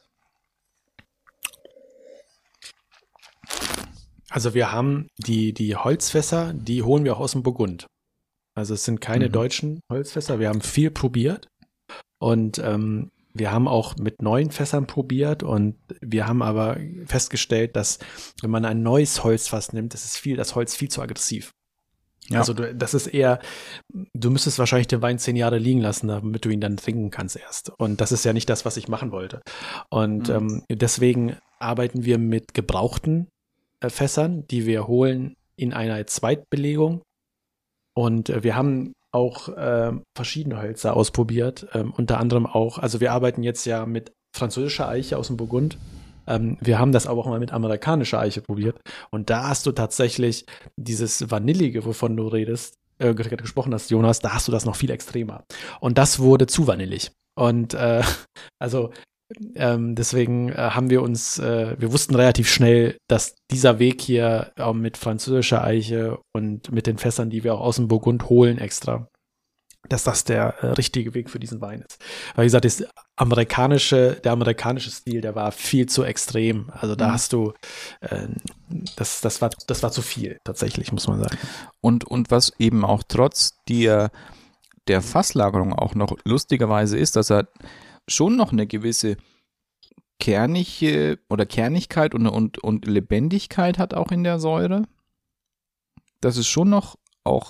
Also wir haben die Holzfässer, die holen wir auch aus dem Burgund. Also es sind keine deutschen Holzfässer, wir haben viel probiert und wir haben auch mit neuen Fässern probiert und wir haben aber festgestellt, dass wenn man ein neues Holzfass nimmt, das Holz viel zu aggressiv. Ja. Also das ist eher, du müsstest wahrscheinlich den Wein 10 Jahre liegen lassen, damit du ihn dann trinken kannst erst. Und das ist ja nicht das, was ich machen wollte. Und deswegen arbeiten wir mit gebrauchten Fässern, die wir holen in einer Zweitbelegung. Und wir haben auch verschiedene Hölzer ausprobiert, unter anderem auch, also wir arbeiten jetzt ja mit französischer Eiche aus dem Burgund. Wir haben das aber auch mal mit amerikanischer Eiche probiert und da hast du tatsächlich dieses Vanillige, wovon du gesprochen hast, Jonas, da hast du das noch viel extremer. Und das wurde zu vanillig. Und deswegen haben wir wir wussten relativ schnell, dass dieser Weg hier mit französischer Eiche und mit den Fässern, die wir auch aus dem Burgund holen extra, dass das der richtige Weg für diesen Wein ist. Weil wie gesagt, der amerikanische Stil, der war viel zu extrem. Also da hast du, das war zu viel, tatsächlich, muss man sagen. Und was eben auch trotz der Fasslagerung auch noch lustigerweise ist, dass er schon noch eine gewisse Kernigkeit und Lebendigkeit hat auch in der Säure. Dass es schon noch auch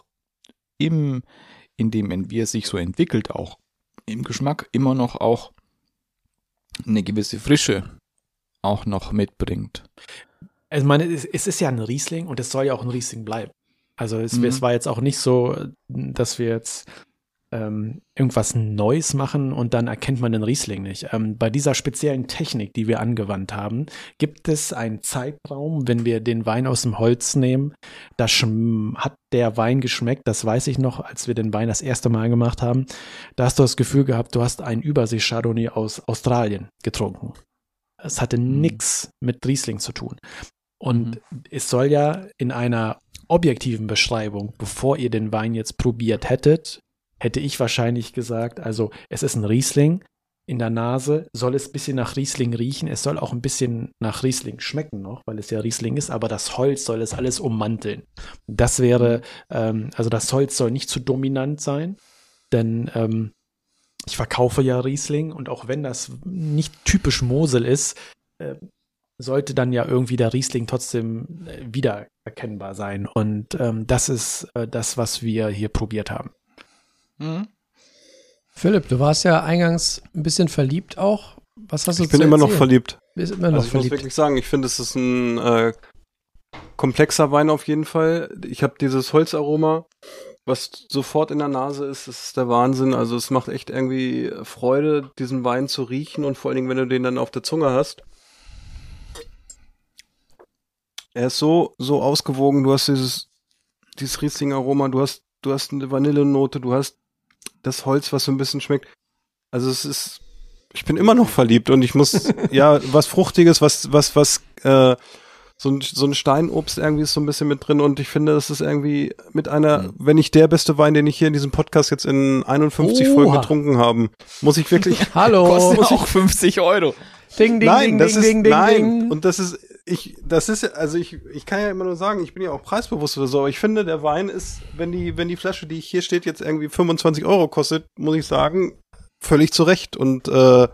wie es sich so entwickelt, auch im Geschmack immer noch auch eine gewisse Frische auch noch mitbringt. Also ich meine, es ist ja ein Riesling und es soll ja auch ein Riesling bleiben. Also es war jetzt auch nicht so, dass wir jetzt irgendwas Neues machen und dann erkennt man den Riesling nicht. Bei dieser speziellen Technik, die wir angewandt haben, gibt es einen Zeitraum, wenn wir den Wein aus dem Holz nehmen, da hat der Wein geschmeckt, das weiß ich noch, als wir den Wein das erste Mal gemacht haben, da hast du das Gefühl gehabt, du hast einen Übersee-Chardonnay aus Australien getrunken. Es hatte nichts mit Riesling zu tun. Und es soll ja in einer objektiven Beschreibung, bevor ihr den Wein jetzt probiert hättet, hätte ich wahrscheinlich gesagt, also es ist ein Riesling, in der Nase soll es ein bisschen nach Riesling riechen, es soll auch ein bisschen nach Riesling schmecken noch, weil es ja Riesling ist, aber das Holz soll es alles ummanteln. Das wäre, also das Holz soll nicht zu dominant sein, denn ich verkaufe ja Riesling und auch wenn das nicht typisch Mosel ist, sollte dann ja irgendwie der Riesling trotzdem wiedererkennbar sein. Und das ist das, was wir hier probiert haben. Philipp, du warst ja eingangs ein bisschen verliebt auch. Was hast du Ich bin immer noch verliebt. Bist immer noch Also ich muss verliebt. wirklich sagen, ich finde, es ist ein komplexer Wein auf jeden Fall. Ich habe dieses Holzaroma, was sofort in der Nase ist, das ist der Wahnsinn. Also es macht echt irgendwie Freude, diesen Wein zu riechen und vor allen Dingen, wenn du den dann auf der Zunge hast. Er ist so ausgewogen, du hast dieses Riesling-Aroma, du hast eine Vanillenote, du hast das Holz, was so ein bisschen schmeckt. Also ich bin immer noch verliebt und ich muss, ja, was Fruchtiges, so ein Steinobst irgendwie ist so ein bisschen mit drin und ich finde, das ist irgendwie wenn nicht der beste Wein, den ich hier in diesem Podcast jetzt in 51 Folgen getrunken habe, muss ich wirklich. Hallo. Kostet auch 50 €. Ding, ding, Nein, ding, ding, ding, nein. ding. Und ich kann ja immer nur sagen, ich bin ja auch preisbewusst oder so, aber ich finde, der Wein ist, wenn die Flasche, die hier steht, jetzt irgendwie 25 € kostet, muss ich sagen, völlig zu Recht. Und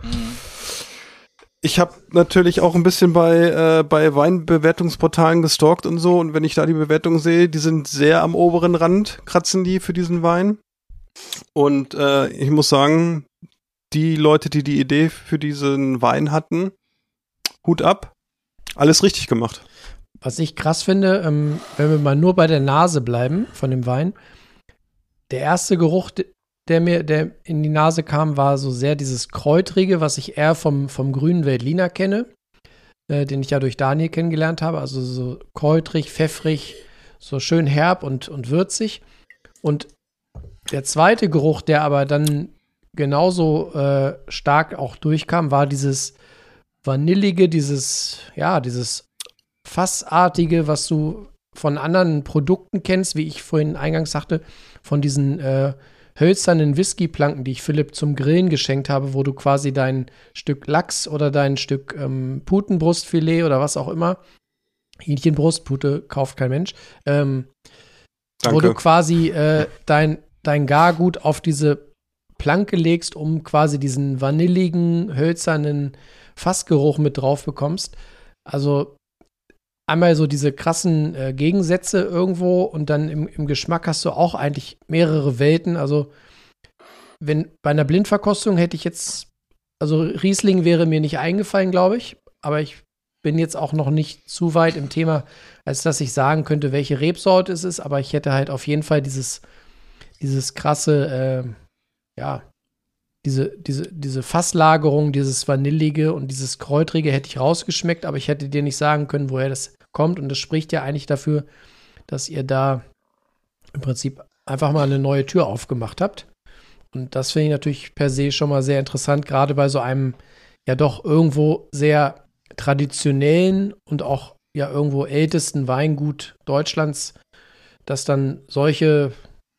ich habe natürlich auch ein bisschen bei Weinbewertungsportalen gestalkt und so. Und wenn ich da die Bewertungen sehe, die sind sehr am oberen Rand, kratzen die für diesen Wein. Und ich muss sagen, die Leute, die die Idee für diesen Wein hatten, Hut ab, alles richtig gemacht. Was ich krass finde, wenn wir mal nur bei der Nase bleiben von dem Wein, der erste Geruch, der in die Nase kam, war so sehr dieses Kräutrige, was ich eher vom grünen Veltliner kenne, den ich ja durch Daniel kennengelernt habe. Also so kräutrig, pfeffrig, so schön herb und würzig. Und der zweite Geruch, der aber dann genauso stark auch durchkam, war dieses Vanillige, dieses Fassartige, was du von anderen Produkten kennst, wie ich vorhin eingangs sagte, von diesen hölzernen Whiskyplanken, die ich Philipp zum Grillen geschenkt habe, wo du quasi dein Stück Lachs oder dein Stück Putenbrustfilet oder was auch immer, Hähnchenbrustpute kauft kein Mensch, wo du quasi dein Gargut auf diese Planke legst, um quasi diesen vanilligen, hölzernen Fassgeruch mit drauf bekommst. Also einmal so diese krassen Gegensätze irgendwo und dann im Geschmack hast du auch eigentlich mehrere Welten. Also bei einer Blindverkostung hätte ich jetzt, also Riesling wäre mir nicht eingefallen, glaube ich, aber ich bin jetzt auch noch nicht zu weit im Thema, als dass ich sagen könnte, welche Rebsorte es ist, aber ich hätte halt auf jeden Fall dieses krasse, diese Fasslagerung, dieses Vanillige und dieses Kräutrige hätte ich rausgeschmeckt, aber ich hätte dir nicht sagen können, woher das kommt. Und das spricht ja eigentlich dafür, dass ihr da im Prinzip einfach mal eine neue Tür aufgemacht habt. Und das finde ich natürlich per se schon mal sehr interessant, gerade bei so einem ja doch irgendwo sehr traditionellen und auch ja irgendwo ältesten Weingut Deutschlands, dass dann solche,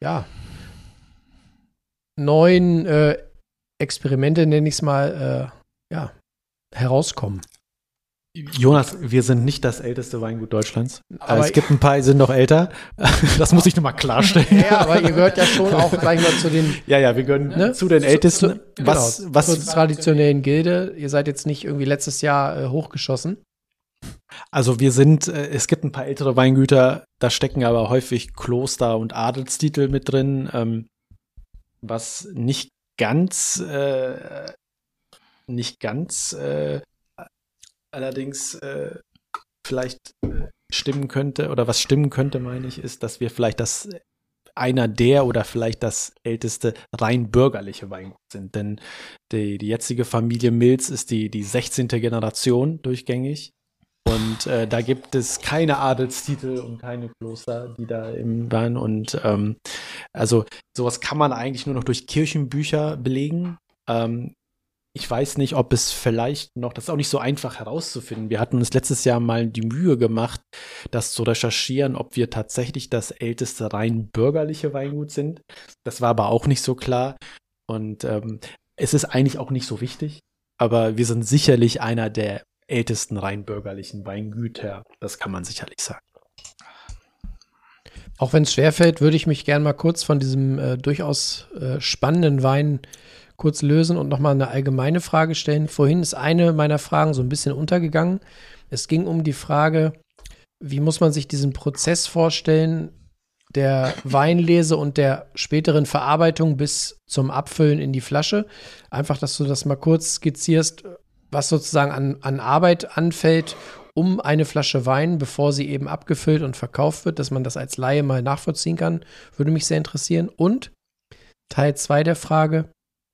neuen Experimente, nenne ich es mal, herauskommen. Jonas, wir sind nicht das älteste Weingut Deutschlands. Aber es gibt ein paar, die sind noch älter. Das muss ich nochmal klarstellen. Ja, aber ihr gehört ja schon auch, sag ich mal, zu den wir gehören zu den ältesten. Zur traditionellen Gilde. Ihr seid jetzt nicht irgendwie letztes Jahr hochgeschossen. Also es gibt ein paar ältere Weingüter, da stecken aber häufig Kloster- und Adelstitel mit drin, was nicht ganz allerdings vielleicht stimmen könnte, oder was stimmen könnte, meine ich, ist, dass wir vielleicht das einer der oder vielleicht das älteste rein bürgerliche Weingut sind. Denn die jetzige Familie Milz ist die 16. Generation durchgängig. Und da gibt es keine Adelstitel und keine Kloster, die da waren. Und also sowas kann man eigentlich nur noch durch Kirchenbücher belegen. Ich weiß nicht, ob es vielleicht noch, das ist auch nicht so einfach herauszufinden. Wir hatten uns letztes Jahr mal die Mühe gemacht, das zu recherchieren, ob wir tatsächlich das älteste rein bürgerliche Weingut sind. Das war aber auch nicht so klar. Und es ist eigentlich auch nicht so wichtig. Aber wir sind sicherlich einer der ältesten rein bürgerlichen Weingüter. Das kann man sicherlich sagen. Auch wenn es schwerfällt, würde ich mich gerne mal kurz von diesem durchaus spannenden Wein kurz lösen und nochmal eine allgemeine Frage stellen. Vorhin ist eine meiner Fragen so ein bisschen untergegangen. Es ging um die Frage, wie muss man sich diesen Prozess vorstellen, der Weinlese und der späteren Verarbeitung bis zum Abfüllen in die Flasche. Einfach, dass du das mal kurz skizzierst, was sozusagen an Arbeit anfällt, um eine Flasche Wein, bevor sie eben abgefüllt und verkauft wird, dass man das als Laie mal nachvollziehen kann, würde mich sehr interessieren. Und Teil 2 der Frage: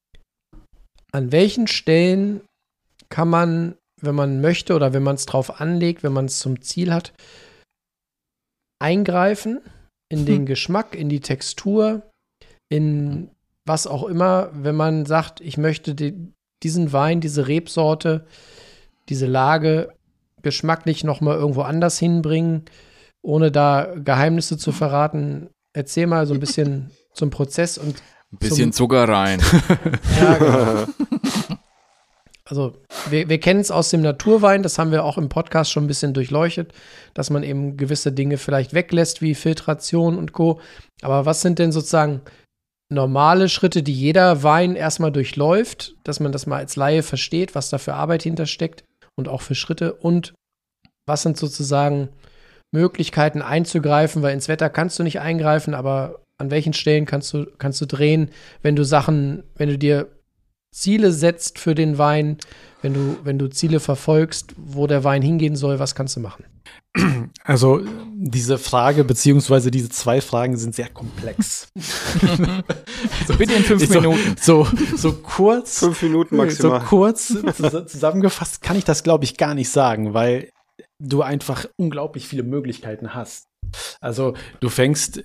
An welchen Stellen kann man, wenn man möchte oder wenn man es drauf anlegt, wenn man es zum Ziel hat, eingreifen in den Geschmack, in die Textur, in was auch immer, wenn man sagt, ich möchte diesen Wein, diese Rebsorte, diese Lage geschmacklich nochmal irgendwo anders hinbringen, ohne da Geheimnisse zu verraten. Erzähl mal so ein bisschen zum Prozess und ein bisschen Zucker rein. Ja, genau. Also wir kennen es aus dem Naturwein, das haben wir auch im Podcast schon ein bisschen durchleuchtet, dass man eben gewisse Dinge vielleicht weglässt, wie Filtration und Co. Aber was sind denn sozusagen normale Schritte, die jeder Wein erstmal durchläuft, dass man das mal als Laie versteht, was da für Arbeit hintersteckt und auch für Schritte, und was sind sozusagen Möglichkeiten einzugreifen, weil ins Wetter kannst du nicht eingreifen, aber an welchen Stellen kannst du drehen, wenn du dir Ziele setzt für den Wein, wenn du Ziele verfolgst, wo der Wein hingehen soll, was kannst du machen? Also diese Frage beziehungsweise diese zwei Fragen sind sehr komplex. So bitte in 5 Minuten. So kurz. 5 Minuten maximal. So kurz zusammengefasst kann ich das, glaube ich, gar nicht sagen, weil du einfach unglaublich viele Möglichkeiten hast. Also du fängst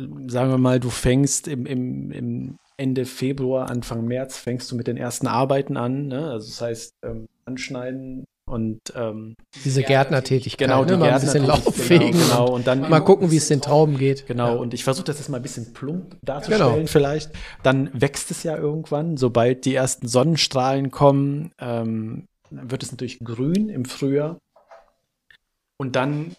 im Ende Februar, Anfang März fängst du mit den ersten Arbeiten an, ne? Also das heißt, anschneiden und diese Gärtnertätigkeit, genau, die mal ein bisschen Laub fegen, genau, und dann mal gucken, wie es den Trauben geht. Genau, und ich versuche das jetzt mal ein bisschen plump darzustellen vielleicht. Dann wächst es ja irgendwann, sobald die ersten Sonnenstrahlen kommen, wird es natürlich grün im Frühjahr. Und dann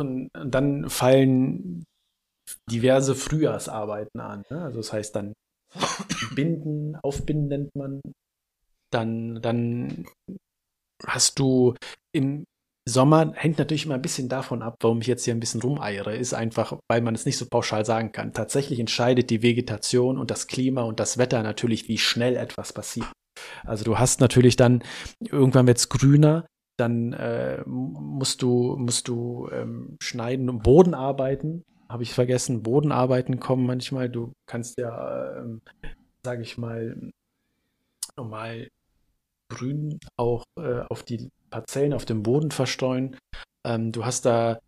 fallen diverse Frühjahrsarbeiten an. Ne? Also das heißt dann Aufbinden nennt man. Dann hast du im Sommer, hängt natürlich immer ein bisschen davon ab, warum ich jetzt hier ein bisschen rumeiere, ist einfach, weil man es nicht so pauschal sagen kann. Tatsächlich entscheidet die Vegetation und das Klima und das Wetter natürlich, wie schnell etwas passiert. Also du hast natürlich dann, irgendwann wird es grüner, dann musst du schneiden und Bodenarbeiten. Habe ich vergessen, Bodenarbeiten kommen manchmal. Du kannst ja, sage ich mal, normal Grün auch auf die Parzellen auf dem Boden verstreuen. Du hast da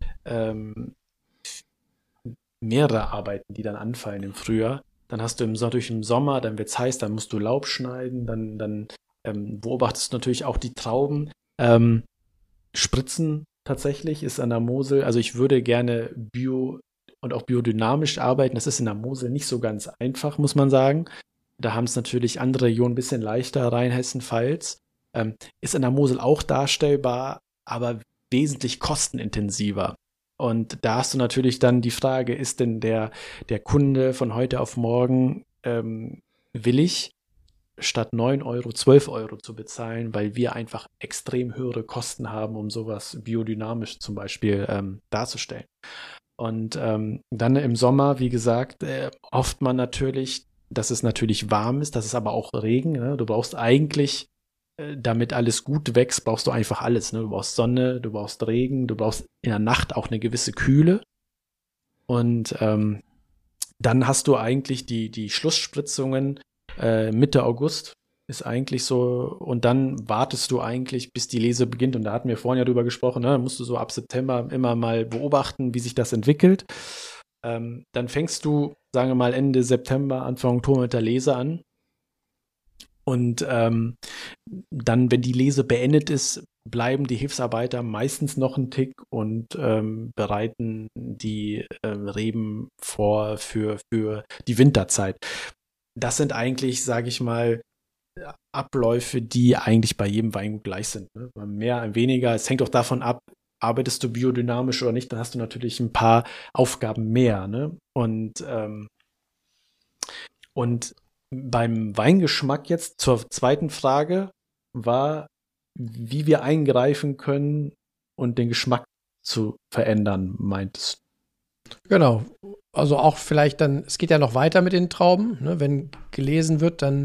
mehrere Arbeiten, die dann anfallen im Frühjahr. Dann hast du natürlich im Sommer, dann wird es heiß, dann musst du Laub schneiden, dann beobachtest du natürlich auch die Trauben. Spritzen tatsächlich ist an der Mosel, also ich würde gerne bio und auch biodynamisch arbeiten. Das ist in der Mosel nicht so ganz einfach, muss man sagen. Da haben es natürlich andere Regionen ein bisschen leichter, Rheinhessen, Pfalz. Ist in der Mosel auch darstellbar, aber wesentlich kostenintensiver. Und da hast du natürlich dann die Frage, ist denn der Kunde von heute auf morgen willig, statt 9 Euro 12 Euro zu bezahlen, weil wir einfach extrem höhere Kosten haben, um sowas biodynamisch zum Beispiel darzustellen. Und dann im Sommer, wie gesagt, hofft man natürlich, dass es natürlich warm ist, dass es aber auch Regen. Ne? Du brauchst eigentlich, damit alles gut wächst, brauchst du einfach alles. Ne? Du brauchst Sonne, du brauchst Regen, du brauchst in der Nacht auch eine gewisse Kühle. Und dann hast du eigentlich die Schlussspritzungen Mitte August ist eigentlich so, und dann wartest du eigentlich, bis die Lese beginnt, und da hatten wir vorhin ja drüber gesprochen, ne? Musst du so ab September immer mal beobachten, wie sich das entwickelt. Dann fängst du, sagen wir mal, Ende September, Anfang Oktober mit der Lese an. Und dann, wenn die Lese beendet ist, bleiben die Hilfsarbeiter meistens noch einen Tick und bereiten die Reben vor für die Winterzeit. Das sind eigentlich, sage ich mal, Abläufe, die eigentlich bei jedem Weingut gleich sind. Ne? Mehr, ein weniger. Es hängt auch davon ab, arbeitest du biodynamisch oder nicht, dann hast du natürlich ein paar Aufgaben mehr. Ne? Und beim Weingeschmack jetzt zur zweiten Frage war, wie wir eingreifen können und den Geschmack zu verändern, meintest du? Genau. Also auch vielleicht dann, es geht ja noch weiter mit den Trauben. Ne? Wenn gelesen wird, dann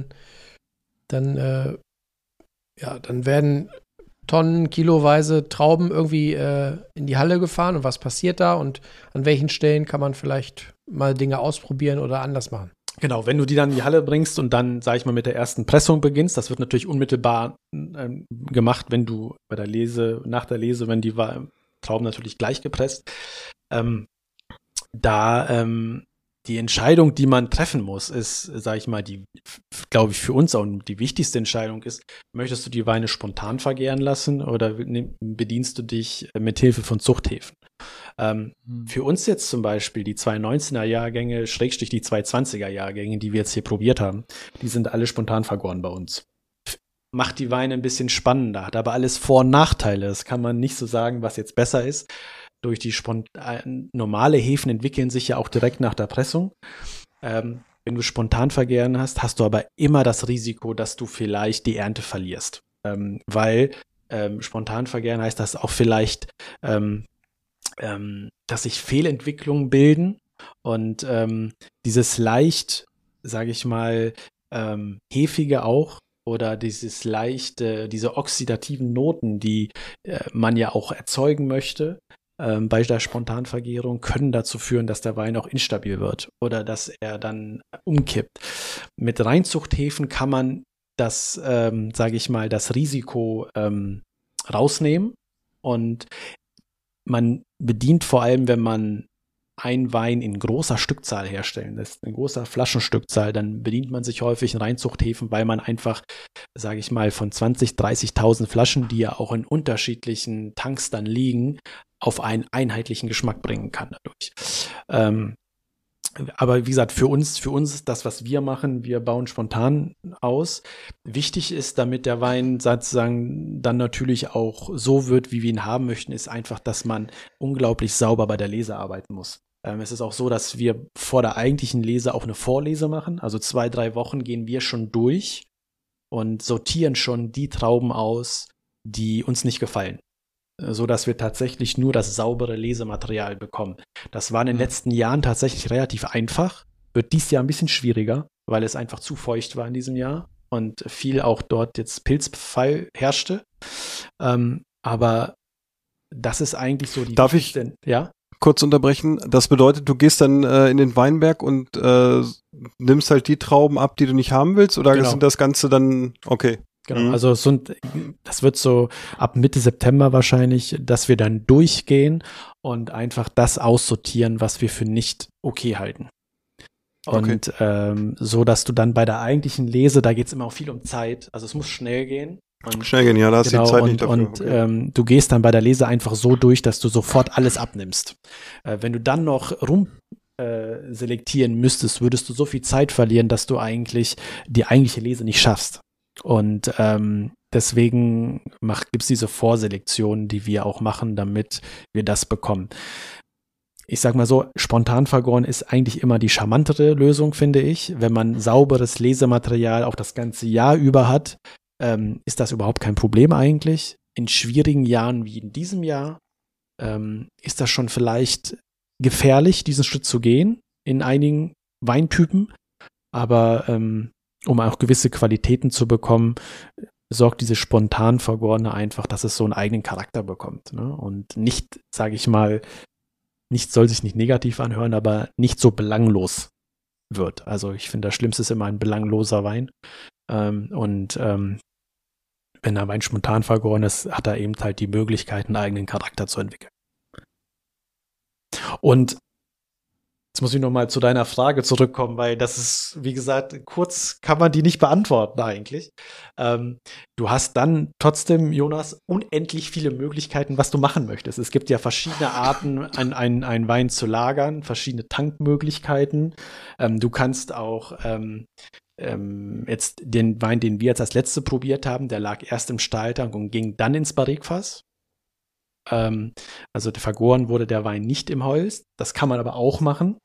werden Tonnen, kiloweise Trauben irgendwie in die Halle gefahren. Und was passiert da? Und an welchen Stellen kann man vielleicht mal Dinge ausprobieren oder anders machen? Genau, wenn du die dann in die Halle bringst und dann, sag ich mal, mit der ersten Pressung beginnst, das wird natürlich unmittelbar gemacht, wenn du nach der Lese, wenn die Trauben natürlich gleich gepresst, die Entscheidung, die man treffen muss, ist, sage ich mal, die, glaube ich, für uns auch die wichtigste Entscheidung ist, möchtest du die Weine spontan vergären lassen oder bedienst du dich mit Hilfe von Zuchthäfen? Für uns jetzt zum Beispiel die 219er Jahrgänge, / die 220er Jahrgänge, die wir jetzt hier probiert haben, die sind alle spontan vergoren bei uns. Macht die Weine ein bisschen spannender, hat aber alles Vor- und Nachteile. Das kann man nicht so sagen, was jetzt besser ist. Durch die normale Hefen entwickeln sich ja auch direkt nach der Pressung. Wenn du spontan vergären hast du aber immer das Risiko, dass du vielleicht die Ernte verlierst. Weil spontan vergären heißt, dass auch vielleicht, dass sich Fehlentwicklungen bilden und dieses leicht, sage ich mal, hefige auch, oder dieses leichte, diese oxidativen Noten, die man ja auch erzeugen möchte, bei der Spontanvergärung, können dazu führen, dass der Wein auch instabil wird oder dass er dann umkippt. Mit Reinzuchthäfen kann man das, sage ich mal, das Risiko rausnehmen, und man bedient vor allem, wenn man einen Wein in großer Stückzahl herstellen lässt, in großer Flaschenstückzahl, dann bedient man sich häufig in Reinzuchthäfen, weil man einfach, sage ich mal, von 20.000, 30.000 Flaschen, die ja auch in unterschiedlichen Tanks dann liegen, auf einen einheitlichen Geschmack bringen kann dadurch. Aber wie gesagt, für uns ist das, was wir machen, wir bauen spontan aus. Wichtig ist, damit der Wein sozusagen dann natürlich auch so wird, wie wir ihn haben möchten, ist einfach, dass man unglaublich sauber bei der Lese arbeiten muss. Es ist auch so, dass wir vor der eigentlichen Lese auch eine Vorlese machen. Also 2-3 Wochen gehen wir schon durch und sortieren schon die Trauben aus, die uns nicht gefallen, so dass wir tatsächlich nur das saubere Lesematerial bekommen. Das war in den letzten Jahren tatsächlich relativ einfach. Wird dieses Jahr ein bisschen schwieriger, weil es einfach zu feucht war in diesem Jahr und viel auch dort jetzt Pilzbefall herrschte. Aber das ist eigentlich so die... Darf ich ja? kurz unterbrechen? Das bedeutet, du gehst dann in den Weinberg und nimmst halt die Trauben ab, die du nicht haben willst? Oder sind das Ganze dann... Okay. Genau, also das wird so ab Mitte September wahrscheinlich, dass wir dann durchgehen und einfach das aussortieren, was wir für nicht okay halten. Und so, dass du dann bei der eigentlichen Lese, da geht es immer auch viel um Zeit, also es muss schnell gehen. Schnell gehen, ja, da hast du die Zeit nicht dafür. Und du gehst dann bei der Lese einfach so durch, dass du sofort alles abnimmst. Wenn du dann noch selektieren müsstest, würdest du so viel Zeit verlieren, dass du eigentlich die eigentliche Lese nicht schaffst. Und deswegen gibt es diese Vorselektion, die wir auch machen, damit wir das bekommen. Ich sag mal so, spontan vergoren ist eigentlich immer die charmantere Lösung, finde ich. Wenn man sauberes Lesematerial auch das ganze Jahr über hat, ist das überhaupt kein Problem eigentlich. In schwierigen Jahren wie in diesem Jahr ist das schon vielleicht gefährlich, diesen Schritt zu gehen in einigen Weintypen. Aber um auch gewisse Qualitäten zu bekommen, sorgt diese spontan vergorene einfach, dass es so einen eigenen Charakter bekommt. Ne? Und nicht, sage ich mal, soll sich nicht negativ anhören, aber nicht so belanglos wird. Also ich finde, das Schlimmste ist immer ein belangloser Wein. Wenn der Wein spontan vergoren ist, hat er eben halt die Möglichkeit, einen eigenen Charakter zu entwickeln. Und jetzt muss ich nochmal zu deiner Frage zurückkommen, weil das ist, wie gesagt, kurz kann man die nicht beantworten eigentlich. Du hast dann trotzdem, Jonas, unendlich viele Möglichkeiten, was du machen möchtest. Es gibt ja verschiedene Arten, einen Wein zu lagern, verschiedene Tankmöglichkeiten. Du kannst auch jetzt den Wein, den wir jetzt als letzte probiert haben, der lag erst im Stahltank und ging dann ins Barrikfass. Also vergoren wurde der Wein nicht im Holz. Das kann man aber auch machen.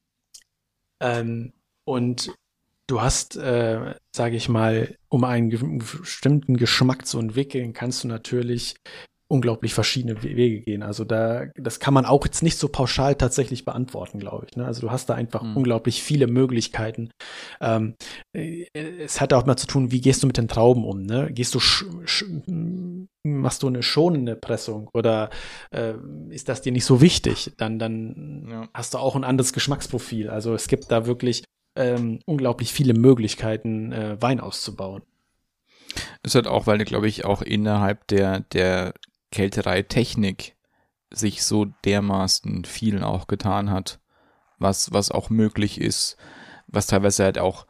Und du hast, sage ich mal, um einen bestimmten Geschmack zu entwickeln, kannst du natürlich unglaublich verschiedene Wege gehen. Also das kann man auch jetzt nicht so pauschal tatsächlich beantworten, glaube ich. Ne? Also du hast da einfach unglaublich viele Möglichkeiten. Es hat auch mal zu tun, wie gehst du mit den Trauben um? Ne? Machst du eine schonende Pressung oder ist das dir nicht so wichtig? Dann hast du auch ein anderes Geschmacksprofil. Also es gibt da wirklich unglaublich viele Möglichkeiten, Wein auszubauen. Es hat auch, weil, glaube ich, auch innerhalb der Kältereitechnik sich so dermaßen viel auch getan hat, was auch möglich ist, was teilweise halt auch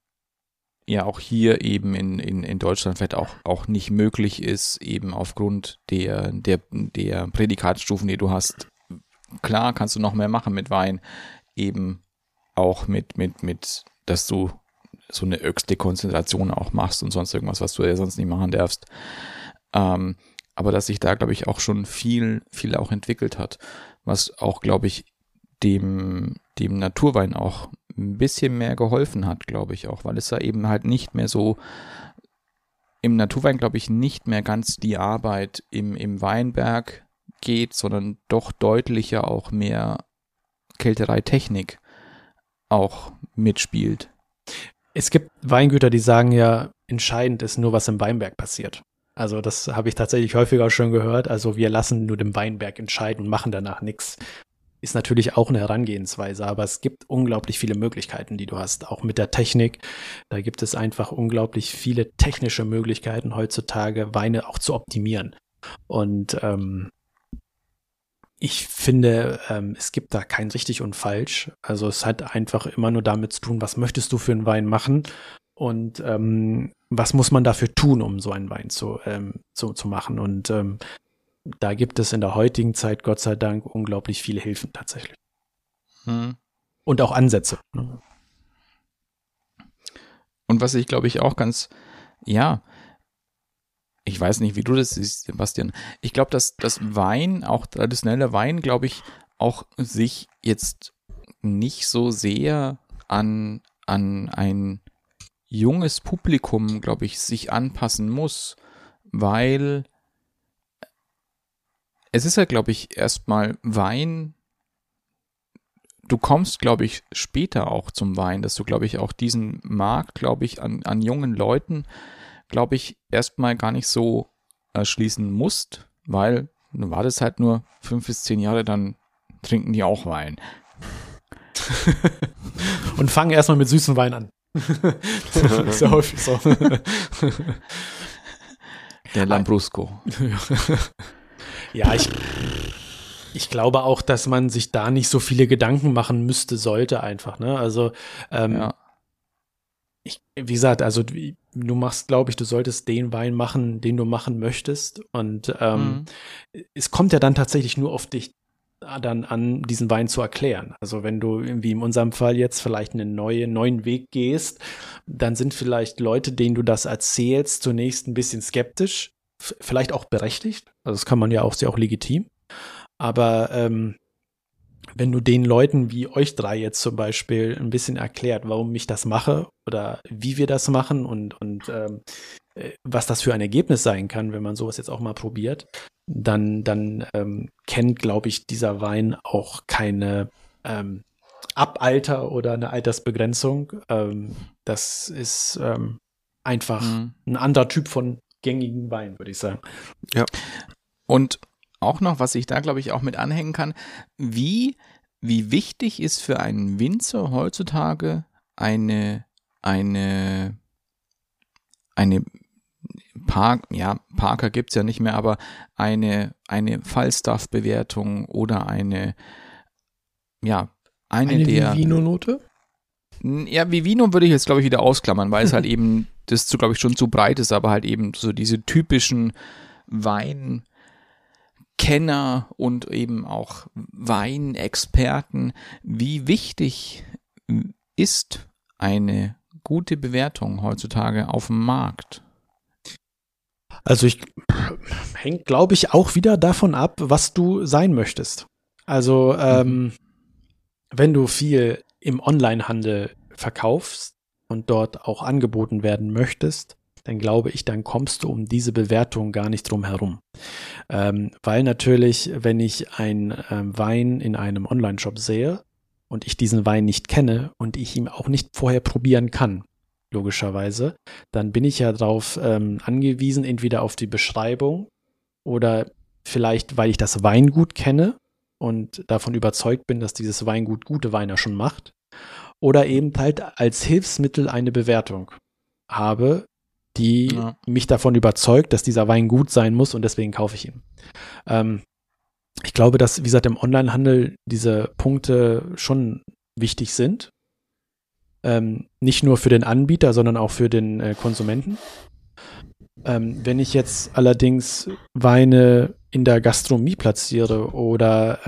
hier eben in Deutschland vielleicht auch nicht möglich ist, eben aufgrund der Prädikatstufen, die du hast. Klar kannst du noch mehr machen mit Wein, eben auch mit dass du so eine höchste Konzentration auch machst und sonst irgendwas, was du ja sonst nicht machen darfst. Aber dass sich da, glaube ich, auch schon viel auch entwickelt hat, was auch, glaube ich, dem Naturwein auch ein bisschen mehr geholfen hat, glaube ich auch, weil es da eben halt nicht mehr so im Naturwein, glaube ich, nicht mehr ganz die Arbeit im Weinberg geht, sondern doch deutlicher auch mehr Kältereitechnik auch mitspielt. Es gibt Weingüter, die sagen ja, entscheidend ist nur, was im Weinberg passiert. Also das habe ich tatsächlich häufiger schon gehört. Also wir lassen nur den Weinberg entscheiden und machen danach nichts. Ist natürlich auch eine Herangehensweise, aber es gibt unglaublich viele Möglichkeiten, die du hast, auch mit der Technik. Da gibt es einfach unglaublich viele technische Möglichkeiten heutzutage, Weine auch zu optimieren. Und ich finde, es gibt da kein richtig und falsch. Also es hat einfach immer nur damit zu tun, was möchtest du für einen Wein machen und was muss man dafür tun, um so einen Wein zu machen. Und da gibt es in der heutigen Zeit, Gott sei Dank, unglaublich viele Hilfen tatsächlich. Und auch Ansätze. Ne? Und was ich, glaube ich, auch ganz, ich weiß nicht, wie du das siehst, Sebastian. Ich glaube, dass das Wein, auch traditioneller Wein, glaube ich, auch sich jetzt nicht so sehr an ein junges Publikum, glaube ich, sich anpassen muss, weil es ist ja, glaube ich, erstmal Wein. Du kommst, glaube ich, später auch zum Wein, dass du, glaube ich, auch diesen Markt, glaube ich, an jungen Leuten, glaube ich, erstmal gar nicht so erschließen musst, weil du wartest halt nur 5 bis 10 Jahre, dann trinken die auch Wein. Und fangen erstmal mit süßen Wein an. Ist ja häufig so. Der Lambrusco. Ja, ich glaube auch, dass man sich da nicht so viele Gedanken machen sollte einfach, ne? Also, wie gesagt, also du machst, glaube ich, du solltest den Wein machen, den du machen möchtest. Und es kommt ja dann tatsächlich nur auf dich dann an, diesen Wein zu erklären. Also wenn du, wie in unserem Fall jetzt, vielleicht einen neuen Weg gehst, dann sind vielleicht Leute, denen du das erzählst, zunächst ein bisschen skeptisch, vielleicht auch berechtigt. Also das kann man ja auch, sehr auch legitim. Aber wenn du den Leuten wie euch drei jetzt zum Beispiel ein bisschen erklärt, warum ich das mache oder wie wir das machen und was das für ein Ergebnis sein kann, wenn man sowas jetzt auch mal probiert, dann kennt, glaube ich, dieser Wein auch keine Abalter oder eine Altersbegrenzung. Das ist einfach ein anderer Typ von gängigen Wein, würde ich sagen. Ja. Und auch noch, was ich da, glaube ich, auch mit anhängen kann, wie wie wichtig ist für einen Winzer heutzutage eine Parker gibt's ja nicht mehr, aber eine Falstaff-Bewertung oder eine der Vivino-Note? Ja, Vivino würde ich jetzt, glaube ich, wieder ausklammern, weil es halt eben, das glaube ich, schon zu breit ist, aber halt eben so diese typischen Weinkenner und eben auch Weinexperten. Wie wichtig ist eine gute Bewertung heutzutage auf dem Markt? Also hängt, glaube ich, auch wieder davon ab, was du sein möchtest. Also wenn du viel im Onlinehandel verkaufst und dort auch angeboten werden möchtest, dann glaube ich, dann kommst du um diese Bewertung gar nicht drum herum. Weil natürlich, wenn ich einen Wein in einem Online-Shop sehe und ich diesen Wein nicht kenne und ich ihn auch nicht vorher probieren kann, logischerweise, dann bin ich ja darauf angewiesen, entweder auf die Beschreibung oder vielleicht, weil ich das Weingut kenne und davon überzeugt bin, dass dieses Weingut gute Weine schon macht, oder eben halt als Hilfsmittel eine Bewertung habe, die mich davon überzeugt, dass dieser Wein gut sein muss und deswegen kaufe ich ihn. Ich glaube, dass, wie gesagt, im Onlinehandel diese Punkte schon wichtig sind. Nicht nur für den Anbieter, sondern auch für den Konsumenten. Wenn ich jetzt allerdings Weine in der Gastronomie platziere oder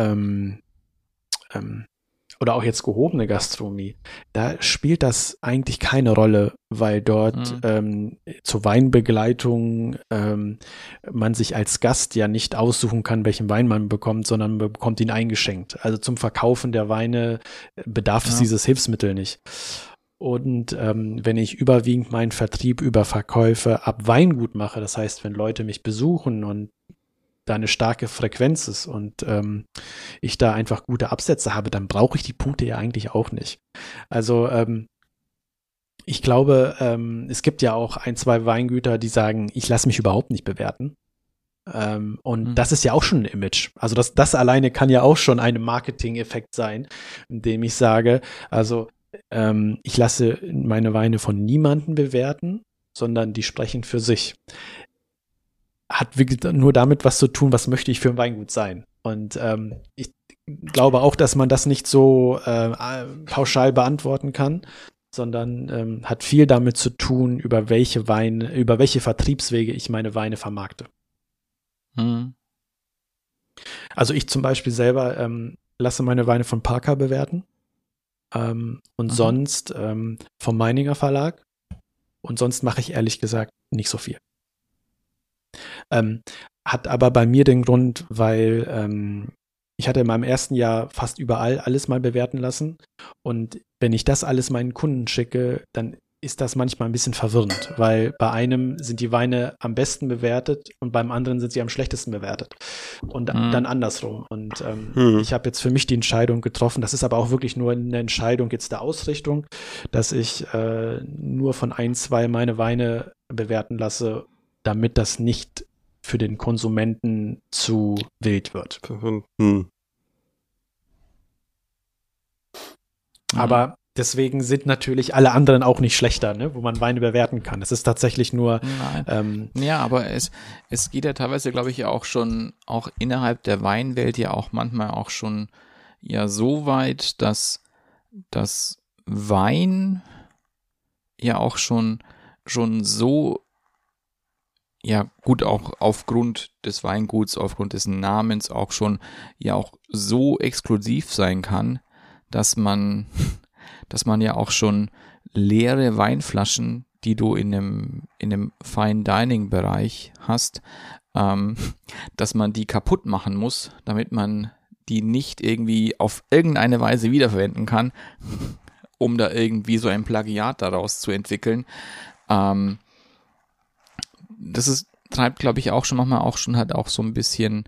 auch jetzt gehobene Gastronomie, da spielt das eigentlich keine Rolle, weil dort zur Weinbegleitung man sich als Gast ja nicht aussuchen kann, welchen Wein man bekommt, sondern man bekommt ihn eingeschenkt. Also zum Verkaufen der Weine bedarf es dieses Hilfsmittel nicht. Und wenn ich überwiegend meinen Vertrieb über Verkäufe ab Weingut mache, das heißt, wenn Leute mich besuchen und da eine starke Frequenz ist und ich da einfach gute Absätze habe, dann brauche ich die Punkte ja eigentlich auch nicht. Also ich glaube, es gibt ja auch 1, 2 Weingüter, die sagen, ich lasse mich überhaupt nicht bewerten. Und das ist ja auch schon ein Image. Also das alleine kann ja auch schon ein Marketing-Effekt sein, indem ich sage, also ich lasse meine Weine von niemandem bewerten, sondern die sprechen für sich. Hat wirklich nur damit was zu tun, was möchte ich für ein Weingut sein. Und ich glaube auch, dass man das nicht so pauschal beantworten kann, sondern hat viel damit zu tun, über welche Vertriebswege ich meine Weine vermarkte. Also ich zum Beispiel selber lasse meine Weine von Parker bewerten und sonst vom Meininger Verlag und sonst mache ich ehrlich gesagt nicht so viel. Hat aber bei mir den Grund, weil ich hatte in meinem ersten Jahr fast überall alles mal bewerten lassen und wenn ich das alles meinen Kunden schicke, dann ist das manchmal ein bisschen verwirrend, weil bei einem sind die Weine am besten bewertet und beim anderen sind sie am schlechtesten bewertet und dann andersrum. Und ich habe jetzt für mich die Entscheidung getroffen, das ist aber auch wirklich nur eine Entscheidung jetzt der Ausrichtung, dass ich nur von 1, 2 meine Weine bewerten lasse, damit das nicht für den Konsumenten zu wild wird. Aber deswegen sind natürlich alle anderen auch nicht schlechter, ne? Wo man Weine bewerten kann. Es ist tatsächlich nur ja, aber es geht ja teilweise, glaube ich, auch schon, auch innerhalb der Weinwelt ja auch manchmal auch schon ja so weit, dass das Wein ja auch schon so, ja gut, auch aufgrund des Weinguts, aufgrund des Namens auch schon ja auch so exklusiv sein kann, dass man ja auch schon leere Weinflaschen, die du in einem Fine-Dining-Bereich hast, dass man die kaputt machen muss, damit man die nicht irgendwie auf irgendeine Weise wiederverwenden kann, um da irgendwie so ein Plagiat daraus zu entwickeln. Treibt, glaube ich, auch schon manchmal auch schon halt auch so ein bisschen,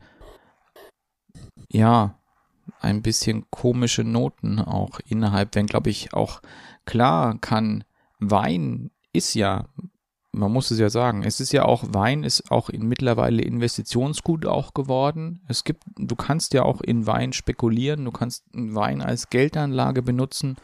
ja, ein bisschen komische Noten auch innerhalb, wenn, glaube ich, auch klar kann, Wein ist ja man muss es ja sagen, es ist ja auch, Wein ist auch mittlerweile Investitionsgut auch geworden. Du kannst ja auch in Wein spekulieren, du kannst Wein als Geldanlage benutzen.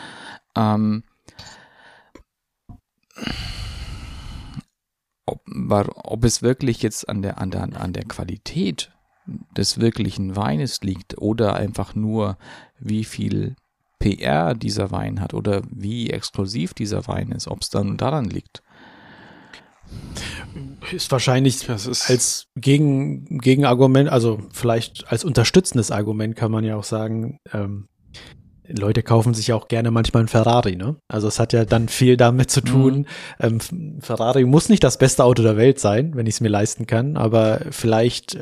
Ob es wirklich jetzt an der Qualität des wirklichen Weines liegt oder einfach nur, wie viel PR dieser Wein hat oder wie exklusiv dieser Wein ist, ob es dann daran liegt. Ist wahrscheinlich als Gegenargument, also vielleicht als unterstützendes Argument kann man ja auch sagen, Leute kaufen sich ja auch gerne manchmal einen Ferrari, ne? Also es hat ja dann viel damit zu tun. Ferrari muss nicht das beste Auto der Welt sein, wenn ich es mir leisten kann, aber vielleicht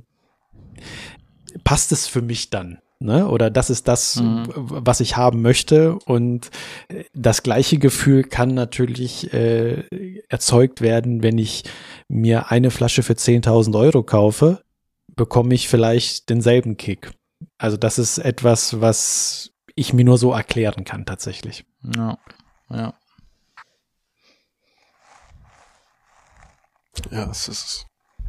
passt es für mich dann. Ne? Oder das ist das, was ich haben möchte. Und das gleiche Gefühl kann natürlich erzeugt werden, wenn ich mir eine Flasche für 10.000 Euro kaufe, bekomme ich vielleicht denselben Kick. Also das ist etwas, was ich mir nur so erklären kann tatsächlich. Ja. Ja, es ist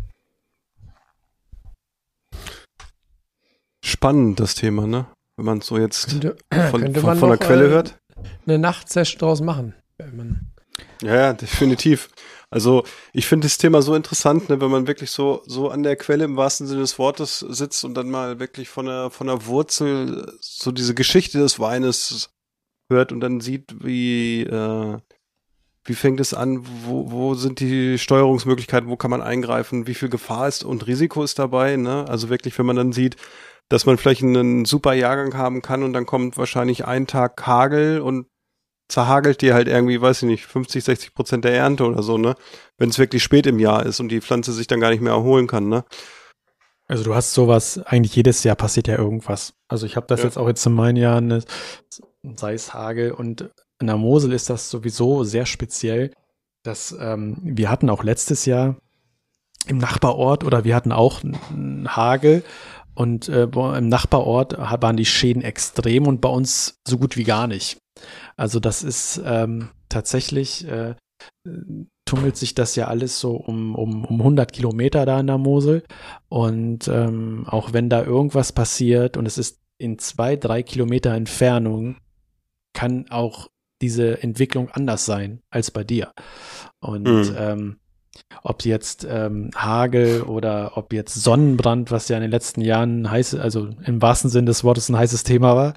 spannend, das Thema, ne? Wenn man es so jetzt von der Quelle hört. Eine Nachtsession draus machen. Ja, definitiv. Also ich finde das Thema so interessant, ne, wenn man wirklich so an der Quelle im wahrsten Sinne des Wortes sitzt und dann mal wirklich von der Wurzel so diese Geschichte des Weines hört und dann sieht, wie fängt es an, wo sind die Steuerungsmöglichkeiten, wo kann man eingreifen, wie viel Gefahr ist und Risiko ist dabei, ne? Also wirklich, wenn man dann sieht, dass man vielleicht einen super Jahrgang haben kann und dann kommt wahrscheinlich ein Tag Hagel und zerhagelt dir halt irgendwie, weiß ich nicht, 50-60% der Ernte oder so, ne? Wenn es wirklich spät im Jahr ist und die Pflanze sich dann gar nicht mehr erholen kann, ne? Also du hast sowas, eigentlich jedes Jahr passiert ja irgendwas. Also ich habe das jetzt auch in meinen Jahren, sei es Hagel, und in der Mosel ist das sowieso sehr speziell, dass wir hatten auch letztes Jahr im Nachbarort, oder wir hatten auch einen Hagel, und im Nachbarort waren die Schäden extrem und bei uns so gut wie gar nicht. Also das ist tatsächlich, tummelt sich das ja alles so um 100 Kilometer da in der Mosel. Und auch wenn da irgendwas passiert und es ist in 2-3 Kilometer Entfernung, kann auch diese Entwicklung anders sein als bei dir. Und ob jetzt Hagel oder ob jetzt Sonnenbrand, was ja in den letzten Jahren also im wahrsten Sinne des Wortes ein heißes Thema war,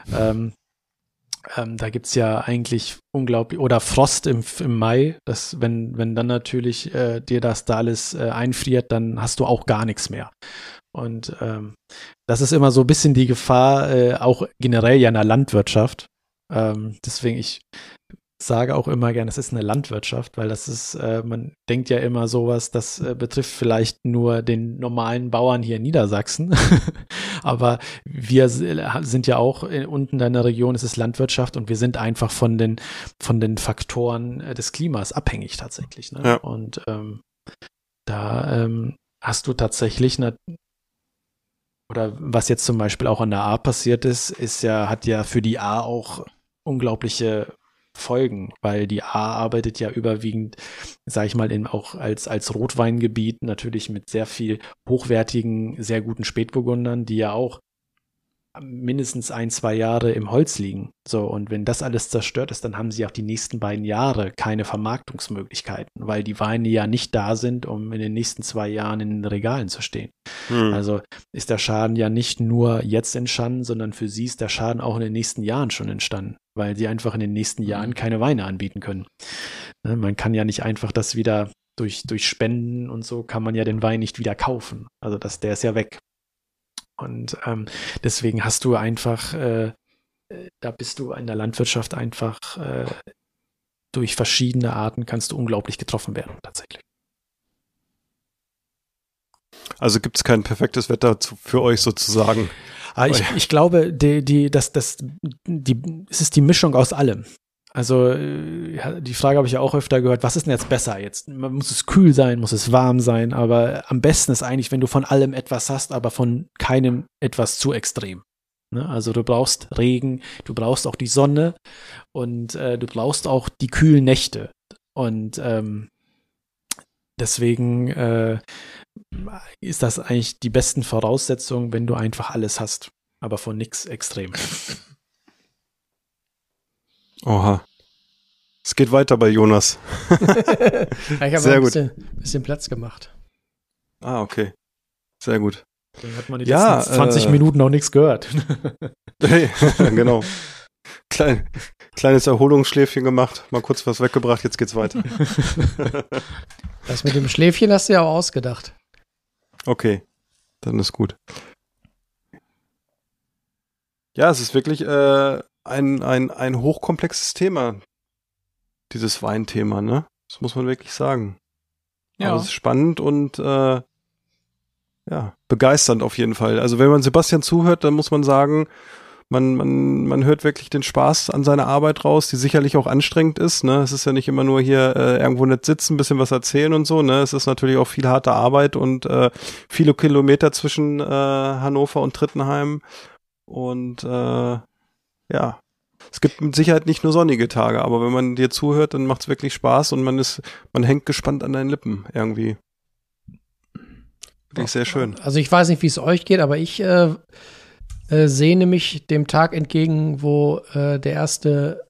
da gibt's ja eigentlich unglaublich, oder Frost im Mai, dass wenn dann natürlich dir das da alles einfriert, dann hast du auch gar nichts mehr. Und das ist immer so ein bisschen die Gefahr, auch generell ja in der Landwirtschaft. Deswegen, ich sage auch immer gerne, es ist eine Landwirtschaft, weil das ist, man denkt ja immer sowas, das betrifft vielleicht nur den normalen Bauern hier in Niedersachsen, aber wir sind ja auch unten in der Region, es ist Landwirtschaft und wir sind einfach von den Faktoren des Klimas abhängig tatsächlich. Ne? Ja. Und da hast du tatsächlich oder was jetzt zum Beispiel auch an der A passiert ist, hat ja für die A auch unglaubliche Folgen, weil die A arbeitet ja überwiegend, sage ich mal, auch als Rotweingebiet natürlich mit sehr viel hochwertigen, sehr guten Spätburgundern, die ja auch mindestens 1-2 Jahre im Holz liegen. So, und wenn das alles zerstört ist, dann haben sie auch die nächsten 2 Jahre keine Vermarktungsmöglichkeiten, weil die Weine ja nicht da sind, um in den nächsten 2 Jahren in den Regalen zu stehen. Also ist der Schaden ja nicht nur jetzt entstanden, sondern für sie ist der Schaden auch in den nächsten Jahren schon entstanden, weil sie einfach in den nächsten Jahren keine Weine anbieten können. Man kann ja nicht einfach das wieder durch Spenden und so kann man ja den Wein nicht wieder kaufen. Also der ist ja weg. Und deswegen hast du einfach, da bist du in der Landwirtschaft einfach durch verschiedene Arten kannst du unglaublich getroffen werden, tatsächlich. Also gibt es kein perfektes Wetter für euch sozusagen? Ich glaube, es ist die Mischung aus allem. Also die Frage habe ich ja auch öfter gehört, was ist denn jetzt besser jetzt? Muss es kühl sein, muss es warm sein, aber am besten ist eigentlich, wenn du von allem etwas hast, aber von keinem etwas zu extrem. Ne? Also du brauchst Regen, du brauchst auch die Sonne und du brauchst auch die kühlen Nächte. Und deswegen ist das eigentlich die besten Voraussetzungen, wenn du einfach alles hast, aber von nichts extrem. Oha. Es geht weiter bei Jonas. Ich habe Sehr ein bisschen Platz gemacht. Ah, okay. Sehr gut. Dann hat man die letzten 20 Minuten noch nichts gehört. Genau. Kleines Erholungsschläfchen gemacht, mal kurz was weggebracht, jetzt geht's weiter. Das mit dem Schläfchen hast du ja auch ausgedacht. Okay, dann ist gut. Ja, es ist wirklich ein hochkomplexes Thema, dieses Weinthema, ne? Das muss man wirklich sagen. Ja. Aber es ist spannend und begeisternd auf jeden Fall. Also wenn man Sebastian zuhört, dann muss man sagen, man hört wirklich den Spaß an seiner Arbeit raus, die sicherlich auch anstrengend ist, ne? Es ist ja nicht immer nur hier irgendwo nett sitzen, ein bisschen was erzählen und so, ne? Es ist natürlich auch viel harte Arbeit und viele Kilometer zwischen Hannover und Trittenheim und es gibt mit Sicherheit nicht nur sonnige Tage, aber wenn man dir zuhört, dann macht es wirklich Spaß und man hängt gespannt an deinen Lippen irgendwie. Wirklich sehr schön. Also ich weiß nicht, wie es euch geht, aber ich sehne mich dem Tag entgegen, wo der erste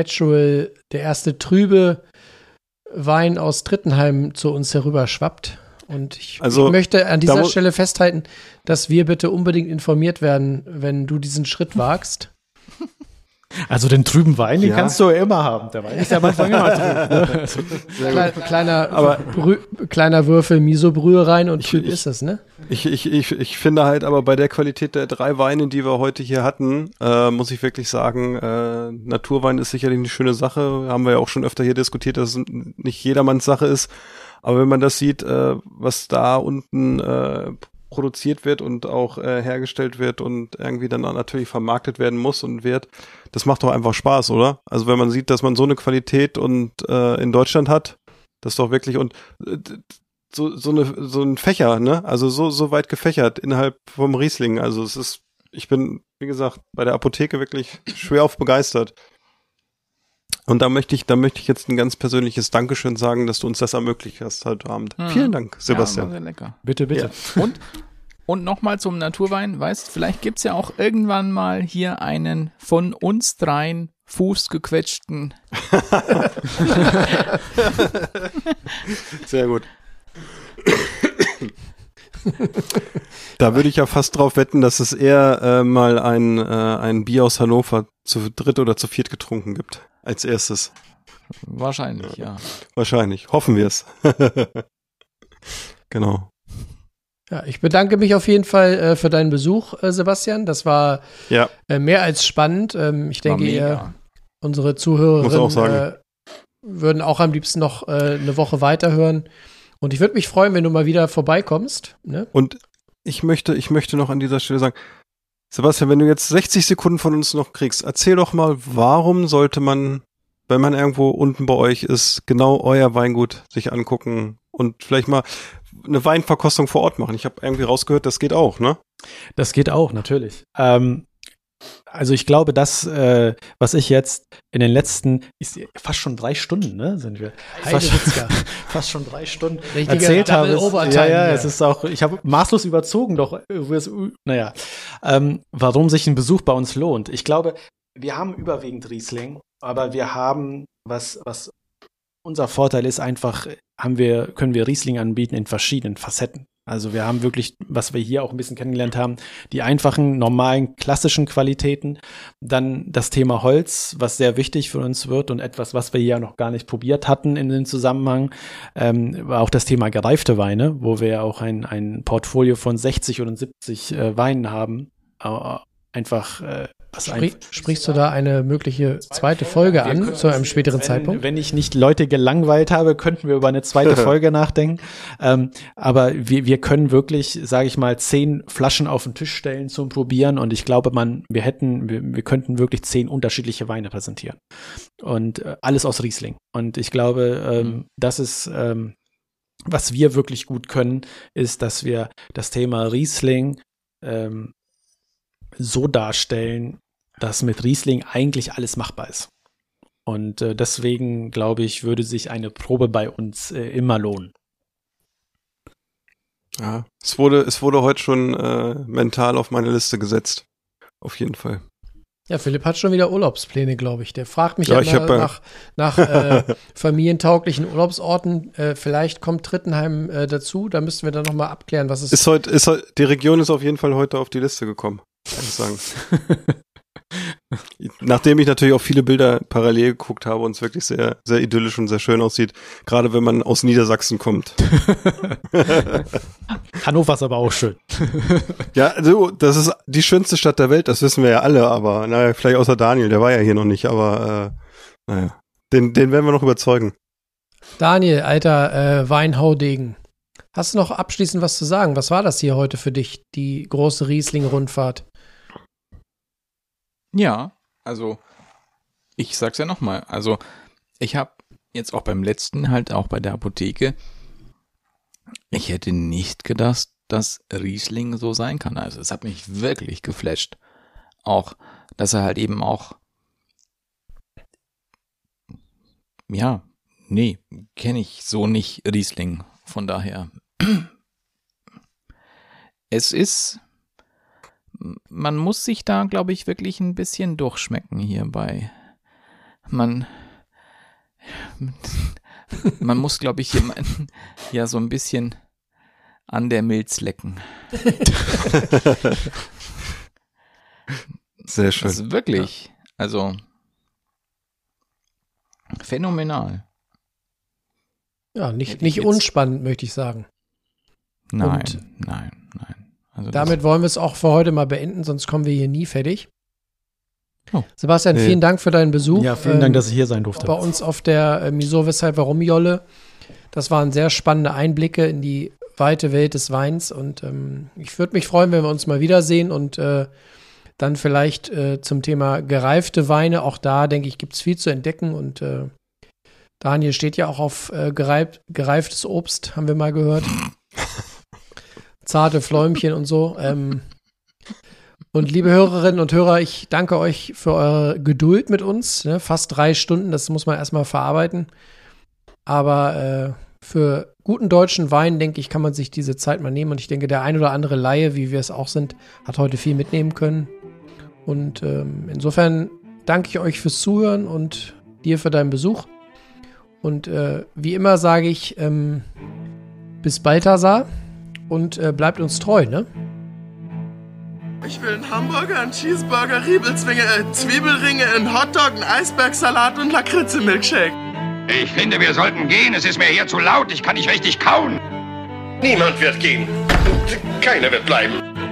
trübe Wein aus Trittenheim zu uns herüberschwappt. Und ich möchte an dieser Stelle festhalten, dass wir bitte unbedingt informiert werden, wenn du diesen Schritt wagst. Also den trüben Wein, den kannst du ja immer haben. Der Wein ist ja am Anfang immer trüb. Ne? Kleiner Würfel Miso-Brühe rein und trüb ist es, ne? Ich finde halt aber bei der Qualität der 3 Weine, die wir heute hier hatten, muss ich wirklich sagen, Naturwein ist sicherlich eine schöne Sache. Haben wir ja auch schon öfter hier diskutiert, dass es nicht jedermanns Sache ist. Aber wenn man das sieht, was da unten produziert wird und auch hergestellt wird und irgendwie dann natürlich vermarktet werden muss und wird, das macht doch einfach Spaß, oder? Also wenn man sieht, dass man so eine Qualität und in Deutschland hat, das ist doch wirklich und so ein Fächer, ne? Also so weit gefächert innerhalb vom Riesling. Also ich bin, wie gesagt, bei der Apotheke wirklich schwer auf begeistert. Und da möchte ich jetzt ein ganz persönliches Dankeschön sagen, dass du uns das ermöglicht hast heute Abend. Vielen Dank, Sebastian. Ja, war sehr lecker. Bitte. Ja. Und nochmal zum Naturwein, weißt, vielleicht gibt's ja auch irgendwann mal hier einen von uns 3 fußgequetschten. Sehr gut. Da würde ich ja fast drauf wetten, dass es eher mal ein Bier aus Hannover zu 3. oder zu 4. getrunken gibt. Als erstes. Wahrscheinlich, ja. Wahrscheinlich. Hoffen wir es. Genau. Ja, ich bedanke mich auf jeden Fall für deinen Besuch, Sebastian. Das war mehr als spannend. Ich denke, unsere Zuhörerinnen würden auch am liebsten noch eine Woche weiterhören. Und ich würde mich freuen, wenn du mal wieder vorbeikommst. Ne? Und ich möchte noch an dieser Stelle sagen, Sebastian, wenn du jetzt 60 Sekunden von uns noch kriegst, erzähl doch mal, warum sollte man, wenn man irgendwo unten bei euch ist, genau euer Weingut sich angucken und vielleicht mal eine Weinverkostung vor Ort machen? Ich habe irgendwie rausgehört, das geht auch, ne? Das geht auch, natürlich. Also ich glaube, das, was ich jetzt in den letzten, fast schon 3 Stunden, ne, sind wir. Fast schon 3 Stunden erzählt habe. Es ist auch, ich habe maßlos überzogen, doch, warum sich ein Besuch bei uns lohnt. Ich glaube, wir haben überwiegend Riesling, aber wir haben, was unser Vorteil ist einfach, können wir Riesling anbieten in verschiedenen Facetten. Also wir haben wirklich, was wir hier auch ein bisschen kennengelernt haben, die einfachen, normalen, klassischen Qualitäten. Dann das Thema Holz, was sehr wichtig für uns wird und etwas, was wir hier noch gar nicht probiert hatten in dem Zusammenhang, war auch das Thema gereifte Weine, wo wir auch ein Portfolio von 60 oder 70 Weinen haben. Sprichst du da eine mögliche zweite Folge an, zu einem späteren Zeitpunkt? Wenn ich nicht Leute gelangweilt habe, könnten wir über eine zweite Folge nachdenken. Aber wir können wirklich, sage ich mal, 10 Flaschen auf den Tisch stellen zum Probieren. Und ich glaube, wir könnten wirklich 10 unterschiedliche Weine präsentieren. Und alles aus Riesling. Und ich glaube, das ist, was wir wirklich gut können, ist, dass wir das Thema Riesling so darstellen, dass mit Riesling eigentlich alles machbar ist. Und deswegen, glaube ich, würde sich eine Probe bei uns immer lohnen. Ja, es wurde heute schon mental auf meine Liste gesetzt. Auf jeden Fall. Ja, Philipp hat schon wieder Urlaubspläne, glaube ich. Der fragt mich Ja, nach familientauglichen Urlaubsorten. Vielleicht kommt Trittenheim dazu. Da müssten wir dann nochmal abklären, was es ist. Die Region ist auf jeden Fall heute auf die Liste gekommen, kann ich sagen. Nachdem ich natürlich auch viele Bilder parallel geguckt habe und es wirklich sehr, sehr idyllisch und sehr schön aussieht, gerade wenn man aus Niedersachsen kommt. Hannover ist aber auch schön. Ja, also das ist die schönste Stadt der Welt, das wissen wir ja alle, aber naja, vielleicht außer Daniel, der war ja hier noch nicht, aber naja, den werden wir noch überzeugen. Daniel, alter Weinhaudegen, hast du noch abschließend was zu sagen? Was war das hier heute für dich, die große Riesling-Rundfahrt? Ja, also ich sag's ja nochmal, also ich habe jetzt auch beim letzten halt auch bei der Apotheke, ich hätte nicht gedacht, dass Riesling so sein kann. Also es hat mich wirklich geflasht. Auch, dass er halt eben auch, ja, nee, kenne ich so nicht Riesling. Von daher, es ist, man muss sich da, glaube ich, wirklich ein bisschen durchschmecken hierbei. Man muss, glaube ich, ja so ein bisschen an der Milz lecken. Sehr schön. Das ist wirklich, also Ja, phänomenal. nicht unspannend, möchte ich sagen. Nein. Also damit wollen wir es auch für heute mal beenden, sonst kommen wir hier nie fertig. Oh. Sebastian, vielen Dank für deinen Besuch. Ja, vielen Dank, dass ich hier sein durfte. Bei uns auf der Wieso, Weshalb, Warum Jolle. Das waren sehr spannende Einblicke in die weite Welt des Weins und ich würde mich freuen, wenn wir uns mal wiedersehen und dann vielleicht zum Thema gereifte Weine. Auch da, denke ich, gibt es viel zu entdecken und Daniel steht ja auch auf gereiftes Obst, haben wir mal gehört. Zarte Fläumchen und so. Und liebe Hörerinnen und Hörer, ich danke euch für eure Geduld mit uns. Ne? Fast 3 Stunden, das muss man erstmal verarbeiten. Aber für guten deutschen Wein, denke ich, kann man sich diese Zeit mal nehmen. Und ich denke, der ein oder andere Laie, wie wir es auch sind, hat heute viel mitnehmen können. Und insofern danke ich euch fürs Zuhören und dir für deinen Besuch. Und wie immer sage ich, bis Balthasar und bleibt uns treu, ne? Ich will einen Hamburger, einen Cheeseburger, Riebelzwinge, Zwiebelringe, einen Hotdog, einen Eisbergsalat und Lakritze-Milkshake. Ich finde, wir sollten gehen. Es ist mir hier zu laut. Ich kann nicht richtig kauen. Niemand wird gehen. Keiner wird bleiben.